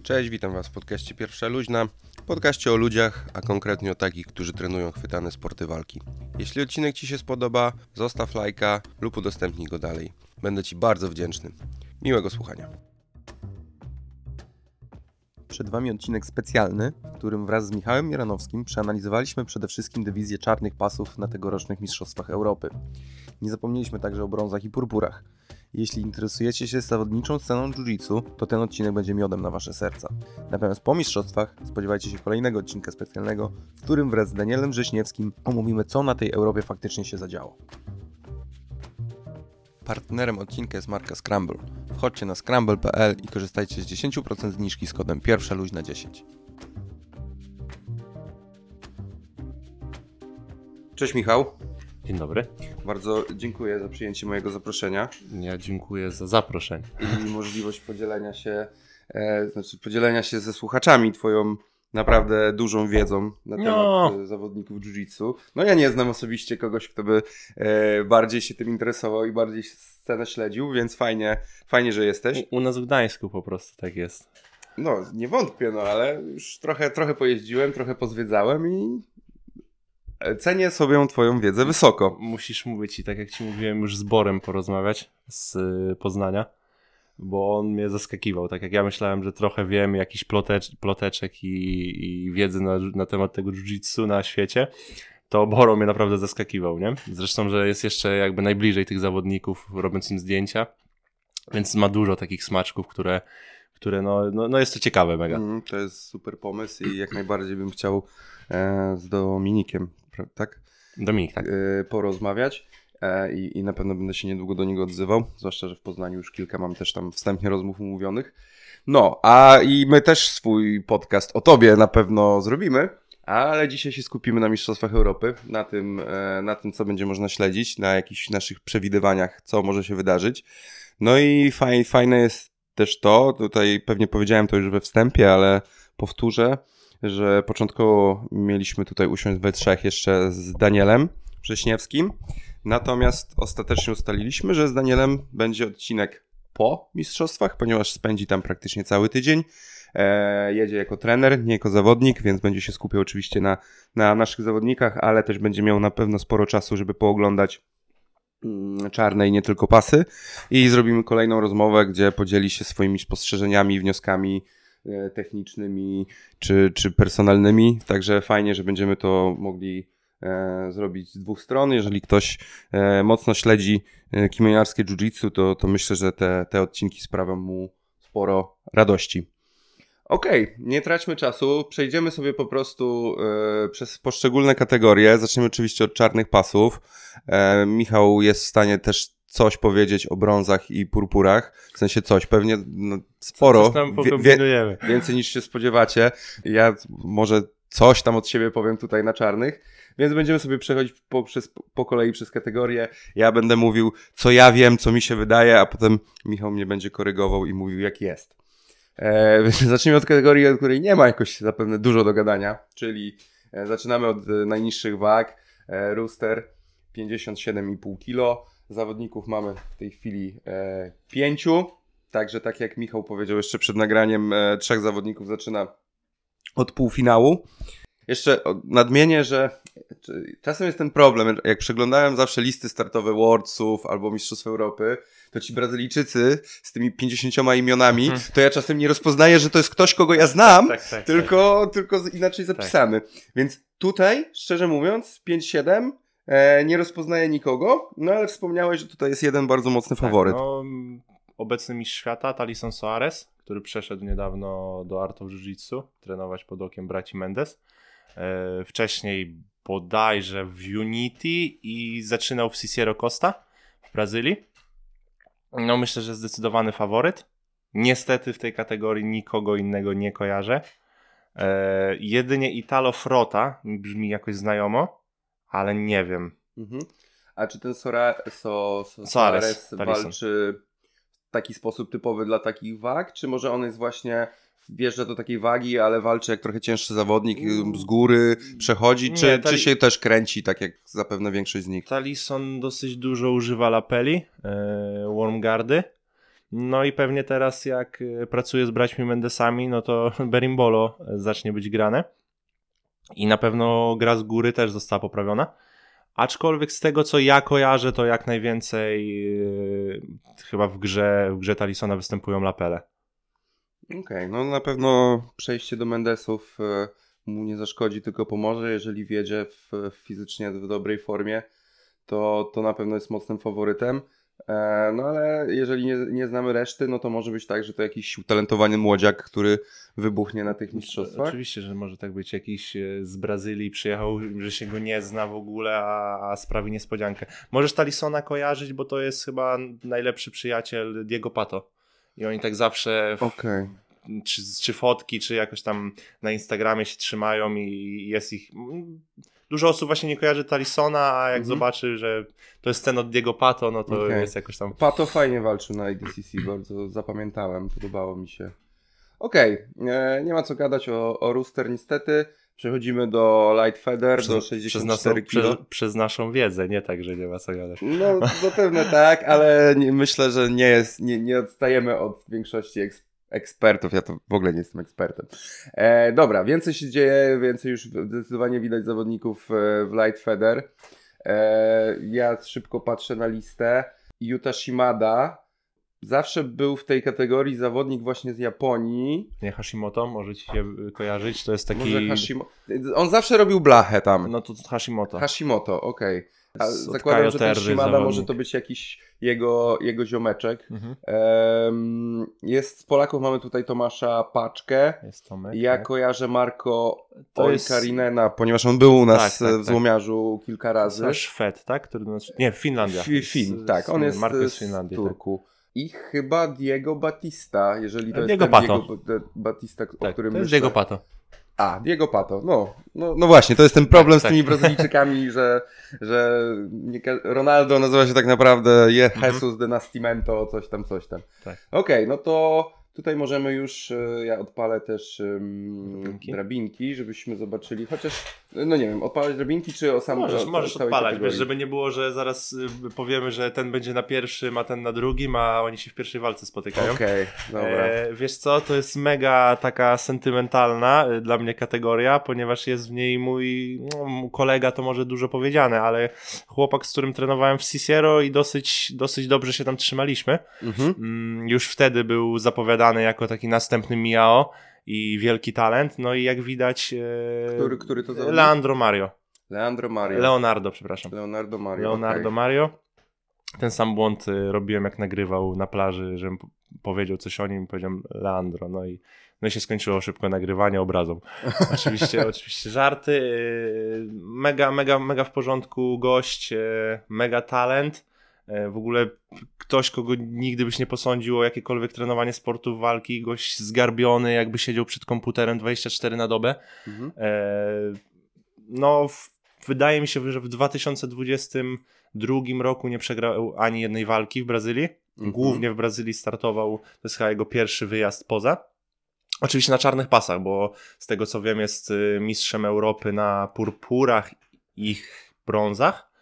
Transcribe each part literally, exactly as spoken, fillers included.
Cześć, witam Was w podcaście Pierwsza Luźna, podcaście o ludziach, a konkretnie o takich, którzy trenują chwytane sporty walki. Jeśli odcinek Ci się spodoba, zostaw lajka lub udostępnij go dalej. Będę Ci bardzo wdzięczny. Miłego słuchania. Przed Wami odcinek specjalny, w którym wraz z Michałem Miranowskim przeanalizowaliśmy przede wszystkim dywizję czarnych pasów na tegorocznych Mistrzostwach Europy. Nie zapomnieliśmy także o brązach i purpurach. Jeśli interesujecie się zawodniczą sceną jiu-jitsu, to ten odcinek będzie miodem na Wasze serca. Natomiast po mistrzostwach spodziewajcie się kolejnego odcinka specjalnego, w którym wraz z Danielem Wrześniewskim omówimy, co na tej Europie faktycznie się zadziało. Partnerem odcinka jest marka Scramble. Wchodźcie na scramble kropka p l i korzystajcie z dziesięć procent zniżki z kodem Pierwsza Luźna dziesięć. Cześć Michał. Dzień dobry. Bardzo dziękuję za przyjęcie mojego zaproszenia. Ja dziękuję za zaproszenie. I możliwość podzielenia się, e, znaczy podzielenia się ze słuchaczami Twoją naprawdę dużą wiedzą na temat no. zawodników jiu-jitsu. No ja nie znam osobiście kogoś, kto by e, bardziej się tym interesował i bardziej scenę śledził, więc fajnie, fajnie, że jesteś. U, u nas w Gdańsku po prostu tak jest. No, nie wątpię, no ale już trochę, trochę pojeździłem, trochę pozwiedzałem i cenię sobie Twoją wiedzę wysoko. Musisz mówić i tak jak Ci mówiłem już z Borem porozmawiać z Poznania, bo on mnie zaskakiwał. Tak jak ja myślałem, że trochę wiem jakiś plotecz, ploteczek i, i wiedzy na, na temat tego jiu-jitsu na świecie, to Boro mnie naprawdę zaskakiwał, nie? Zresztą, że jest jeszcze jakby najbliżej tych zawodników, robiąc im zdjęcia, więc ma dużo takich smaczków, które, które no, no, no jest to ciekawe mega. Mm, to jest super pomysł i jak najbardziej bym chciał e, z Dominikiem, tak? Dominik, tak. E, porozmawiać. I, I na pewno będę się niedługo do niego odzywał, zwłaszcza, że w Poznaniu już kilka mam też tam wstępnie rozmów umówionych. No, a i my też swój podcast o Tobie na pewno zrobimy, ale dzisiaj się skupimy na Mistrzostwach Europy, na tym, na tym co będzie można śledzić, na jakichś naszych przewidywaniach, co może się wydarzyć. No i faj, fajne jest też to, tutaj pewnie powiedziałem to już we wstępie, ale powtórzę, że początkowo mieliśmy tutaj usiąść we trzech jeszcze z Danielem Wrześniewskim. Natomiast ostatecznie ustaliliśmy, że z Danielem będzie odcinek po mistrzostwach, ponieważ spędzi tam praktycznie cały tydzień. E, jedzie jako trener, nie jako zawodnik, więc będzie się skupiał oczywiście na, na naszych zawodnikach, ale też będzie miał na pewno sporo czasu, żeby pooglądać mm, czarne i nie tylko pasy. I zrobimy kolejną rozmowę, gdzie podzieli się swoimi spostrzeżeniami, wnioskami e, technicznymi czy, czy personalnymi. Także fajnie, że będziemy to mogli E, zrobić z dwóch stron. Jeżeli ktoś e, mocno śledzi e, kimoniarskie jiu-jitsu, to, to myślę, że te, te odcinki sprawią mu sporo radości. Okej, okay, nie traćmy czasu. Przejdziemy sobie po prostu e, przez poszczególne kategorie. Zaczniemy oczywiście od czarnych pasów. E, Michał jest w stanie też coś powiedzieć o brązach i purpurach. W sensie coś, pewnie no, sporo. Wie, wie, więcej niż się spodziewacie. Ja może coś tam od siebie powiem tutaj na czarnych. Więc będziemy sobie przechodzić po, przez, po kolei przez kategorie. Ja będę mówił, co ja wiem, co mi się wydaje, a potem Michał mnie będzie korygował i mówił, jak jest. E, zacznijmy od kategorii, od której nie ma jakoś zapewne dużo do gadania, czyli e, zaczynamy od e, najniższych wag. E, Rooster pięćdziesiąt siedem i pół kilo. Zawodników mamy w tej chwili e, pięciu. Także tak jak Michał powiedział jeszcze przed nagraniem, e, trzech zawodników zaczyna od półfinału. Jeszcze nadmienię, że czasem jest ten problem, jak przeglądałem zawsze listy startowe Worldsów albo Mistrzostw Europy, to ci Brazylijczycy z tymi pięćdziesięcioma imionami, hmm. to ja czasem nie rozpoznaję, że to jest ktoś, kogo ja znam, tak, tak, tak, tylko, tak. tylko inaczej zapisany. Tak. Więc tutaj, szczerze mówiąc, pięć siedem e, nie rozpoznaję nikogo, no ale wspomniałeś, że tutaj jest jeden bardzo mocny faworyt. Tak, no, obecny mistrz świata, Thaleson Soares, który przeszedł niedawno do Art of Jiu-Jitsu, trenować pod okiem braci Mendes. E, wcześniej bodajże w Unity i zaczynał w Cicero Costa w Brazylii. No myślę, że zdecydowany faworyt. Niestety w tej kategorii nikogo innego nie kojarzę. E, jedynie Italo Frota brzmi jakoś znajomo, ale nie wiem. Mhm. A czy ten Sora, so, so, Soares walczy w taki sposób typowy dla takich wag, czy może on jest właśnie... wjeżdża do takiej wagi, ale walczy jak trochę cięższy zawodnik, z góry przechodzi, czy, nie, tali... czy się też kręci, tak jak zapewne większość z nich? Thaleson dosyć dużo używa lapeli, e, wormguardy, No i pewnie teraz jak y, pracuje z braćmi Mendesami, no to Berimbolo zacznie być grane. I na pewno gra z góry też została poprawiona. Aczkolwiek z tego, co ja kojarzę, to jak najwięcej yy, chyba w grze, w grze Talisona występują lapele. Okej, okay, no na pewno przejście do Mendesów e, mu nie zaszkodzi, tylko pomoże. Jeżeli wiedzie w, w fizycznie w dobrej formie, to, to na pewno jest mocnym faworytem. E, no ale jeżeli nie, nie znamy reszty, no to może być tak, że to jakiś utalentowany młodziak, który wybuchnie na tych mistrzostwach. Oczywiście, że może tak być. Jakiś z Brazylii przyjechał, że się go nie zna w ogóle, a, a sprawi niespodziankę. Możesz Talisona kojarzyć, bo to jest chyba najlepszy przyjaciel Diego Pato. I oni tak zawsze... W... Okej. Czy, czy fotki, czy jakoś tam na Instagramie się trzymają i jest ich... Dużo osób właśnie nie kojarzy Talisona, a jak mhm. zobaczy, że to jest ten od Diego Pato, no to okay. jest jakoś tam... Pato fajnie walczył na A D C C, bardzo zapamiętałem, podobało mi się. Okej, okay. nie ma co gadać o, o Rooster niestety. Przechodzimy do Light Feather, przez, do sześćdziesiąt cztery przez, naszą, przez, przez naszą wiedzę, nie tak, że nie ma co gadać. No zapewne tak, ale nie, myślę, że nie jest, nie, nie odstajemy od większości ekspertów. ekspertów, ja to w ogóle nie jestem ekspertem. E, dobra, więcej się dzieje, więcej już zdecydowanie widać zawodników w Light Feather. E, ja szybko patrzę na listę. Yuta Shimada zawsze był w tej kategorii zawodnik właśnie z Japonii. Nie Hashimoto, może ci się kojarzyć, to jest taki... Może Hashimo... On zawsze robił blachę tam. No to Hashimoto. Hashimoto, okej. Okay. Zakładam, że ten Shimada zawodnik. Może to być jakiś jego, jego ziomeczek. Mhm. Um, jest z Polaków, mamy tutaj Tomasza Paczkę. Jest Tomek, ja tak. kojarzę Marko Oikarinena, jest... ponieważ on był u nas tak, tak, w Złomiarzu tak. kilka razy. To Szwed, tak? Który nas... Nie, Finlandia. F- Fin, z, tak. On jest Marko jest z Finlandii, Turku. Tak. I chyba Diego Batista, jeżeli to Diego jest Pato. Diego Batista, tak, o którym to jest myślę. Diego Pato. A, Diego Pato, no, no, no właśnie, to jest ten problem tak, z tymi tak. Brazylijczykami, że, że nie, Ronaldo nazywa się tak naprawdę Je Jesus mhm. de Nascimento, coś tam, coś tam. Tak. Okej, okay, no to tutaj możemy już, ja odpalę też um, drabinki. drabinki, żebyśmy zobaczyli, chociaż, no nie wiem, odpalać drabinki czy o sam... Możesz, o, możesz odpalać, wiesz, żeby nie było, że zaraz y, powiemy, że ten będzie na pierwszym, a ten na drugim, a oni się w pierwszej walce spotykają. Okej, okay, dobra. E, wiesz co, to jest mega taka sentymentalna y, dla mnie kategoria, ponieważ jest w niej mój no, kolega, to może dużo powiedziane, ale chłopak, z którym trenowałem w Cicero i dosyć, dosyć dobrze się tam trzymaliśmy. Mhm. Mm, już wtedy był zapowiadany jako taki następny Miao i wielki talent, no i jak widać e, który, który to zawodnik? Leandro Mario. Leandro Mario. Leonardo, przepraszam. Leonardo Mario. Leonardo okay. Mario. Ten sam błąd y, robiłem jak nagrywał na plaży, żebym p- powiedział coś o nim i powiedziałem Leandro, no i, no i się skończyło szybko nagrywanie obrazą. Oczywiście, oczywiście żarty. Y, mega, mega, mega w porządku gość, y, mega talent. W ogóle ktoś, kogo nigdy byś nie posądził o jakiekolwiek trenowanie sportu walki, gość zgarbiony, jakby siedział przed komputerem dwadzieścia cztery na dobę. Mhm. E, no, w, wydaje mi się, że w dwa tysiące dwudziestym drugim roku nie przegrał ani jednej walki w Brazylii. Mhm. Głównie w Brazylii startował, to jest chyba jego pierwszy wyjazd poza. Oczywiście na czarnych pasach, bo z tego co wiem jest mistrzem Europy na purpurach i brązach.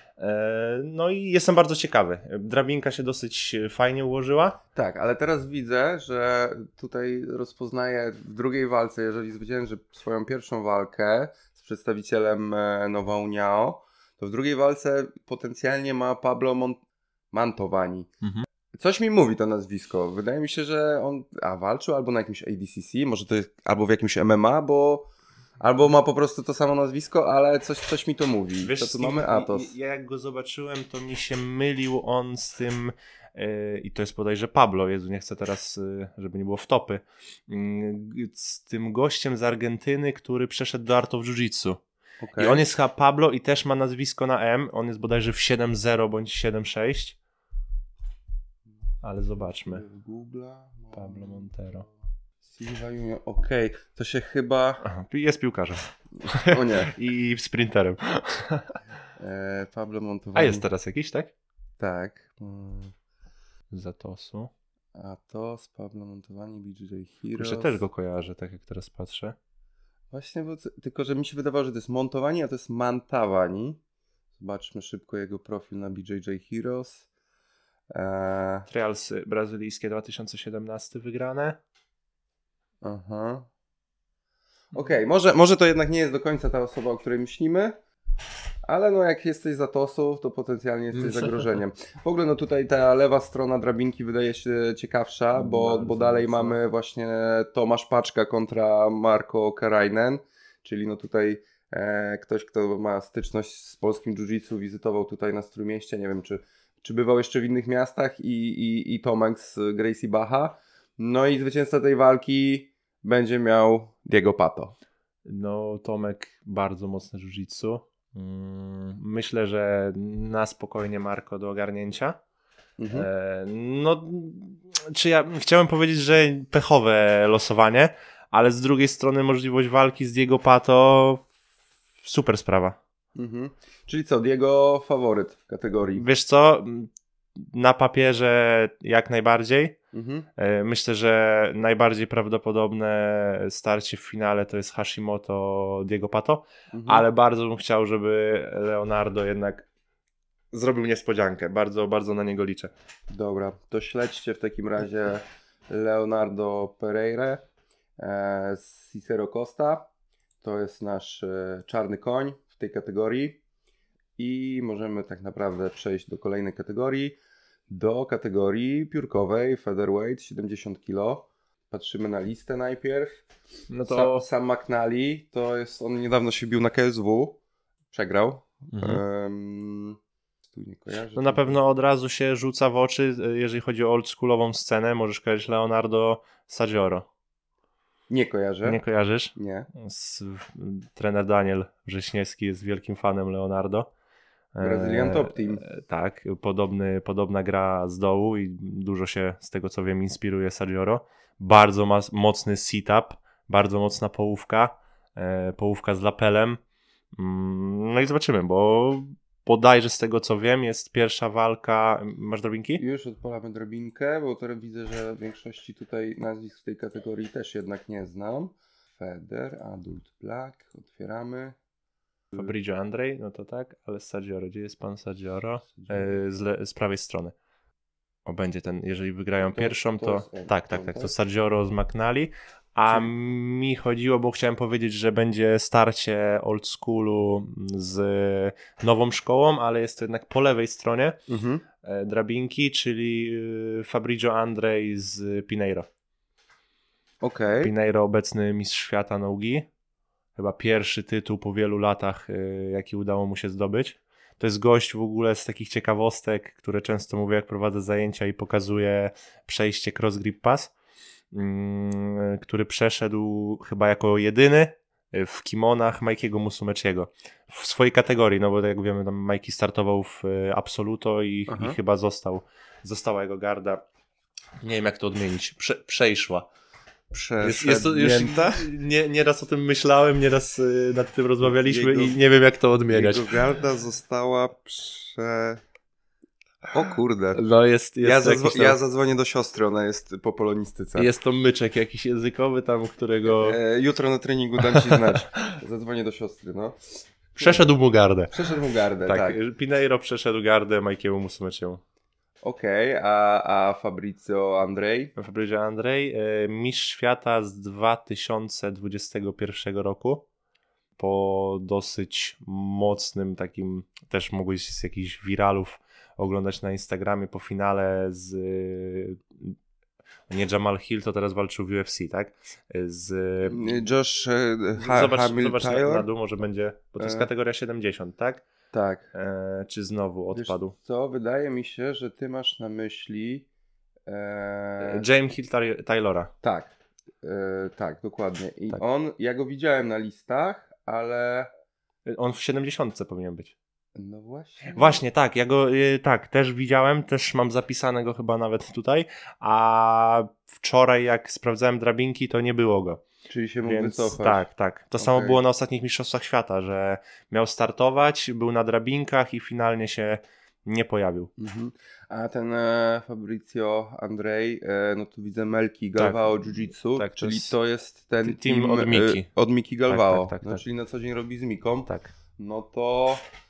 No i jestem bardzo ciekawy. Drabinka się dosyć fajnie ułożyła. Tak, ale teraz widzę, że tutaj rozpoznaję w drugiej walce, jeżeli zwycięży swoją pierwszą walkę z przedstawicielem Nova União, to w drugiej walce potencjalnie ma Pablo Mont- Mantovani. Mhm. Coś mi mówi to nazwisko. Wydaje mi się, że on a, walczył albo na jakimś A D C C, może to jest albo w jakimś M M A, bo albo ma po prostu to samo nazwisko, ale coś, coś mi to mówi. Wiesz, to tu mamy Atos. Ja jak go zobaczyłem, to mi się mylił on z tym yy, i to jest bodajże Pablo, Jezu, nie chcę teraz, yy, żeby nie było wtopy, yy, z tym gościem z Argentyny, który przeszedł do Art of Jiu-Jitsu. Okay. I on jest chyba Pablo i też ma nazwisko na M, on jest bodajże w siedem zero bądź siedem sześć. Ale zobaczmy. Google. Pablo Montero. Okej, okay. To się chyba... Aha, jest piłkarzem. O nie. I sprinterem. e, Pablo Montowani. A jest teraz jakiś, tak? Tak. Hmm. Z Atosu. Atos, Pablo Montowani, B J J Heroes. Jeszcze też go kojarzę, tak jak teraz patrzę. Właśnie, bo to, tylko że mi się wydawało, że to jest Montowani, a to jest Mantawani. Zobaczmy szybko jego profil na B J J Heroes. E... Trialsy brazylijskie dwa tysiące siedemnaście wygrane. Aha. Okej, okay, może, może to jednak nie jest do końca ta osoba, o której myślimy, ale no jak jesteś za tosów, to potencjalnie jesteś zagrożeniem. W ogóle no tutaj ta lewa strona drabinki wydaje się ciekawsza, bo, bo dalej mocno. Mamy właśnie Tomasz Paczka kontra Marko Karainen, czyli no tutaj e, ktoś, kto ma styczność z polskim jiu-jitsu, wizytował tutaj na Trójmieście, nie wiem czy, czy bywał jeszcze w innych miastach i, i, i Tomek z Gracie Bacha. No i zwycięzca tej walki będzie miał Diego Pato. No Tomek bardzo mocne jiu-jitsu. Myślę, że na spokojnie Marko do ogarnięcia. Mhm. E, no, czy ja chciałem powiedzieć, że pechowe losowanie, ale z drugiej strony możliwość walki z Diego Pato super sprawa. Mhm. Czyli co, Diego faworyt w kategorii? Wiesz co, na papierze jak najbardziej. Mhm. Myślę, że najbardziej prawdopodobne starcie w finale to jest Hashimoto Diego Pato, mhm. ale bardzo bym chciał, żeby Leonardo jednak zrobił niespodziankę. Bardzo, bardzo na niego liczę. Dobra, to śledźcie w takim razie Leonardo Pereira e, z Cicero Costa. To jest nasz e, czarny koń w tej kategorii i możemy tak naprawdę przejść do kolejnej kategorii. Do kategorii piórkowej featherweight siedemdziesiąt kilo. Patrzymy na listę najpierw. No to... Sam, Sam McNally, to jest, on niedawno się bił na K S W. Przegrał. Mhm. Um, tu nie kojarzę. No na pewno od razu się rzuca w oczy, jeżeli chodzi o oldschoolową scenę, możesz kojarzyć Leonardo Saggioro. Nie kojarzę. Nie kojarzysz? Nie. Z, trener Daniel Wrześniewski jest wielkim fanem Leonardo. Brazilian Top Team. E, tak, podobny, podobna gra z dołu i dużo się z tego co wiem inspiruje Saggioro. Bardzo ma, mocny sit-up, bardzo mocna połówka, e, połówka z lapelem. Mm, no i zobaczymy, bo bodajże z tego co wiem jest pierwsza walka. Masz drabinki? Już odpalamy drabinkę, bo teraz widzę, że w większości tutaj nazwisk w tej kategorii też jednak nie znam. Feder, Adult Black, otwieramy. Fabricio Andrej, no to tak, ale Saggioro, gdzie jest pan Saggioro? E, z, le, z prawej strony. O, będzie ten, jeżeli wygrają to, pierwszą, to... to jest, tak, tak, tak, to Saggioro z McNally. A Czyli... mi chodziło, bo chciałem powiedzieć, że będzie starcie old schoolu z nową szkołą, ale jest to jednak po lewej stronie mhm. e, drabinki, czyli Fabricio Andrej z Pineiro. Okej. Okay. Pineiro obecny mistrz świata nogi. Chyba pierwszy tytuł po wielu latach, y, jaki udało mu się zdobyć. To jest gość w ogóle z takich ciekawostek, które często mówię, jak prowadzę zajęcia i pokazuję przejście Cross Grip Pass, y, który przeszedł chyba jako jedyny w kimonach Majkiego Musumeciego w swojej kategorii, no bo jak wiemy, tam Majki startował w Absoluto i, i chyba został, została jego garda. Nie wiem jak to odmienić. Prze, przejszła. Jest, jest to już nie, nieraz o tym myślałem, nieraz y, nad tym rozmawialiśmy jego, i nie wiem jak to odmieniać. Jego garda została prze... O kurde. No jest, jest ja, zadzwo- tam... ja zadzwonię do siostry, ona jest po polonistyce. Jest to myczek jakiś językowy tam, którego... E, jutro na treningu dam ci znać. Zadzwonię do siostry, no. Przeszedł mu gardę. Przeszedł mu gardę, tak. tak. Pineiro przeszedł gardę Majkiemu Musumeciemu. Okej, okay, a, a Fabricio Andrej? Fabricio Andrej, e, mistrz świata z dwa tysiące dwudziestego pierwszego roku. Po dosyć mocnym takim, też mogłeś z jakichś wiralów oglądać na Instagramie po finale z... Nie Jamal Hill, to teraz walczył w U F C, tak? Z... Josh ha- Zobacz, Hamilton. Zobacz na, na dół, może będzie, bo to jest kategoria siedemdziesiąt, tak? Tak. E, czy znowu odpadł? Wiesz co, wydaje mi się, że ty masz na myśli... E... James Hill Taylora. Tak, e, tak, dokładnie. I tak. on, ja go widziałem na listach, ale... On w siedemdziesiątce powinien być. No właśnie. Właśnie, tak, ja go y, tak, też widziałem, też mam zapisanego chyba nawet tutaj, a wczoraj jak sprawdzałem drabinki, to nie było go. Czyli się mógł Więc, wycofać. Tak, tak. To okay. samo było na ostatnich mistrzostwach świata, że miał startować, był na drabinkach i finalnie się nie pojawił. Mhm. A ten e, Fabricio Andrej, e, no tu widzę Melki Galvao tak. Jiu-Jitsu, tak, czyli to jest, to jest ten team, team od Miki. E, od Miki Galvao, tak, tak, tak, no, tak. czyli na co dzień robi z Miką. Tak. No to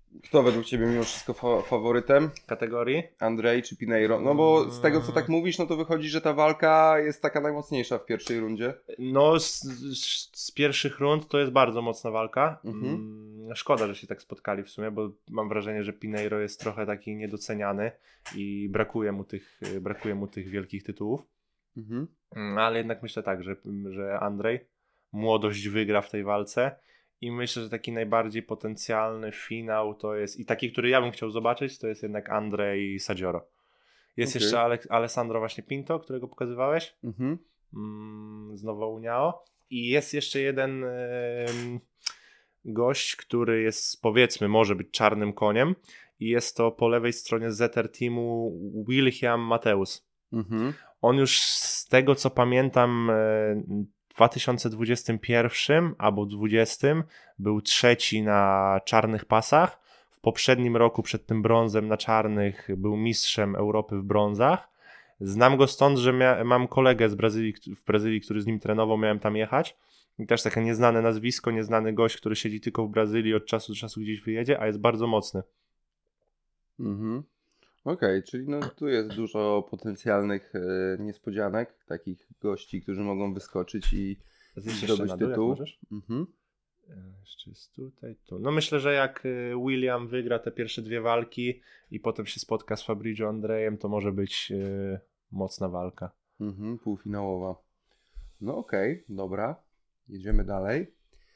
Kto według ciebie mimo wszystko fa- faworytem? Kategorii? Andrzej czy Pinheiro? No bo z tego co tak mówisz, no to wychodzi, że ta walka jest taka najmocniejsza w pierwszej rundzie. No z, z, z pierwszych rund to jest bardzo mocna walka. Mhm. Mm, szkoda, że się tak spotkali w sumie, bo mam wrażenie, że Pinheiro jest trochę taki niedoceniany i brakuje mu tych, brakuje mu tych wielkich tytułów. Mhm. Mm, ale jednak myślę tak, że, że Andrzej młodość wygra w tej walce. I myślę, że taki najbardziej potencjalny finał to jest, i taki, który ja bym chciał zobaczyć, to jest jednak Andrzej Sadzioro. Jest Okay. jeszcze Ale- Alessandro właśnie Pinto, którego pokazywałeś, Mhm. mm, z Nowo Uniao. I jest jeszcze jeden ym, gość, który jest, powiedzmy, może być czarnym koniem i jest to po lewej stronie Z R Teamu Wilhelm Mateus. Mhm. On już z tego, co pamiętam, w dwa tysiące dwudziestym pierwszym albo dwudziestym był trzeci na czarnych pasach. W poprzednim roku przed tym brązem na czarnych był mistrzem Europy w brązach. Znam go stąd, że mia- mam kolegę z Brazylii, w Brazylii, który z nim trenował, miałem tam jechać. I też takie nieznane nazwisko, nieznany gość, który siedzi tylko w Brazylii, od czasu do czasu gdzieś wyjedzie, a jest bardzo mocny. Mhm. Okej, okay, czyli no tu jest dużo potencjalnych e, niespodzianek, takich gości, którzy mogą wyskoczyć i zdobyć tytuł. Mhm. Jeszcze jest tutaj, tu. No myślę, że jak William wygra te pierwsze dwie walki i potem się spotka z Fabrizio Andrejem, to może być yy, mocna walka. Mhm, półfinałowa. No okej, okay, dobra. Jedziemy dalej.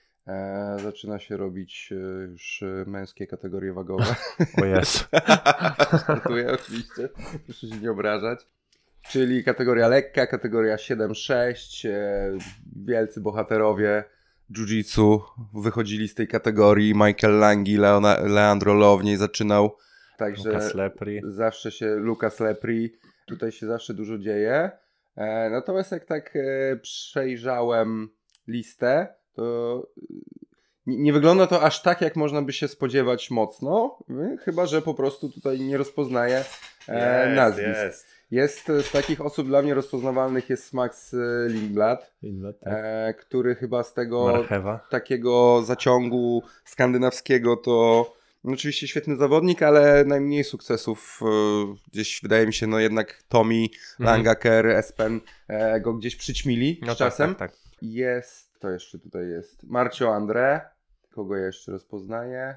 E, zaczyna się robić e, już e, męskie kategorie wagowe. O Jezu. Startuję oczywiście, proszę się nie obrażać. Czyli kategoria lekka, kategoria siedem sześć. E, wielcy bohaterowie jiu-jitsu wychodzili z tej kategorii. Michael Langi, Leona, Leandro Lo w niej zaczynał. Także Lucas Lepri. zawsze się, Lucas Lepri, tutaj się zawsze dużo dzieje. E, natomiast jak tak e, przejrzałem listę, to nie, nie wygląda to aż tak, jak można by się spodziewać mocno, chyba że po prostu tutaj nie rozpoznaję e, jest, nazwisk. Jest. jest z takich osób dla mnie rozpoznawalnych jest Max Lindblad, Lindblad tak. e, który chyba z tego Marchewa. takiego zaciągu skandynawskiego to oczywiście świetny zawodnik, ale najmniej sukcesów e, gdzieś wydaje mi się, no jednak Tommy, mhm. Langaker, Espen e, go gdzieś przyćmili no z czasem. Tak, tak, tak. Jest, to jeszcze tutaj jest, Marcio André, kogo ja jeszcze rozpoznaję?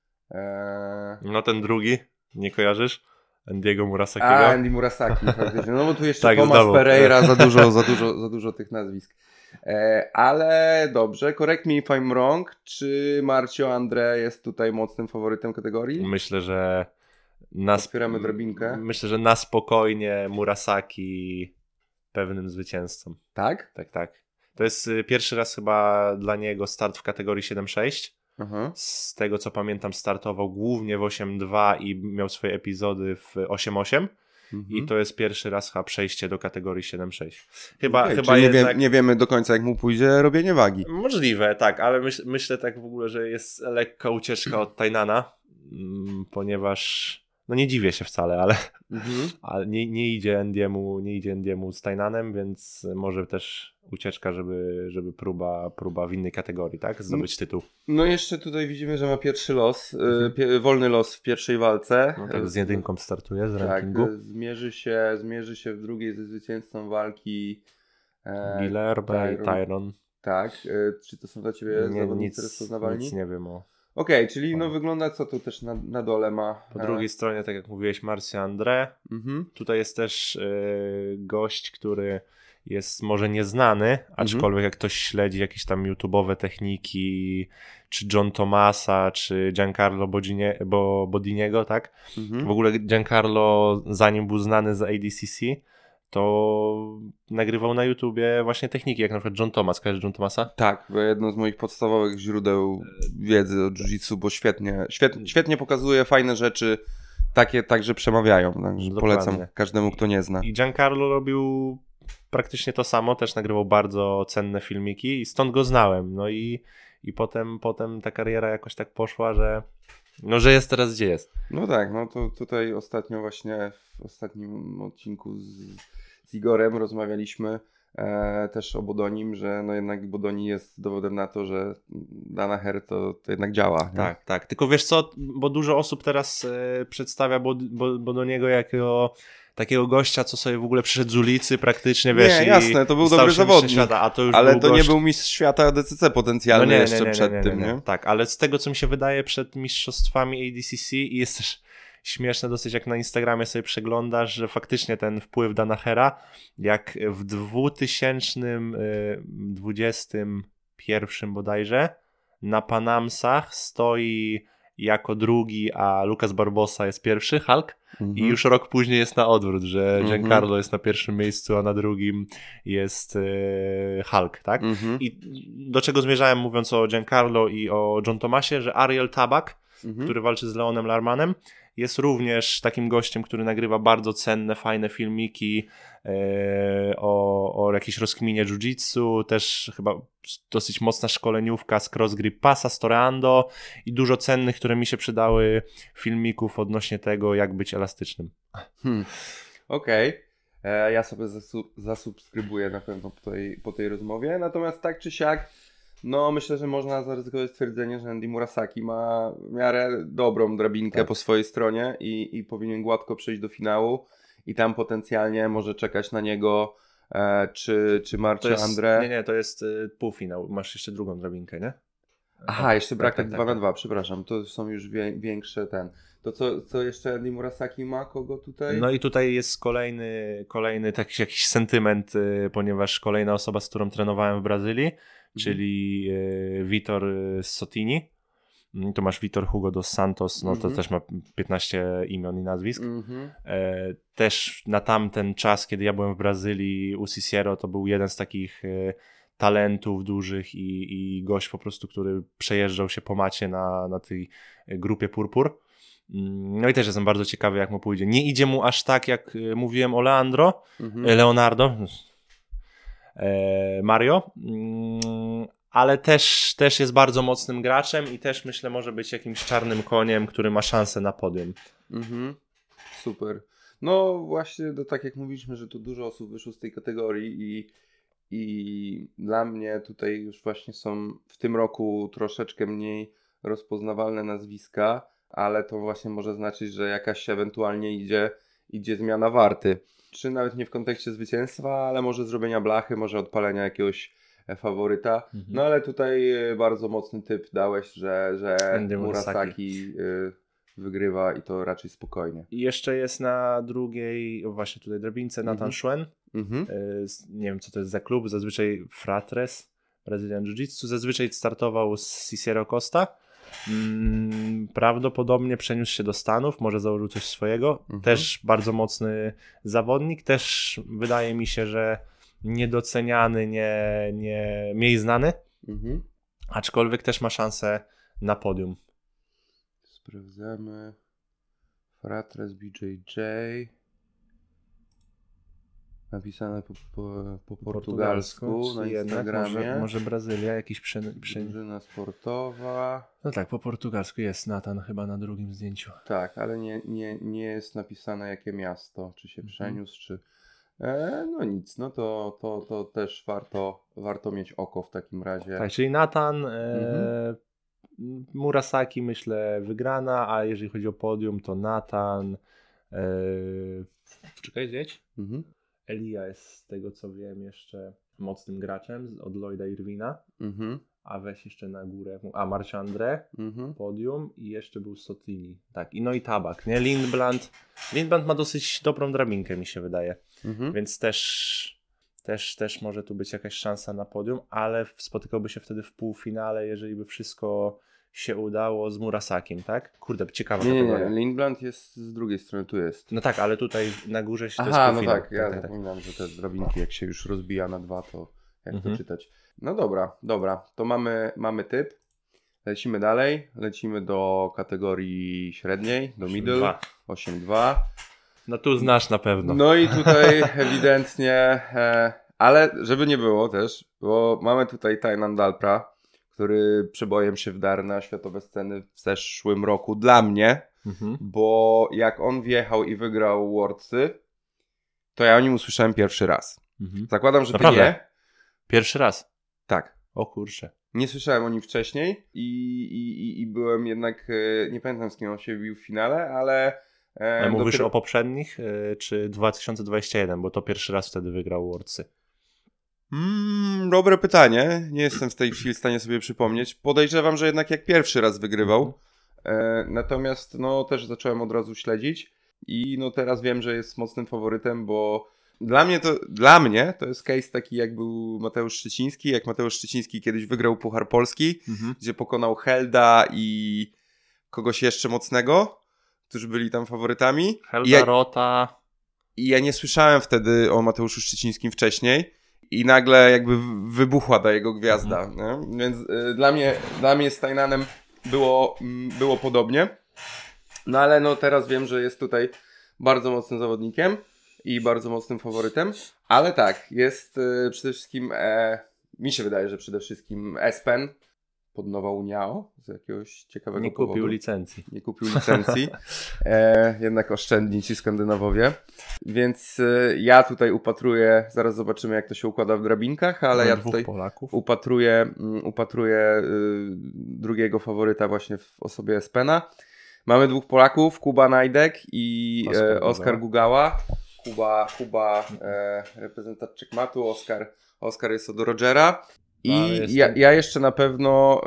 Eee... No ten drugi, nie kojarzysz? Andiego Murasakiego. A, Andy Murasaki, faktycznie. No bo tu jeszcze tak, Thomas znowu. Pereira, za dużo, za dużo, za dużo tych nazwisk. Eee, ale dobrze, correct me if I'm wrong, czy Marcio André jest tutaj mocnym faworytem kategorii? Myślę, że na sp- Otwieramy drabinkę. Myślę, że na spokojnie Murasaki pewnym zwycięzcą. Tak? Tak, tak. To jest pierwszy raz chyba dla niego start w kategorii siedem sześć. Aha. Z tego co pamiętam startował głównie w osiem dwa i miał swoje epizody w osiem osiem. Mhm. I to jest pierwszy raz chyba przejście do kategorii siedem sześć. Chyba, okay, chyba nie, jednak... wiem, nie wiemy do końca jak mu pójdzie robienie wagi. Możliwe, tak, ale myśl, myślę tak w ogóle, że jest lekka ucieczka od Tainana, ponieważ no nie dziwię się wcale, ale, mhm. ale nie, nie idzie Endiemu, nie idzie Endiemu z Tainanem, więc może też ucieczka, żeby, żeby próba, próba w innej kategorii, tak? Zdobyć tytuł. No jeszcze tutaj widzimy, że ma pierwszy los, mhm. pie, wolny los w pierwszej walce. No tak, z jedynką startuje z rankingu. Tak, zmierzy się, zmierzy się w drugiej ze zwycięzcą walki e, Guilherme i Tyron. Tak, e, czy to są dla Ciebie nie, zawodnicy nic, rozpoznawalni? Nic nie wiem o... Okej, okay, czyli no wygląda co tu też na, na dole ma. Po drugiej stronie, tak jak mówiłeś, Marcio André. Mhm. Tutaj jest też yy, gość, który jest może nieznany, aczkolwiek mhm. jak ktoś śledzi jakieś tam YouTube'owe techniki, czy John Thomasa, czy Giancarlo Bodine, Bo, Bodiniego, tak? Mhm. W ogóle Giancarlo, zanim był znany z A D C C, to nagrywał na YouTubie właśnie techniki, jak na przykład John Thomas. Kojarzysz John Thomasa? Tak, bo jedno z moich podstawowych źródeł wiedzy o jiu-jitsu, bo świetnie, świetnie, świetnie pokazuje fajne rzeczy, takie także przemawiają. Także polecam każdemu, kto nie zna. I Giancarlo robił praktycznie to samo, też nagrywał bardzo cenne filmiki i stąd go znałem. No i, i potem, potem ta kariera jakoś tak poszła, że no, że jest teraz gdzie jest. No tak, no to tutaj ostatnio właśnie w ostatnim odcinku z, z Igorem rozmawialiśmy e, też o Bodonim, że no jednak Bodoni jest dowodem na to, że Danaher to, to jednak działa. Nie? Tak, tak. Tylko wiesz co, bo dużo osób teraz e, przedstawia Bod- Bo- Bodoniego jako takiego gościa, co sobie w ogóle przyszedł z ulicy praktycznie, wiesz, Nie, i jasne, to był stał dobry się mistrzem zawodnik, świata, a to już ale był to gość... nie był mistrz świata D C C potencjalny No nie, jeszcze nie, nie, przed nie, nie, tym, nie, nie? nie? Tak, ale z tego, co mi się wydaje przed mistrzostwami A D C C i jest też śmieszne dosyć, jak na Instagramie sobie przeglądasz, że faktycznie ten wpływ Danahera, jak w dwa tysiące dwudziestym pierwszym bodajże na Panamsach stoi jako drugi, a Lucas Barbosa jest pierwszy, Hulk, Mhm. i już rok później jest na odwrót, że Mhm. Giancarlo jest na pierwszym miejscu, a na drugim jest yy, Hulk, tak? Mhm. I do czego zmierzałem mówiąc o Giancarlo i o John Thomasie, że Ariel Tabak, Mhm. który walczy z Leonem Larmanem, jest również takim gościem, który nagrywa bardzo cenne, fajne filmiki e, o, o jakiejś rozkminie jiu-jitsu, też chyba dosyć mocna szkoleniówka z Cross Grip Passa, z Toreando i dużo cennych, które mi się przydały filmików odnośnie tego, jak być elastycznym. Hmm. Okej. Okay. Ja sobie zasu- zasubskrybuję na pewno po tej, po tej rozmowie, natomiast tak czy siak, no myślę, że można zaryzykować stwierdzenie, że Andy Murasaki ma w miarę dobrą drabinkę Tak. po swojej stronie i, i powinien gładko przejść do finału i tam potencjalnie może czekać na niego e, czy, czy Marcie To jest, André. nie, nie, to jest y, półfinał. Masz jeszcze drugą drabinkę, nie? Aha, jeszcze brak tak, tak, dwa tak, na tak. dwa, przepraszam, to są już wie, większe ten. To co, co jeszcze Andy Murasaki ma, kogo tutaj? No i tutaj jest kolejny, kolejny taki jakiś sentyment, y, ponieważ kolejna osoba, z którą trenowałem w Brazylii, mhm. czyli y, Vitor Sotini. Tu masz Vitor Hugo dos Santos, no to Mhm. też ma piętnaście imion i nazwisk. Mhm. E, też na tamten czas, kiedy ja byłem w Brazylii u Ciciero, to był jeden z takich e, talentów dużych i, i gość po prostu, który przejeżdżał się po macie na, na tej grupie Purpur. No i też jestem bardzo ciekawy, jak mu pójdzie. Nie idzie mu aż tak, jak e, mówiłem o Leandro, Mhm. e, Leonardo, e, Mario, mm, ale też, też jest bardzo mocnym graczem i też myślę może być jakimś czarnym koniem, który ma szansę na podium. Mhm. Super. No właśnie, to tak jak mówiliśmy, że tu dużo osób wyszło z tej kategorii i, i dla mnie tutaj już właśnie są w tym roku troszeczkę mniej rozpoznawalne nazwiska, ale to właśnie może znaczyć, że jakaś ewentualnie idzie, idzie zmiana warty. Czy nawet nie w kontekście zwycięstwa, ale może zrobienia blachy, może odpalenia jakiegoś faworyta. Mhm. No ale tutaj bardzo mocny typ dałeś, że, że Andy Murasaki y, wygrywa i to raczej spokojnie. I jeszcze jest na drugiej, o właśnie tutaj drabince, Nathan Mhm. Schwen. Mhm. Y, nie wiem, co to jest za klub, zazwyczaj Fratres, Brazilian Jiu-Jitsu. Zazwyczaj startował z Ciciero Costa. Mm, prawdopodobnie przeniósł się do Stanów, może założył coś swojego. Mhm. Też bardzo mocny zawodnik. Też wydaje mi się, że niedoceniany, nie, nie mniej znany. Mhm. Aczkolwiek też ma szansę na podium. Sprawdzamy. Fratres B J J. Napisane po, po, po portugalsku na Instagramie. Może, może Brazylia, jakiś przy, przy... Drużyna sportowa. No tak, po portugalsku jest Nathan chyba na drugim zdjęciu. Tak, ale nie, nie, nie jest napisane jakie miasto, czy się przeniósł, czy... E, no nic, no to, to, to też warto, warto mieć oko w takim razie. Tak, czyli Nathan, e, Mhm. Murasaki myślę wygrana, a jeżeli chodzi o podium, to Nathan, e, czekaj zdjęć? Mhm. Elia jest z tego co wiem jeszcze mocnym graczem od Lloyda Irwina, Mhm. a weź jeszcze na górę, a Marcie André, Mhm. podium i jeszcze był Sotini. Tak, i no i Tabak, nie? Lindblad. Lindblad ma dosyć dobrą drabinkę, mi się wydaje, Mhm. więc też, też, też może tu być jakaś szansa na podium, ale spotykałby się wtedy w półfinale, jeżeli by wszystko się udało z Murasakiem, tak? Kurde, ciekawa Nie, nie, kategoria. nie, Lindblad jest z drugiej strony, tu jest. No tak, ale tutaj na górze się to Aha, jest no półfinał. tak, ja tak, tak, tak. zapominam, że te drabinki jak się już rozbija na dwa, to jak Mhm. to czytać. No dobra, dobra, to mamy, mamy typ. Lecimy dalej, lecimy do kategorii średniej, do middle, Dwa. osiem dwa. No tu znasz na pewno. No i tutaj ewidentnie, e, ale żeby nie było też, bo mamy tutaj Tainan Dalpra, który przebojem się wdarł na światowe sceny w zeszłym roku dla mnie, Mhm. bo jak on wjechał i wygrał Worldsy, to ja o nim usłyszałem pierwszy raz. Mhm. Zakładam, że Naprawdę? ty nie. Pierwszy raz. Tak. O kurczę. Nie słyszałem o nim wcześniej i, i, i- i byłem jednak, e, nie pamiętam z kim on się bił w finale, ale... e, Ale mówisz dopiero- o poprzednich, y, czy dwa tysiące dwudziestym pierwszym, bo to pierwszy raz wtedy wygrał Worldsy. Mm, dobre pytanie. Nie jestem w tej chwili w stanie sobie przypomnieć. Podejrzewam, że jednak jak pierwszy raz wygrywał. E, natomiast no też zacząłem od razu śledzić i no teraz wiem, że jest mocnym faworytem, bo dla mnie to, dla mnie to jest case taki jak był Mateusz Szczeciński, jak Mateusz Szczeciński kiedyś wygrał Puchar Polski, Mhm. gdzie pokonał Helda i kogoś jeszcze mocnego, którzy byli tam faworytami. Helda, I ja, Rota. I ja nie słyszałem wtedy o Mateuszu Szczecińskim wcześniej i nagle jakby w- wybuchła ta jego gwiazda. Nie? Więc y, dla mnie, dla mnie z Tajnanem było, mm, było podobnie. No ale no teraz wiem, że jest tutaj bardzo mocnym zawodnikiem i bardzo mocnym faworytem. Ale tak, jest y, przede wszystkim, e, mi się wydaje, że przede wszystkim Espen pod Nową Uniao z jakiegoś ciekawego Nie kupił powodu. licencji. Nie kupił licencji. E, jednak oszczędni ci Skandynawowie. Więc e, ja tutaj upatruję, zaraz zobaczymy jak to się układa w drabinkach, ale Mamy ja dwóch tutaj Polaków. upatruję, mm, upatruję y, drugiego faworyta właśnie w osobie Espena. Mamy dwóch Polaków, Kuba Najdek i Oskar e, Gugała. Oskar Gugała. Kuba, Kuba e, reprezentant Czekmatu, Oskar, Oskar jest od Rogera. I Ale jest ja, ten- ja jeszcze na pewno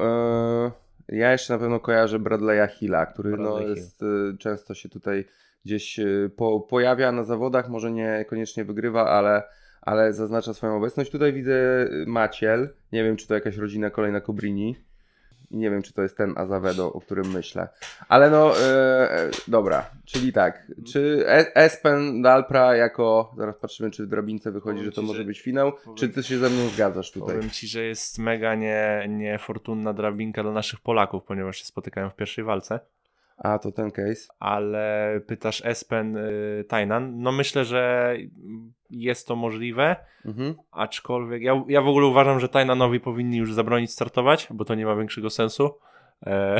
e, ja jeszcze na pewno kojarzę Bradley'a Hilla, który no, Bradley Hill. jest, e, często się tutaj gdzieś e, po, pojawia na zawodach, może nie koniecznie wygrywa, ale, ale zaznacza swoją obecność. Tutaj widzę Maciel, nie wiem czy to jakaś rodzina kolejna Cobrini. I nie wiem, czy to jest ten Azavedo, o którym myślę. Ale no, e, e, dobra, czyli tak. Czy E- Espen Dalpra jako, zaraz patrzymy, czy w drabince wychodzi, Powiem że to ci, może że- być finał, powiem- czy ty się ze mną zgadzasz tutaj? Powiem ci, że jest mega nie, niefortunna drabinka dla naszych Polaków, ponieważ się spotykają w pierwszej walce. A, to ten case. Ale pytasz Espen y, Tajnan. No myślę, że jest to możliwe, Mhm. aczkolwiek ja, ja w ogóle uważam, że Tajnanowi powinni już zabronić startować, bo to nie ma większego sensu. E, e,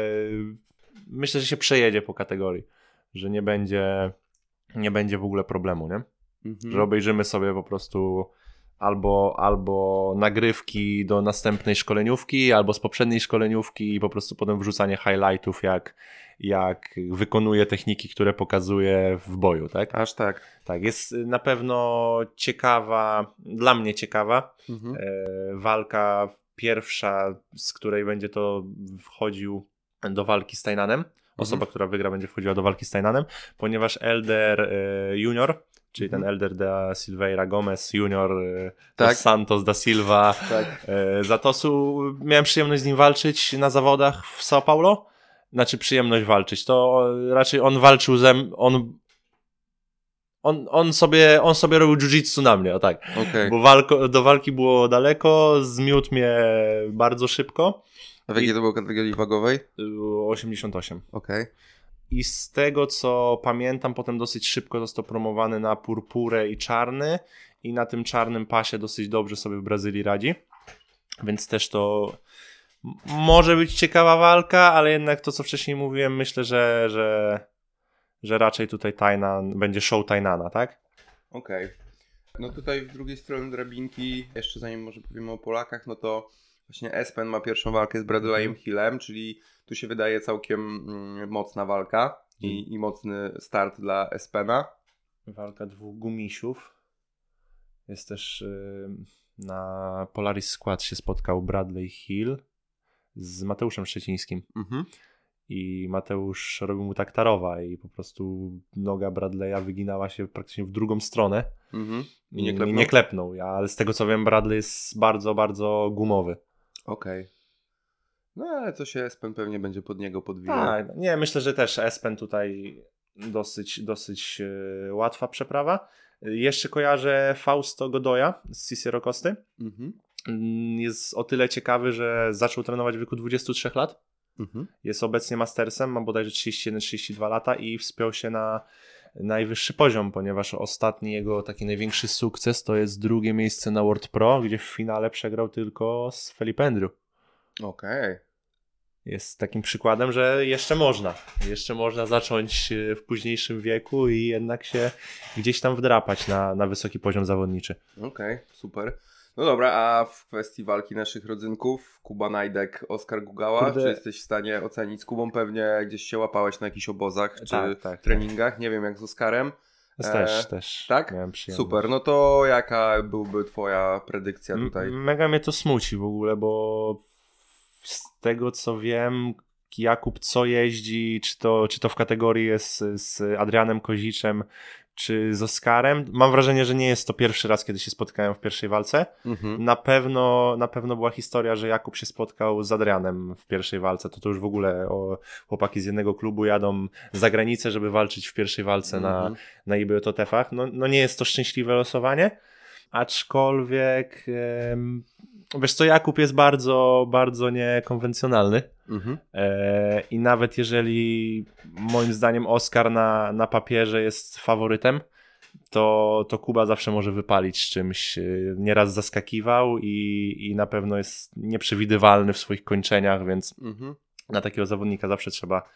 myślę, że się przejedzie po kategorii, że nie będzie, nie będzie w ogóle problemu, nie? Mhm. Że obejrzymy sobie po prostu albo, albo nagrywki do następnej szkoleniówki, albo z poprzedniej szkoleniówki i po prostu potem wrzucanie highlightów, jak, jak wykonuje techniki, które pokazuje w boju, tak? Aż tak. Tak, jest na pewno ciekawa, dla mnie ciekawa Mhm. e, walka pierwsza, z której będzie to wchodził do walki z Tajnanem. Osoba, Mhm. która wygra, będzie wchodziła do walki z Tajnanem, ponieważ Elder e, Junior, czyli Mhm. ten Elder da Silveira Gomez Junior, e, Tak. dos Santos da Silva Tak. e, Zatosu. Miałem przyjemność z nim walczyć na zawodach w São Paulo. Znaczy przyjemność walczyć. To raczej on walczył ze mną, on On, on, sobie, on sobie robił jiu-jitsu na mnie, o tak. Okej. Bo walko, do walki było daleko, zmiótł mnie bardzo szybko. A w jakiej to było kategorii wagowej? Y, osiemdziesiąt osiem. Okej. I z tego co pamiętam, potem dosyć szybko został promowany na purpurę i czarny. I na tym czarnym pasie dosyć dobrze sobie w Brazylii radzi. Więc też to m- może być ciekawa walka, ale jednak to co wcześniej mówiłem, myślę, że, że, że raczej tutaj Tajnan, będzie show Tajnana, tak? Okej. No tutaj w drugiej stronie drabinki, jeszcze zanim może powiemy o Polakach, no to właśnie Espen ma pierwszą walkę z Bradley'em Mhm. Hillem, czyli tu się wydaje całkiem mm, mocna walka i, i mocny start dla Espena. Walka dwóch gumisiów. Jest też y, na Polaris Skład się spotkał Bradley Hill z Mateuszem Szczecińskim. Mhm. I Mateusz robił mu taktarowa i po prostu noga Bradley'a wyginała się praktycznie w drugą stronę. Mhm. I I nie klepnął? nie klepnął. Ja, ale z tego co wiem, Bradley jest bardzo, bardzo gumowy. Okej. No ale to się Espen pewnie będzie pod niego podwijał. Tak, nie, myślę, że też Espen tutaj dosyć, dosyć yy, łatwa przeprawa. Yy, jeszcze kojarzę Fausto Godoya z Cicero Costy. Mhm. Yy, jest o tyle ciekawy, że zaczął trenować w wieku dwudziestu trzech lat. Mhm. Jest obecnie mastersem, ma bodajże trzydzieści jeden trzydzieści dwa lata i wspiął się na najwyższy poziom, ponieważ ostatni jego taki największy sukces to jest drugie miejsce na World Pro, gdzie w finale przegrał tylko z Felipe Andrew. Okej. jest takim przykładem, że jeszcze można. Jeszcze można zacząć w późniejszym wieku i jednak się gdzieś tam wdrapać na, na wysoki poziom zawodniczy. Okej, okay, super. No dobra, a w kwestii walki naszych rodzynków, Kuba Najdek, Oskar Gugała, Kurde. Czy jesteś w stanie ocenić? Z Kubą pewnie gdzieś się łapałeś na jakichś obozach czy tak, tak, treningach, tak. Nie wiem jak z Oskarem. Też, e, też. Tak? Miałem przyjemność. Super, no to jaka byłby twoja predykcja tutaj? M- mega mnie to smuci w ogóle, bo z tego co wiem, Jakub co jeździ, czy to, czy to w kategorii jest z Adrianem Koziczem, czy z Oskarem. Mam wrażenie, że nie jest to pierwszy raz, kiedy się spotkają w pierwszej walce. Mhm. Na pewno, na pewno była historia, że Jakub się spotkał z Adrianem w pierwszej walce. To to już w ogóle o, chłopaki z jednego klubu jadą za granicę, żeby walczyć w pierwszej walce mhm. na, na I B J T F-ach. No, no nie jest to szczęśliwe losowanie, aczkolwiek em, wiesz co, Jakub jest bardzo, bardzo niekonwencjonalny mhm. e, i nawet jeżeli moim zdaniem Oskar na, na papierze jest faworytem, to, to Kuba zawsze może wypalić z czymś. Nieraz zaskakiwał i, i na pewno jest nieprzewidywalny w swoich kończeniach, więc mhm. na takiego zawodnika zawsze trzeba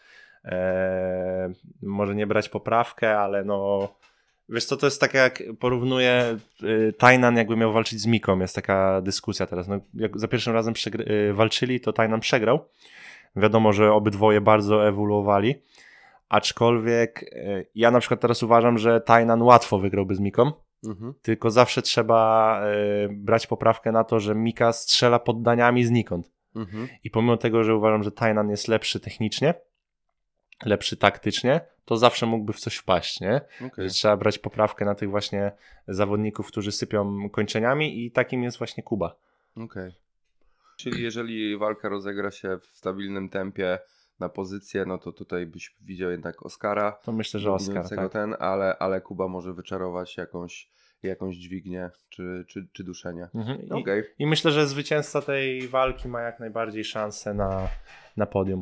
e, może nie brać poprawkę, ale no wiesz co, to jest tak jak porównuję y, Tainan jakby miał walczyć z Miką, jest taka dyskusja teraz. No, jak za pierwszym razem przegry- y, walczyli, to Tainan przegrał. Wiadomo, że obydwoje bardzo ewoluowali, aczkolwiek y, ja na przykład teraz uważam, że Tainan łatwo wygrałby z Miką, mhm. tylko zawsze trzeba y, brać poprawkę na to, że Mika strzela poddaniami znikąd. Mhm. I pomimo tego, że uważam, że Tainan jest lepszy technicznie, lepszy taktycznie, to zawsze mógłby w coś wpaść, nie? Okay. Że trzeba brać poprawkę na tych właśnie zawodników, którzy sypią kończeniami i takim jest właśnie Kuba. Okej. Okay. Czyli jeżeli walka rozegra się w stabilnym tempie na pozycję, no to tutaj byś widział jednak Oskara. To myślę, że Oskar, tak. ten, ale, ale Kuba może wyczarować jakąś, jakąś dźwignię czy, czy, czy duszenie. Mhm. I, okay. I myślę, że zwycięzca tej walki ma jak najbardziej szansę na, na podium.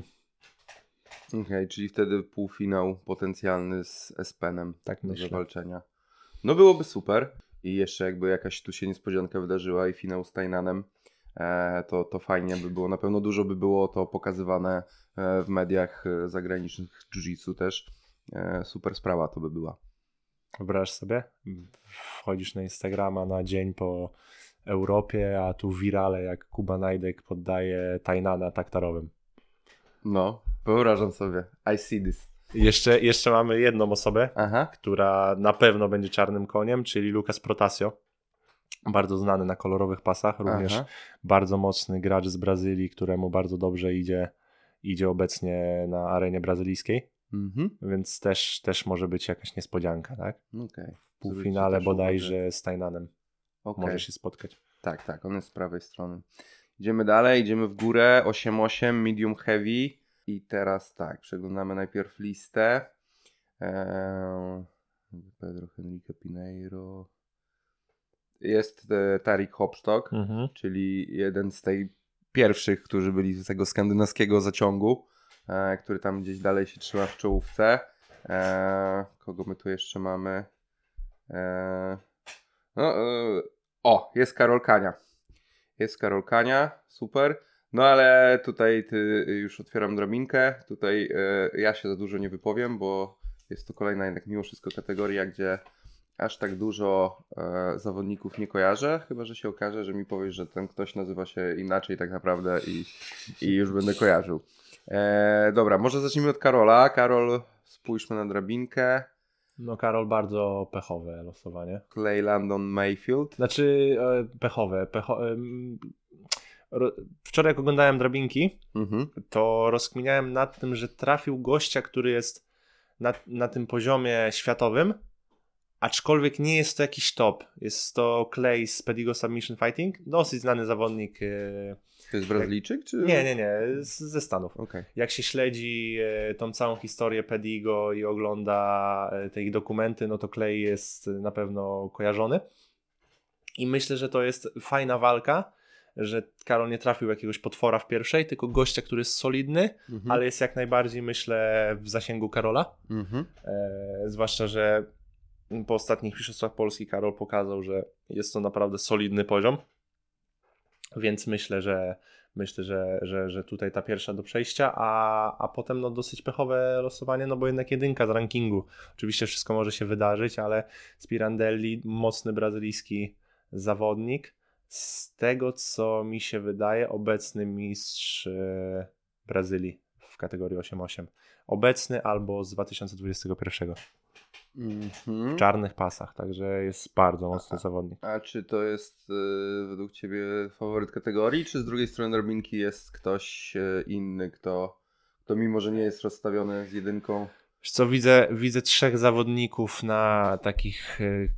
Okej, okay, czyli wtedy półfinał potencjalny z Espenem tak do myślę. zawalczenia. No byłoby super. I jeszcze jakby jakaś tu się niespodzianka wydarzyła i finał z Tainanem, e, to, to fajnie by było. Na pewno dużo by było to pokazywane e, w mediach zagranicznych jiu-jitsu też. E, super sprawa to by była. Wyobraź sobie, wchodzisz na Instagrama na dzień po Europie, a tu wirale jak Kuba Najdek poddaje Tainana taktarowym. No, wyobrażam sobie. I see this. Jeszcze, jeszcze mamy jedną osobę, Aha. która na pewno będzie czarnym koniem, czyli Lucas Protasio. Bardzo znany na kolorowych pasach, również Aha. bardzo mocny gracz z Brazylii, któremu bardzo dobrze idzie, idzie obecnie na arenie brazylijskiej. Mhm. Więc też, też może być jakaś niespodzianka, tak? Okay. W półfinale bodajże z Tainanem okay. może się spotkać. Tak, tak, on jest z prawej strony. Idziemy dalej, idziemy w górę, osiem osiem, medium heavy i teraz tak, przeglądamy najpierw listę. Eee, Pedro Henrique Pineiro. Jest e, Tarik Hopstock, mhm. czyli jeden z tej pierwszych, którzy byli z tego skandynawskiego zaciągu, e, który tam gdzieś dalej się trzyma w czołówce. E, kogo my tu jeszcze mamy? E, no, e, o, jest Karol Kania. Jest Karol Kania, super. No ale tutaj ty, już otwieram drabinkę. Tutaj y, ja się za dużo nie wypowiem, bo jest to kolejna jednak mimo wszystko kategoria, gdzie aż tak dużo y, zawodników nie kojarzę. Chyba że się okaże, że mi powiesz, że ten ktoś nazywa się inaczej tak naprawdę i, i już będę kojarzył. E, dobra, może zacznijmy od Karola. Karol, spójrzmy na drabinkę. No Karol bardzo pechowe losowanie. Clay Landon Mayfield. Znaczy e, pechowe. Pecho, e, ro, wczoraj jak oglądałem drabinki, mhm. to rozkminiałem nad tym, że trafił gościa, który jest na, na tym poziomie światowym, aczkolwiek nie jest to jakiś top. Jest to Clay z Pedigo Submission Fighting. Dosyć znany zawodnik. E, To jest Brazylijczyk? Czy... Nie, nie, nie, z, ze Stanów. Okay. Jak się śledzi e, tą całą historię Pedigo i ogląda e, te ich dokumenty, no to Clay jest na pewno kojarzony. I myślę, że to jest fajna walka, że Karol nie trafił jakiegoś potwora w pierwszej, tylko gościa, który jest solidny, mhm. ale jest jak najbardziej, myślę, w zasięgu Karola. Mhm. E, zwłaszcza, że po ostatnich mistrzostwach Polski Karol pokazał, że jest to naprawdę solidny poziom. Więc myślę, że Myślę, że, że, że tutaj ta pierwsza do przejścia, a, a potem no dosyć pechowe losowanie, no bo jednak jedynka z rankingu. Oczywiście wszystko może się wydarzyć, ale Spirandelli, mocny brazylijski zawodnik. Z tego, co mi się wydaje, obecny mistrz e, Brazylii w kategorii osiem osiem. Obecny albo z dwa tysiące dwudziestego pierwszego. Mm-hmm. W czarnych pasach, także jest bardzo mocny a, zawodnik. A czy to jest y, według Ciebie faworyt kategorii, czy z drugiej strony drabinki jest ktoś y, inny, kto, kto mimo, że nie jest rozstawiony z jedynką? Wiesz co, widzę, widzę trzech zawodników na takich, y,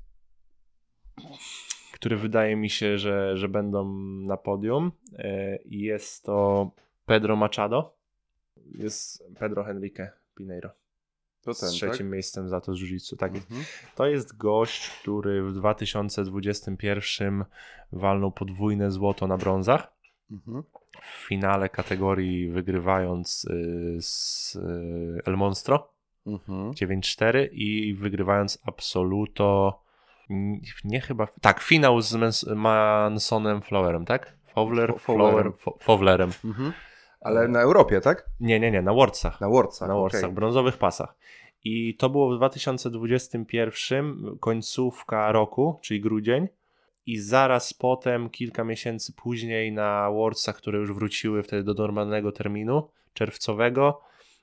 które wydaje mi się, że, że będą na podium. Y, jest to Pedro Machado, jest Pedro Henrique Pinheiro. To ten, z trzecim tak? miejscem za to z jiu-jitsu. Tak jest. Mhm. To jest gość, który w dwa tysiące dwudziestym pierwszym walnął podwójne złoto na brązach. Mhm. W finale kategorii wygrywając y, z y, El Monstro Mhm. dziewięć cztery i wygrywając Absoluto nie, nie chyba, tak, finał z Mans- Mansonem Flowerem, tak? Fowler, Fo- Flower, Fowlerem. Fo- Fowlerem. Mhm. Ale na Europie, tak? Nie, nie, nie, na Worldsach. Na Worldsach, Na Worldsach, okej. brązowych pasach. I to było w dwa tysiące dwudziestym pierwszym, końcówka roku, czyli grudzień. I zaraz potem, kilka miesięcy później na Worldsach, które już wróciły wtedy do normalnego terminu czerwcowego,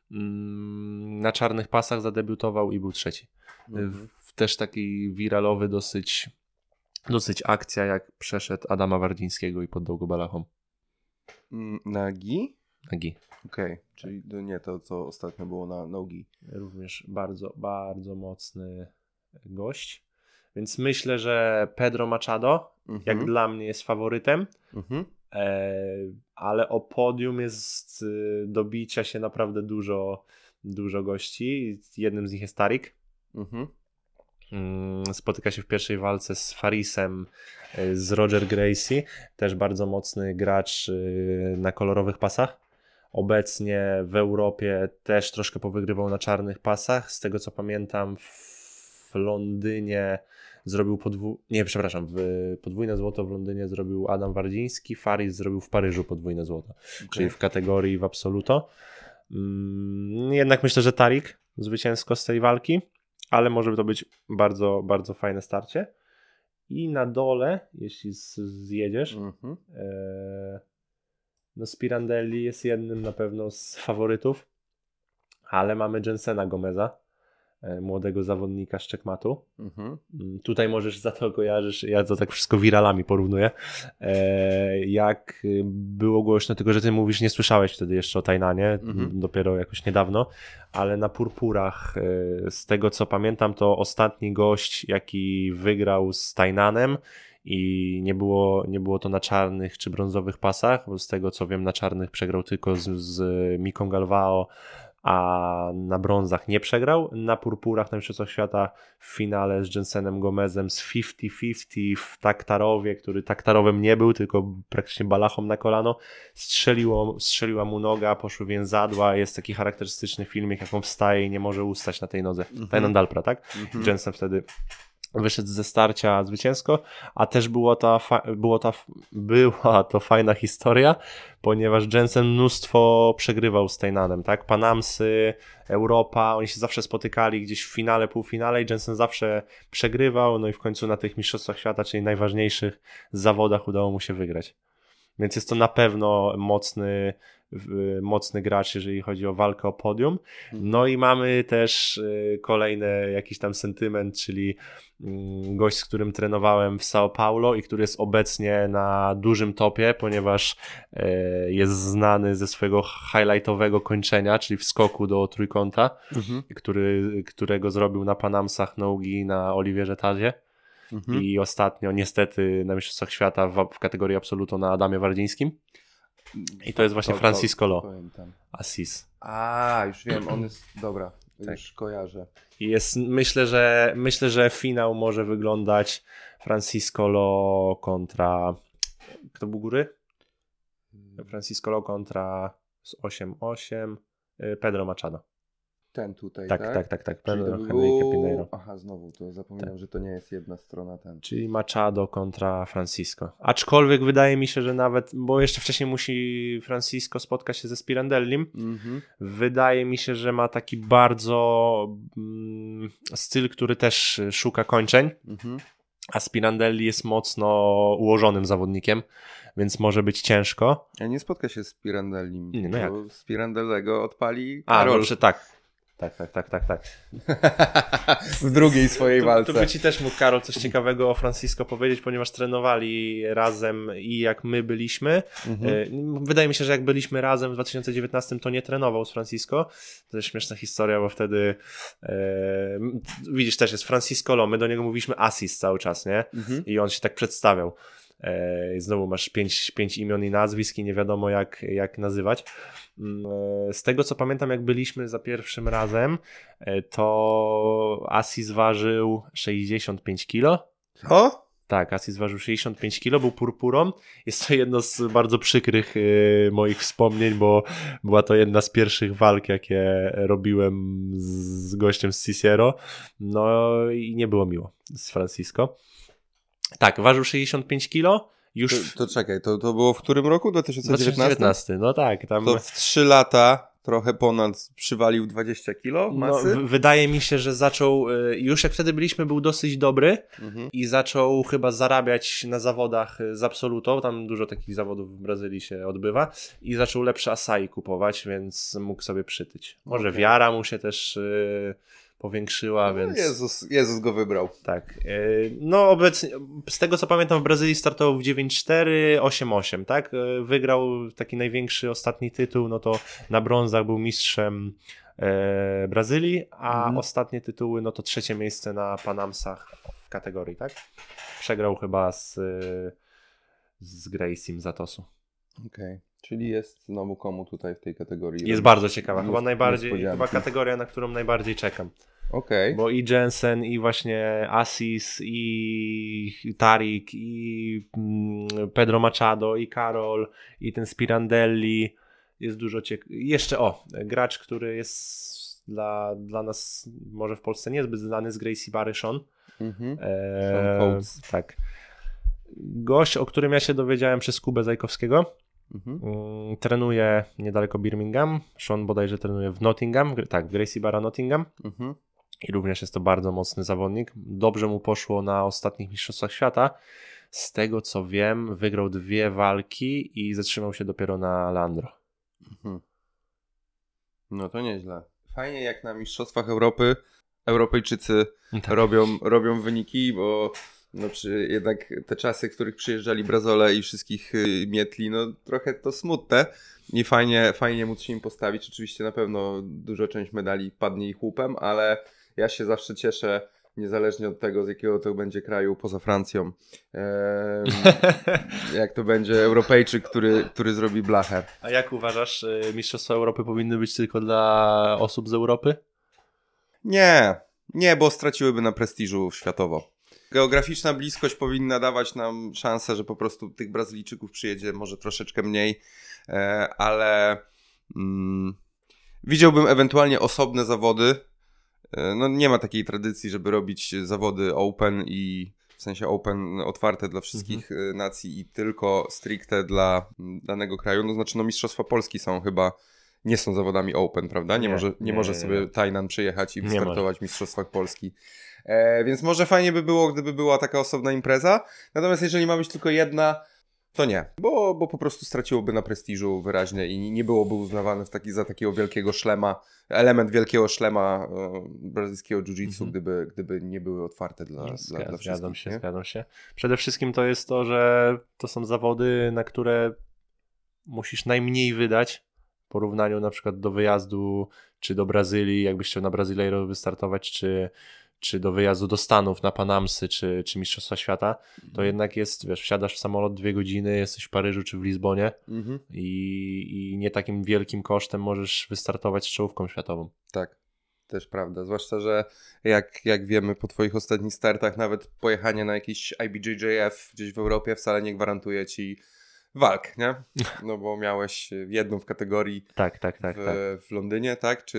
mm, na czarnych pasach zadebiutował i był trzeci. Mhm. W, też taki wiralowy dosyć, dosyć akcja, jak przeszedł Adama Wardzińskiego i poddał go balachom. Mm, Na gi? Nagi. Okej, czyli to nie to, co ostatnio było na nogi. Również bardzo, bardzo mocny gość. Więc myślę, że Pedro Machado, Mhm. jak dla mnie, jest faworytem, Mhm. e, ale o podium jest y, do bicia się naprawdę dużo, dużo gości. Jednym z nich jest Tarik. Mhm. Mm, Spotyka się w pierwszej walce z Farisem, y, z Roger Gracie, też bardzo mocny gracz y, na kolorowych pasach. Obecnie w Europie też troszkę powygrywał na czarnych pasach. Z tego co pamiętam, w Londynie zrobił podwójne, nie, przepraszam, w podwójne złoto w Londynie zrobił Adam Wardziński, Faris zrobił w Paryżu podwójne złoto, okay. Czyli w kategorii w Absoluto. Mm, jednak myślę, że Tarik zwycięsko z tej walki, ale może to być bardzo, bardzo fajne starcie. I na dole, jeśli z, zjedziesz, Mhm. e, no Spirandelli jest jednym na pewno z faworytów, ale mamy Jensena Gomeza, e, młodego zawodnika z Checkmatu. Mhm. Tutaj możesz za to kojarzysz, ja to tak wszystko wiralami porównuję, e, jak było głośno, tylko że ty mówisz, nie słyszałeś wtedy jeszcze o Tajnanie, Mhm. dopiero jakoś niedawno, ale na purpurach, e, z tego co pamiętam, to ostatni gość, jaki wygrał z Tajnanem, i nie było, nie było to na czarnych czy brązowych pasach, bo z tego co wiem, na czarnych przegrał tylko z, z Miką Galvao, a na brązach nie przegrał. Na purpurach na Mistrzostwach Świata w finale z Jensenem Gomezem z pięćdziesiąt pięćdziesiąt w Taktarowie, który Taktarowem nie był, tylko praktycznie balachą na kolano, strzeliło, strzeliła mu noga, poszły więzadła. Jest taki charakterystyczny filmik, jak on wstaje i nie może ustać na tej nodze. Mhm. Tajnan Dalpra, tak? Mhm. Jensen wtedy wyszedł ze starcia zwycięsko, a też było ta fa- było ta, była to fajna historia, ponieważ Jensen mnóstwo przegrywał z Tajnanem, tak? Panamsy, Europa, oni się zawsze spotykali gdzieś w finale, półfinale i Jensen zawsze przegrywał, no i w końcu na tych mistrzostwach świata, czyli najważniejszych zawodach udało mu się wygrać. Więc jest to na pewno mocny, mocny gracz, jeżeli chodzi o walkę o podium. No i mamy też kolejny jakiś tam sentyment, czyli gość, z którym trenowałem w São Paulo i który jest obecnie na dużym topie, ponieważ jest znany ze swojego highlightowego kończenia, czyli wskoku do trójkąta, Mhm. który, którego zrobił na Panamsach nogi na Oliwierze Tazie. Mhm. I ostatnio niestety na Mistrzostwach Świata w, w kategorii Absoluto na Adamie Wardzińskim. I to jest właśnie to, Francisco Lo. Assis. A, już wiem, on jest, dobra, tak. Już kojarzę. I jest, myślę, że myślę, że finał może wyglądać Francisco Lo kontra, kto był góry? Francisco Lo kontra z osiem osiem Pedro Machado. Ten tutaj, Tak, tak? tak, tak, tak. Czyli to Pedro by Henrique było... Pinheiro. Aha, znowu, to zapominam, Tak. że to nie jest jedna strona ten. Czyli Machado kontra Francisco. Aczkolwiek wydaje mi się, że nawet, bo jeszcze wcześniej musi Francisco spotkać się ze Spirandellim. Mhm. Wydaje mi się, że ma taki bardzo mm, styl, który też szuka kończeń. Mhm. A Spirandelli jest mocno ułożonym zawodnikiem, więc może być ciężko. Ja nie spotka się z Pirandellim. Nie, no jak? Z Pirandellego odpali A, Karol. dobrze, tak. Tak, tak, tak, tak, tak. W drugiej swojej Tu, walce. tu by ci też mógł Karol coś ciekawego o Francisco powiedzieć, ponieważ trenowali razem i jak my byliśmy. Mhm. E, Wydaje mi się, że jak byliśmy razem w dwa tysiące dziewiętnastym, to nie trenował z Francisco. To jest śmieszna historia, bo wtedy e, widzisz, też jest Francisco Lo, my do niego mówiliśmy Assis cały czas, nie? Mhm. I on się tak przedstawiał. E, znowu masz pięć, pięć imion i nazwisk i nie wiadomo jak, jak nazywać. E, z tego co pamiętam, jak byliśmy za pierwszym razem, e, to Assis ważył sześćdziesiąt pięć kilo. O? Tak, Assis ważył sześćdziesiąt pięć kilo, był purpurą. Jest to jedno z bardzo przykrych e, moich wspomnień, bo była to jedna z pierwszych walk, jakie robiłem z gościem z Cicero. No i nie było miło z Francisco. Tak, ważył sześćdziesiąt pięć kilo. Już w To, to czekaj, to, to było w którym roku? dwa tysiące dziewiętnastym? dwa tysiące dziewiętnastym, no tak. Tam... To w trzy lata trochę ponad przywalił dwadzieścia kilo No, masy? w- wydaje mi się, że zaczął, y, już jak wtedy byliśmy, był dosyć dobry Mhm. i zaczął chyba zarabiać na zawodach z absolutą, tam dużo takich zawodów w Brazylii się odbywa i zaczął lepsze Asai kupować, więc mógł sobie przytyć. Może Okej. wiara mu się też y, powiększyła, No, więc... Jezus, Jezus go wybrał. Tak. y, No obecnie, z tego co pamiętam, w Brazylii startował w dziewięć cztery, osiem osiem, tak? Y, Wygrał taki największy ostatni tytuł, no to na brązach był mistrzem e, Brazylii, a Mhm. ostatnie tytuły, no to trzecie miejsce na Panamsach w kategorii, tak? Przegrał chyba z, y, z Graciem Zatosu. Okej. Czyli jest znowu komu tutaj w tej kategorii? Jest bardzo ciekawa, chyba Nies- najbardziej, niespodzianki. chyba kategoria, na którą najbardziej czekam. Okej. Bo i Jensen, i właśnie Assis, i Tarik, i mm, Pedro Machado, i Karol, i ten Spirandelli. Jest dużo ciekawych. Jeszcze o, gracz, który jest dla, dla nas może w Polsce niezbyt znany, z Gracie Barry, Sean. Mhm. Eee, Sean Coates. tak. Gość, o którym ja się dowiedziałem przez Kubę Zajkowskiego. Mhm. Mm, trenuje niedaleko Birmingham. Sean bodajże trenuje w Nottingham. Gr- Tak, w Gracie Barra Nottingham. Mhm. I również jest to bardzo mocny zawodnik. Dobrze mu poszło na ostatnich mistrzostwach świata. Z tego co wiem, wygrał dwie walki i zatrzymał się dopiero na Landro. Mhm. No to nieźle. Fajnie jak na Mistrzostwach Europy Europejczycy Tak. robią, robią wyniki, bo no, przy, jednak te czasy, w których przyjeżdżali Brazole i wszystkich y, mietli, no trochę to smutne i fajnie, fajnie móc się im postawić. Oczywiście na pewno duża część medali padnie ich łupem, ale ja się zawsze cieszę, niezależnie od tego, z jakiego to będzie kraju poza Francją. Ehm, jak to będzie Europejczyk, który, który zrobi blachę. A jak uważasz, y, mistrzostwa Europy powinny być tylko dla osób z Europy? Nie, nie, bo straciłyby na prestiżu światowo. Geograficzna bliskość powinna dawać nam szansę, że po prostu tych Brazylijczyków przyjedzie może troszeczkę mniej, e, ale mm, widziałbym ewentualnie osobne zawody. E, no nie ma takiej tradycji, żeby robić zawody open i w sensie open otwarte dla wszystkich e, nacji i tylko stricte dla mm, danego kraju. No znaczy no Mistrzostwa Polski są chyba nie są zawodami open, prawda? Nie, Nie, może, nie, nie, może nie, sobie nie. Tajnan przyjechać i Nie wystartować w Mistrzostwach Polski. E, więc może fajnie by było, gdyby była taka osobna impreza. Natomiast jeżeli ma być tylko jedna, to nie. Bo, bo po prostu straciłoby na prestiżu wyraźnie i nie byłoby uznawane w taki, za takiego wielkiego szlema, element wielkiego szlema e, brazylijskiego jiu-jitsu, Mhm. gdyby, gdyby nie były otwarte dla, No, dla, zga- dla zgadzam wszystkich. się, nie? zgadzam się. Przede wszystkim to jest to, że to są zawody, na które musisz najmniej wydać w porównaniu na przykład do wyjazdu czy do Brazylii, jakbyś chciał na Brasileiro wystartować, czy, czy do wyjazdu do Stanów na Panamsy, czy, czy Mistrzostwa Świata. To jednak jest, wiesz, wsiadasz w samolot dwie godziny, jesteś w Paryżu czy w Lizbonie Mhm. i, i nie takim wielkim kosztem możesz wystartować z czołówką światową. Tak, też prawda. Zwłaszcza, że jak, jak wiemy po twoich ostatnich startach, nawet pojechanie na jakiś I B J J F gdzieś w Europie wcale nie gwarantuje ci walk, nie? No bo miałeś jedną w kategorii Tak, tak, tak, w, tak. w Londynie, tak? Czy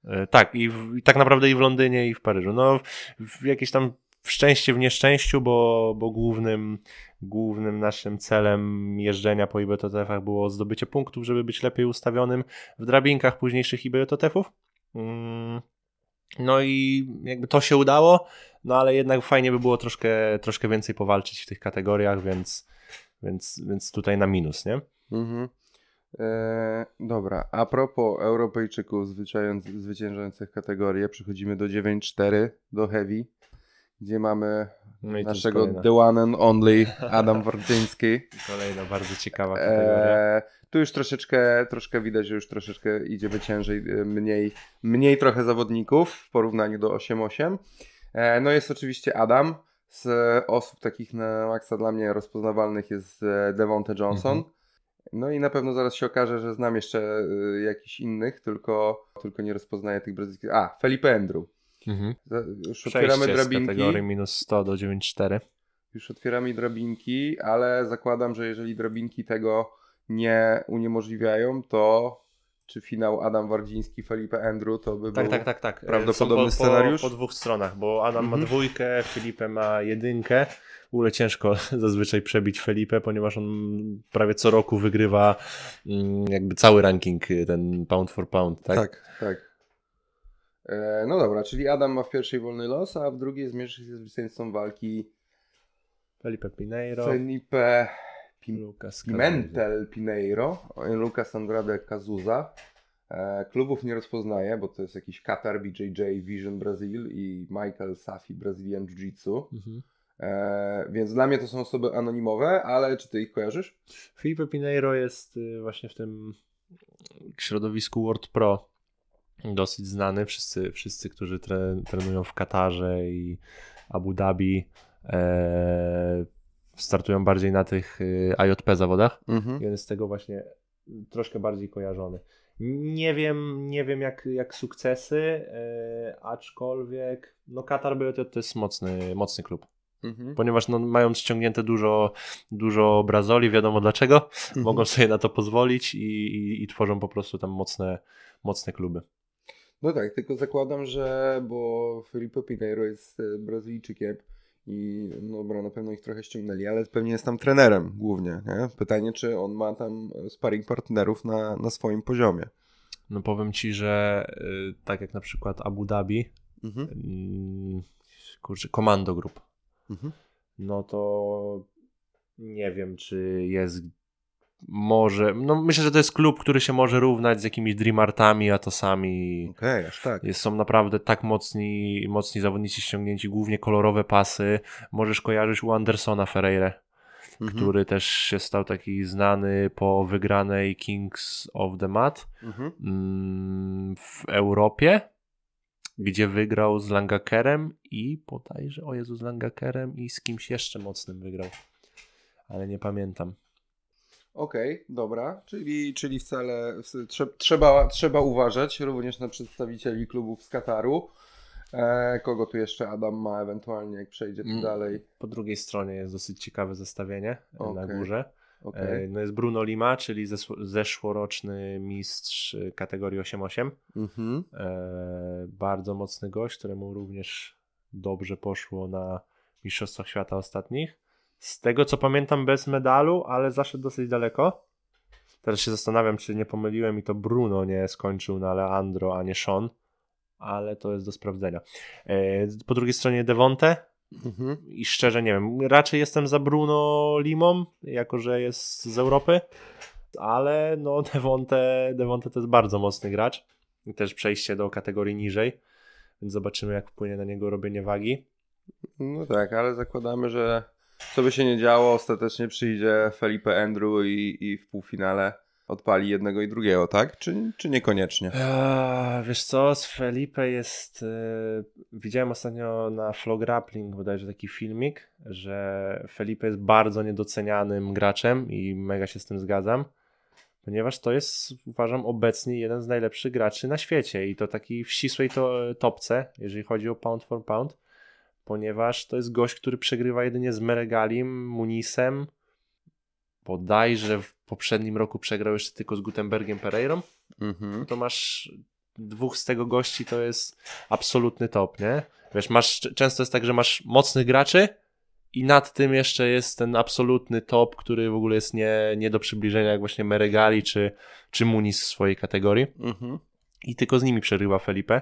E, tak, i, w, i tak naprawdę i w Londynie, i w Paryżu. No, w, w jakieś tam w szczęście w nieszczęściu, bo, bo głównym, głównym naszym celem jeżdżenia po I B T T F-ach było zdobycie punktów, żeby być lepiej ustawionym w drabinkach późniejszych I B T T F-ów. Mm, no i jakby to się udało, no ale jednak fajnie by było troszkę, troszkę więcej powalczyć w tych kategoriach, więc, więc, więc tutaj na minus, nie? Mhm. Eee, dobra, a propos Europejczyków zwyciężających kategorię, przechodzimy do dziewięć cztery, do Heavy, gdzie mamy no naszego The One and Only Adam Wardzyński. Kolejna bardzo ciekawa kategoria. Eee, tu już troszeczkę, troszkę widać, że już troszeczkę idziemy ciężej, mniej, mniej trochę zawodników w porównaniu do osiem osiem. Eee, no jest oczywiście Adam. Z osób takich na maksa dla mnie rozpoznawalnych jest Devonte Johnson. Mhm. No i na pewno zaraz się okaże, że znam jeszcze y, jakichś innych, tylko, tylko nie rozpoznaję tych brazylijskich. A, Felipe Andrew. Mhm. Już Przejście otwieramy drabinki. Z kategorii minus sto do dziewięć cztery. Już otwieramy drabinki, ale zakładam, że jeżeli drabinki tego nie uniemożliwiają, to czy finał Adam Wardziński, Felipe Andrew to by tak, był tak, tak, tak. prawdopodobny po, scenariusz? Po, po dwóch stronach, bo Adam mhm. ma dwójkę, Felipe ma jedynkę. W ogóle ciężko zazwyczaj przebić Felipe, ponieważ on prawie co roku wygrywa jakby cały ranking, ten pound for pound, tak? Tak, tak. E, no dobra, czyli Adam ma w pierwszej wolny los, a w drugiej zmierzy się z zwycięzcą walki Felipe Pinheiro, Felipe Pim- Lucas Pimentel Pinheiro, Lucas Andrade Cazuza. E, klubów nie rozpoznaję, bo to jest jakiś Qatar, B J J, Vision Brazil i Michael Safi Brazilian Jiu-Jitsu. Mhm. E, więc dla mnie to są osoby anonimowe, ale czy ty ich kojarzysz? Felipe Pinheiro jest właśnie w tym środowisku World Pro dosyć znany. Wszyscy, wszyscy którzy tre, trenują w Katarze i Abu Dhabi e, startują bardziej na tych A J P zawodach. Mhm. I on jest z tego właśnie troszkę bardziej kojarzony. Nie wiem, nie wiem jak, jak sukcesy, e, aczkolwiek no Katar B J J to jest mocny, mocny klub. Mhm. Ponieważ no, mają ściągnięte dużo, dużo brazoli, wiadomo dlaczego, mhm. mogą sobie na to pozwolić i, i, i tworzą po prostu tam mocne, mocne kluby. No tak, tylko zakładam, że bo Felipe Pinheiro jest Brazylijczykiem i no dobra, na pewno ich trochę ściągnęli, ale pewnie jest tam trenerem głównie, nie? Pytanie, czy on ma tam sparring partnerów na, na swoim poziomie. No powiem ci, że y, tak jak na przykład Abu Dhabi, mhm. y, kurczę, Commando Group, mhm. no to nie wiem, czy jest może, no myślę, że to jest klub, który się może równać z jakimiś Dream Artami, Atosami. Okej, okay, aż tak. Jest, są naprawdę tak mocni, mocni zawodnicy ściągnięci, głównie kolorowe pasy. Możesz kojarzyć u Andersona Ferreira, mhm. który też się stał taki znany po wygranej Kings of the Mat mhm. w Europie, gdzie wygrał z Langakerem i bodajże, o Jezu, z Langakerem i z kimś jeszcze mocnym wygrał, ale nie pamiętam. Okej, okay, dobra, czyli, czyli wcale trze, trzeba, trzeba uważać również na przedstawicieli klubów z Kataru. E, kogo tu jeszcze Adam ma ewentualnie, jak przejdzie tu mm. dalej? Po drugiej stronie jest dosyć ciekawe zestawienie okay. na górze. Okay. E, no jest Bruno Lima, czyli zes- zeszłoroczny mistrz kategorii osiem osiem. Mm-hmm. E, bardzo mocny gość, któremu również dobrze poszło na Mistrzostwach Świata ostatnich. Z tego co pamiętam bez medalu, ale zaszedł dosyć daleko. Teraz się zastanawiam, czy nie pomyliłem i to Bruno nie skończył na Leandro, a nie Sean, ale to jest do sprawdzenia. Po drugiej stronie Devonte mhm. i szczerze nie wiem, raczej jestem za Bruno Limą, jako że jest z Europy, ale no Devonte, Devonte to jest bardzo mocny gracz i też przejście do kategorii niżej, więc zobaczymy jak wpłynie na niego robienie wagi. No tak, ale zakładamy, że co by się nie działo, ostatecznie przyjdzie Felipe Andrew i, i w półfinale odpali jednego i drugiego, tak? Czy, czy niekoniecznie? Eee, wiesz co, z Felipe jest... Yy, widziałem ostatnio na Flow Grappling bodajże taki filmik, że Felipe jest bardzo niedocenianym graczem i mega się z tym zgadzam, ponieważ to jest, uważam, obecnie jeden z najlepszych graczy na świecie i to taki w ścisłej to, topce, jeżeli chodzi o pound for pound, ponieważ to jest gość, który przegrywa jedynie z Meregalim, Munisem, bodajże w poprzednim roku przegrał jeszcze tylko z Gutenbergiem Pereirą, mm-hmm. to masz dwóch z tego gości to jest absolutny top, nie? Wiesz, masz, często jest tak, że masz mocnych graczy i nad tym jeszcze jest ten absolutny top, który w ogóle jest nie, nie do przybliżenia, jak właśnie Meregali czy, czy Muniz w swojej kategorii. Mhm. I tylko z nimi przerywa Felipe.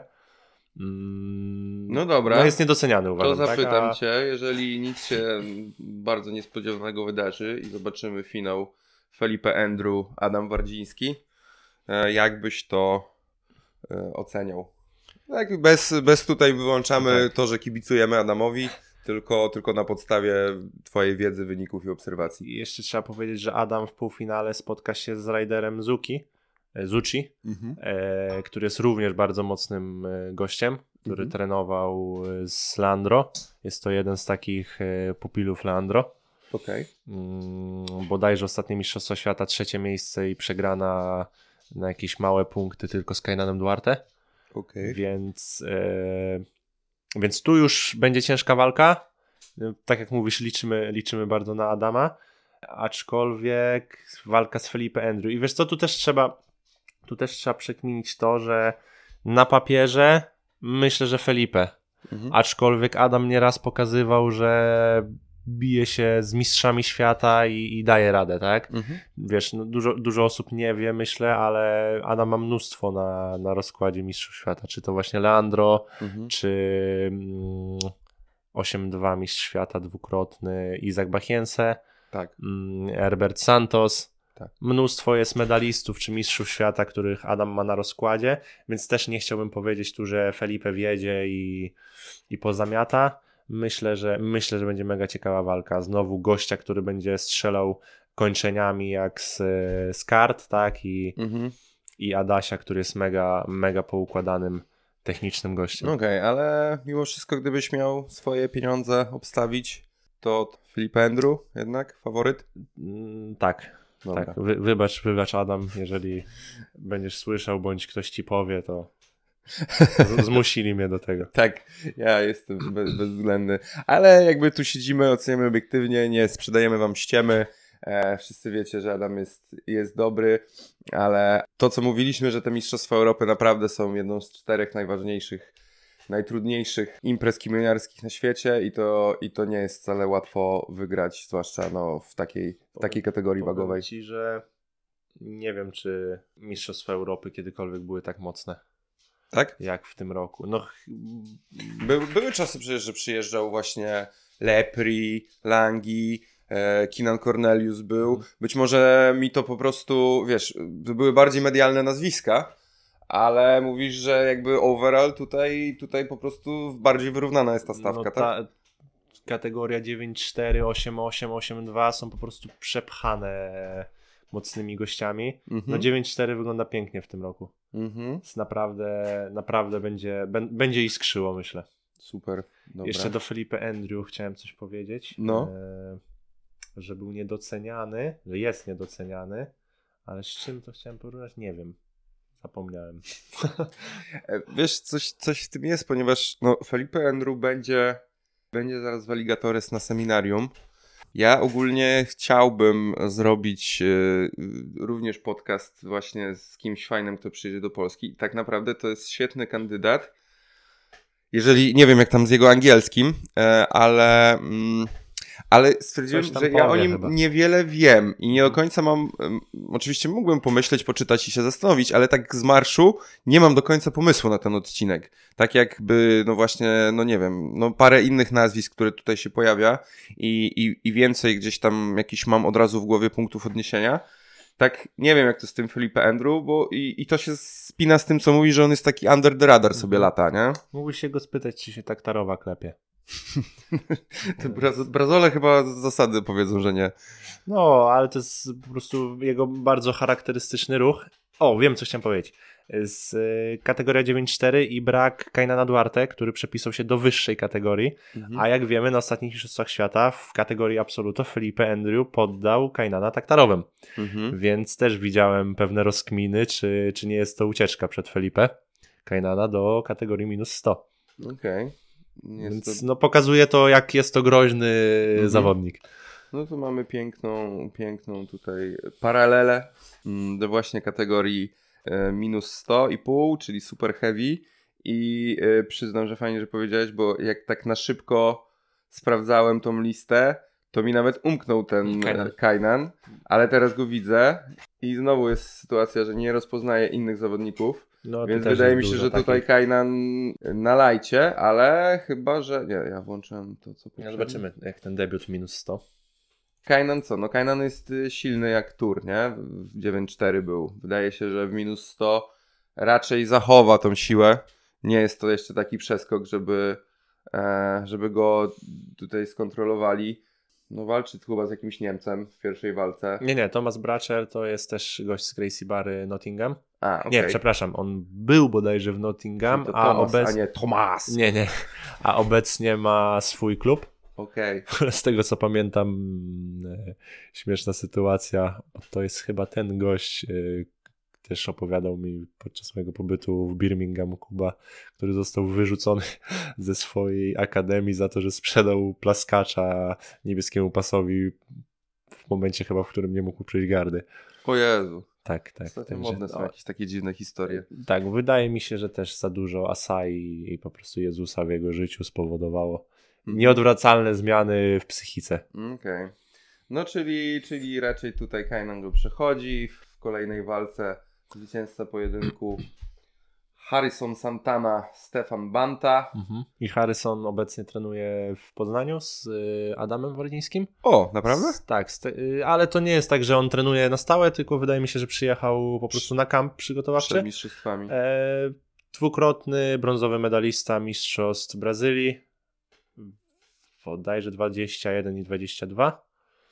Mm, No dobra. No jest niedoceniany, uważam. To zapytam tak? A... cię, jeżeli nic się bardzo niespodziewanego wydarzy i zobaczymy finał Felipe Andrew, Adam Wardziński, jak byś to oceniał? Tak, bez, bez tutaj wyłączamy tak. to, że kibicujemy Adamowi, tylko, tylko na podstawie twojej wiedzy, wyników i obserwacji. I jeszcze trzeba powiedzieć, że Adam w półfinale spotka się z Ryderem Zuki, Zucci, mhm. e, który jest również bardzo mocnym gościem, który mhm. trenował z Leandro. Jest to jeden z takich e, pupilów Leandro. Okej. Okay. Mm, bodajże ostatnie Mistrzostwo Świata, trzecie miejsce i przegrana na jakieś małe punkty tylko z Kainanem Duarte. Okay. Więc, e, więc tu już będzie ciężka walka. Tak jak mówisz, liczymy, liczymy bardzo na Adama. Aczkolwiek walka z Felipe Andrew. I wiesz co, tu też trzeba tu też trzeba przekminić to, że na papierze myślę, że Felipe. Mhm. Aczkolwiek Adam nieraz pokazywał, że bije się z mistrzami świata i, i daje radę, tak? Mhm. Wiesz, no dużo, dużo osób nie wie, myślę, ale Adam ma mnóstwo na, na rozkładzie mistrzów świata. Czy to właśnie Leandro, mhm. czy mm, osiem dwa mistrz świata dwukrotny Isaac Bahiense, tak. mm, Herbert Santos. Tak. Mnóstwo jest medalistów czy mistrzów świata, których Adam ma na rozkładzie, więc też nie chciałbym powiedzieć tu, że Felipe wiedzie i, i pozamiata. Myślę, że myślę, że będzie mega ciekawa walka. Znowu gościa, który będzie strzelał kończeniami jak z, z kart, tak? I, mhm. i Adasia, który jest mega, mega poukładanym technicznym gościem. Okej, okay, ale mimo wszystko, gdybyś miał swoje pieniądze obstawić, to Felipe Andrew jednak faworyt? Mm, tak. Dobra. Tak, wy, wybacz, wybacz Adam, jeżeli będziesz słyszał, bądź ktoś ci powie, to z, zmusili mnie do tego. Tak, ja jestem bez, bezwzględny, ale jakby tu siedzimy, oceniamy obiektywnie, nie sprzedajemy wam ściemy, e, wszyscy wiecie, że Adam jest, jest dobry, ale to co mówiliśmy, że te Mistrzostwa Europy naprawdę są jedną z czterech najważniejszych, najtrudniejszych imprez kimieniarskich na świecie i to, i to nie jest wcale łatwo wygrać, zwłaszcza no, w takiej, w takiej kategorii Powiem wagowej. Ci, że nie wiem, czy Mistrzostwa Europy kiedykolwiek były tak mocne. Tak? Jak w tym roku. No, By, były czasy przecież, że przyjeżdżał właśnie Lepri, Langi, e, Keenan Cornelius był. Być może mi to po prostu, wiesz, były bardziej medialne nazwiska, ale mówisz, że jakby overall tutaj, tutaj po prostu bardziej wyrównana jest ta stawka, no ta, tak? Kategoria dziewięć cztery, osiem osiem, osiem dwa są po prostu przepchane mocnymi gościami. Mm-hmm. No dziewięć cztery wygląda pięknie w tym roku. Mm-hmm. Jest naprawdę, naprawdę będzie, b- będzie iskrzyło, myślę. Super. Dobra. Jeszcze do Felipe Andrew chciałem coś powiedzieć. No. E, że był niedoceniany, że jest niedoceniany, ale z czym to chciałem porównać? Nie wiem. Zapomniałem. Wiesz, coś, coś w tym jest, ponieważ no, Felipe Andrew będzie, będzie zaraz w Alligatores na seminarium. Ja ogólnie chciałbym zrobić y, również podcast właśnie z kimś fajnym, kto przyjedzie do Polski. I tak naprawdę to jest świetny kandydat. Jeżeli, nie wiem jak tam z jego angielskim, y, ale... Mm, ale stwierdziłem, że ja o nim chyba niewiele wiem i nie do końca mam, um, oczywiście mógłbym pomyśleć, poczytać i się zastanowić, ale tak z marszu nie mam do końca pomysłu na ten odcinek. Tak jakby, no właśnie, no nie wiem, no parę innych nazwisk, które tutaj się pojawia i, i, i więcej gdzieś tam jakiś mam od razu w głowie punktów odniesienia. Tak, nie wiem jak to z tym Felipe Andrew, bo i, i to się spina z tym, co mówi, że on jest taki under the radar sobie lata, nie? Mógłbyś się go spytać, czy się tak tarowa klepie. Te braz- brazole chyba z zasady powiedzą, że nie. No, ale to jest po prostu jego bardzo charakterystyczny ruch. O, wiem co chciałem powiedzieć. Z y, kategoria dziewięć cztery i brak Kainana Duarte, który przepisał się do wyższej kategorii, mhm. a jak wiemy na ostatnich mistrzostwach świata w kategorii Absoluto Felipe Andrew poddał Kainana taktarowym. Mhm. Więc też widziałem pewne rozkminy, czy, czy nie jest to ucieczka przed Felipe Kainana do kategorii minus sto. Okej. Okay. Więc to... no, pokazuje to, jak jest to groźny mhm. zawodnik. No to mamy piękną, piękną tutaj paralelę do właśnie kategorii e, minus sto i pół, czyli super heavy i e, przyznam, że fajnie, że powiedziałeś, bo jak tak na szybko sprawdzałem tą listę, to mi nawet umknął ten Kajnan. Kajnan, ale teraz go widzę i znowu jest sytuacja, że nie rozpoznaję innych zawodników, No, więc wydaje mi się, że tutaj takich... Kajnan na lajcie, ale chyba, że... Nie, ja włączyłem to, co ja zobaczymy, jak ten debiut minus sto. Kajnan co? No Kajnan jest silny jak Tur, nie? W dziewięć cztery był. Wydaje się, że w minus sto raczej zachowa tą siłę. Nie jest to jeszcze taki przeskok, żeby, e, żeby go tutaj skontrolowali. No walczy chyba z jakimś Niemcem w pierwszej walce. Nie, nie, Thomas Bracher to jest też gość z Gracie Barry Nottingham. A, okay. Nie, przepraszam, on był bodajże w Nottingham, to a Thomas, obecnie... a nie Thomas. Nie, nie, a obecnie ma swój klub. Okej. Okay. Z tego co pamiętam, e, śmieszna sytuacja, to jest chyba ten gość, e, też opowiadał mi podczas mojego pobytu w Birmingham, Kuba, który został wyrzucony ze swojej akademii za to, że sprzedał plaskacza niebieskiemu pasowi w momencie chyba, w którym nie mógł przejść gardy. O Jezu. Tak, tak. Ostatnio modne są jakieś takie dziwne historie. Tak, wydaje mi się, że też za dużo Asai i po prostu Jezusa w jego życiu spowodowało mm. nieodwracalne zmiany w psychice. Okej. Okay. No czyli, czyli raczej tutaj Kajnan go przechodzi w kolejnej walce. Zwycięzca pojedynku Harrison Santana, Stefan Banta. Mhm. I Harrison obecnie trenuje w Poznaniu z y, Adamem Warlińskim. O, naprawdę? Z, tak, z te, y, ale to nie jest tak, że on trenuje na stałe, tylko wydaje mi się, że przyjechał po prostu na kamp przygotowawczy. Przed mistrzostwami. E, dwukrotny brązowy medalista mistrzostw Brazylii. Bodajże dwadzieścia jeden i dwadzieścia dwa.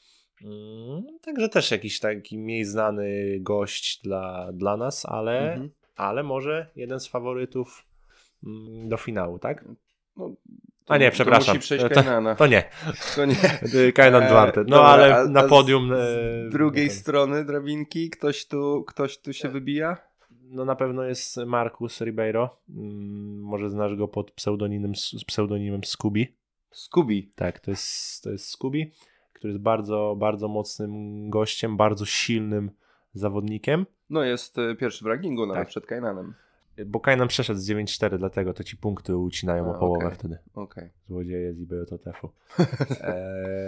Mm, także też jakiś taki mniej znany gość dla, dla nas, ale, mhm. ale może jeden z faworytów mm, do finału, tak? No, a nie, przepraszam. To musi przejść Kajnana. To, to nie. To nie. Kajnan Duarte. No Dobra, ale a, na a podium... Z, z drugiej no, strony drabinki ktoś tu, ktoś tu się wybija? No na pewno jest Marcus Ribeiro. Mm, może znasz go pod pseudonimem, z pseudonimem Scooby. Scooby. Tak, to jest, to jest Scooby, który jest bardzo, bardzo mocnym gościem, bardzo silnym zawodnikiem. No jest pierwszy w rankingu nawet tak. przed Kajnanem. Bo Kajnan przeszedł z dziewięć cztery, dlatego to ci punkty ucinają A, o połowę okay. wtedy. Okay. Złodzieje z I B J T F-u. e,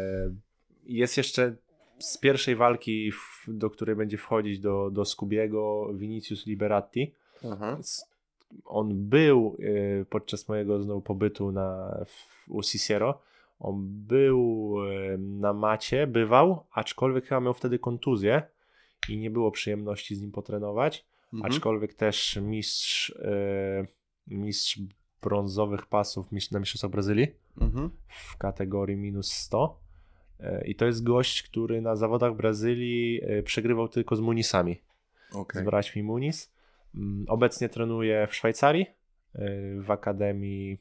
jest jeszcze z pierwszej walki, w, do której będzie wchodzić do, do Scoobiego, Vinicius Liberati. Uh-huh. On był e, podczas mojego znowu pobytu na, w, u Cicero. On był e, na macie, bywał, aczkolwiek chyba miał wtedy kontuzję i nie było przyjemności z nim potrenować. Mhm. Aczkolwiek też mistrz, e, mistrz brązowych pasów na mistrzostwach Brazylii mhm. w kategorii minus sto. E, I to jest gość, który na zawodach Brazylii e, przegrywał tylko z Munisami. Okay. Z braćmi Muniz. Mm, obecnie trenuje w Szwajcarii, e, w Akademii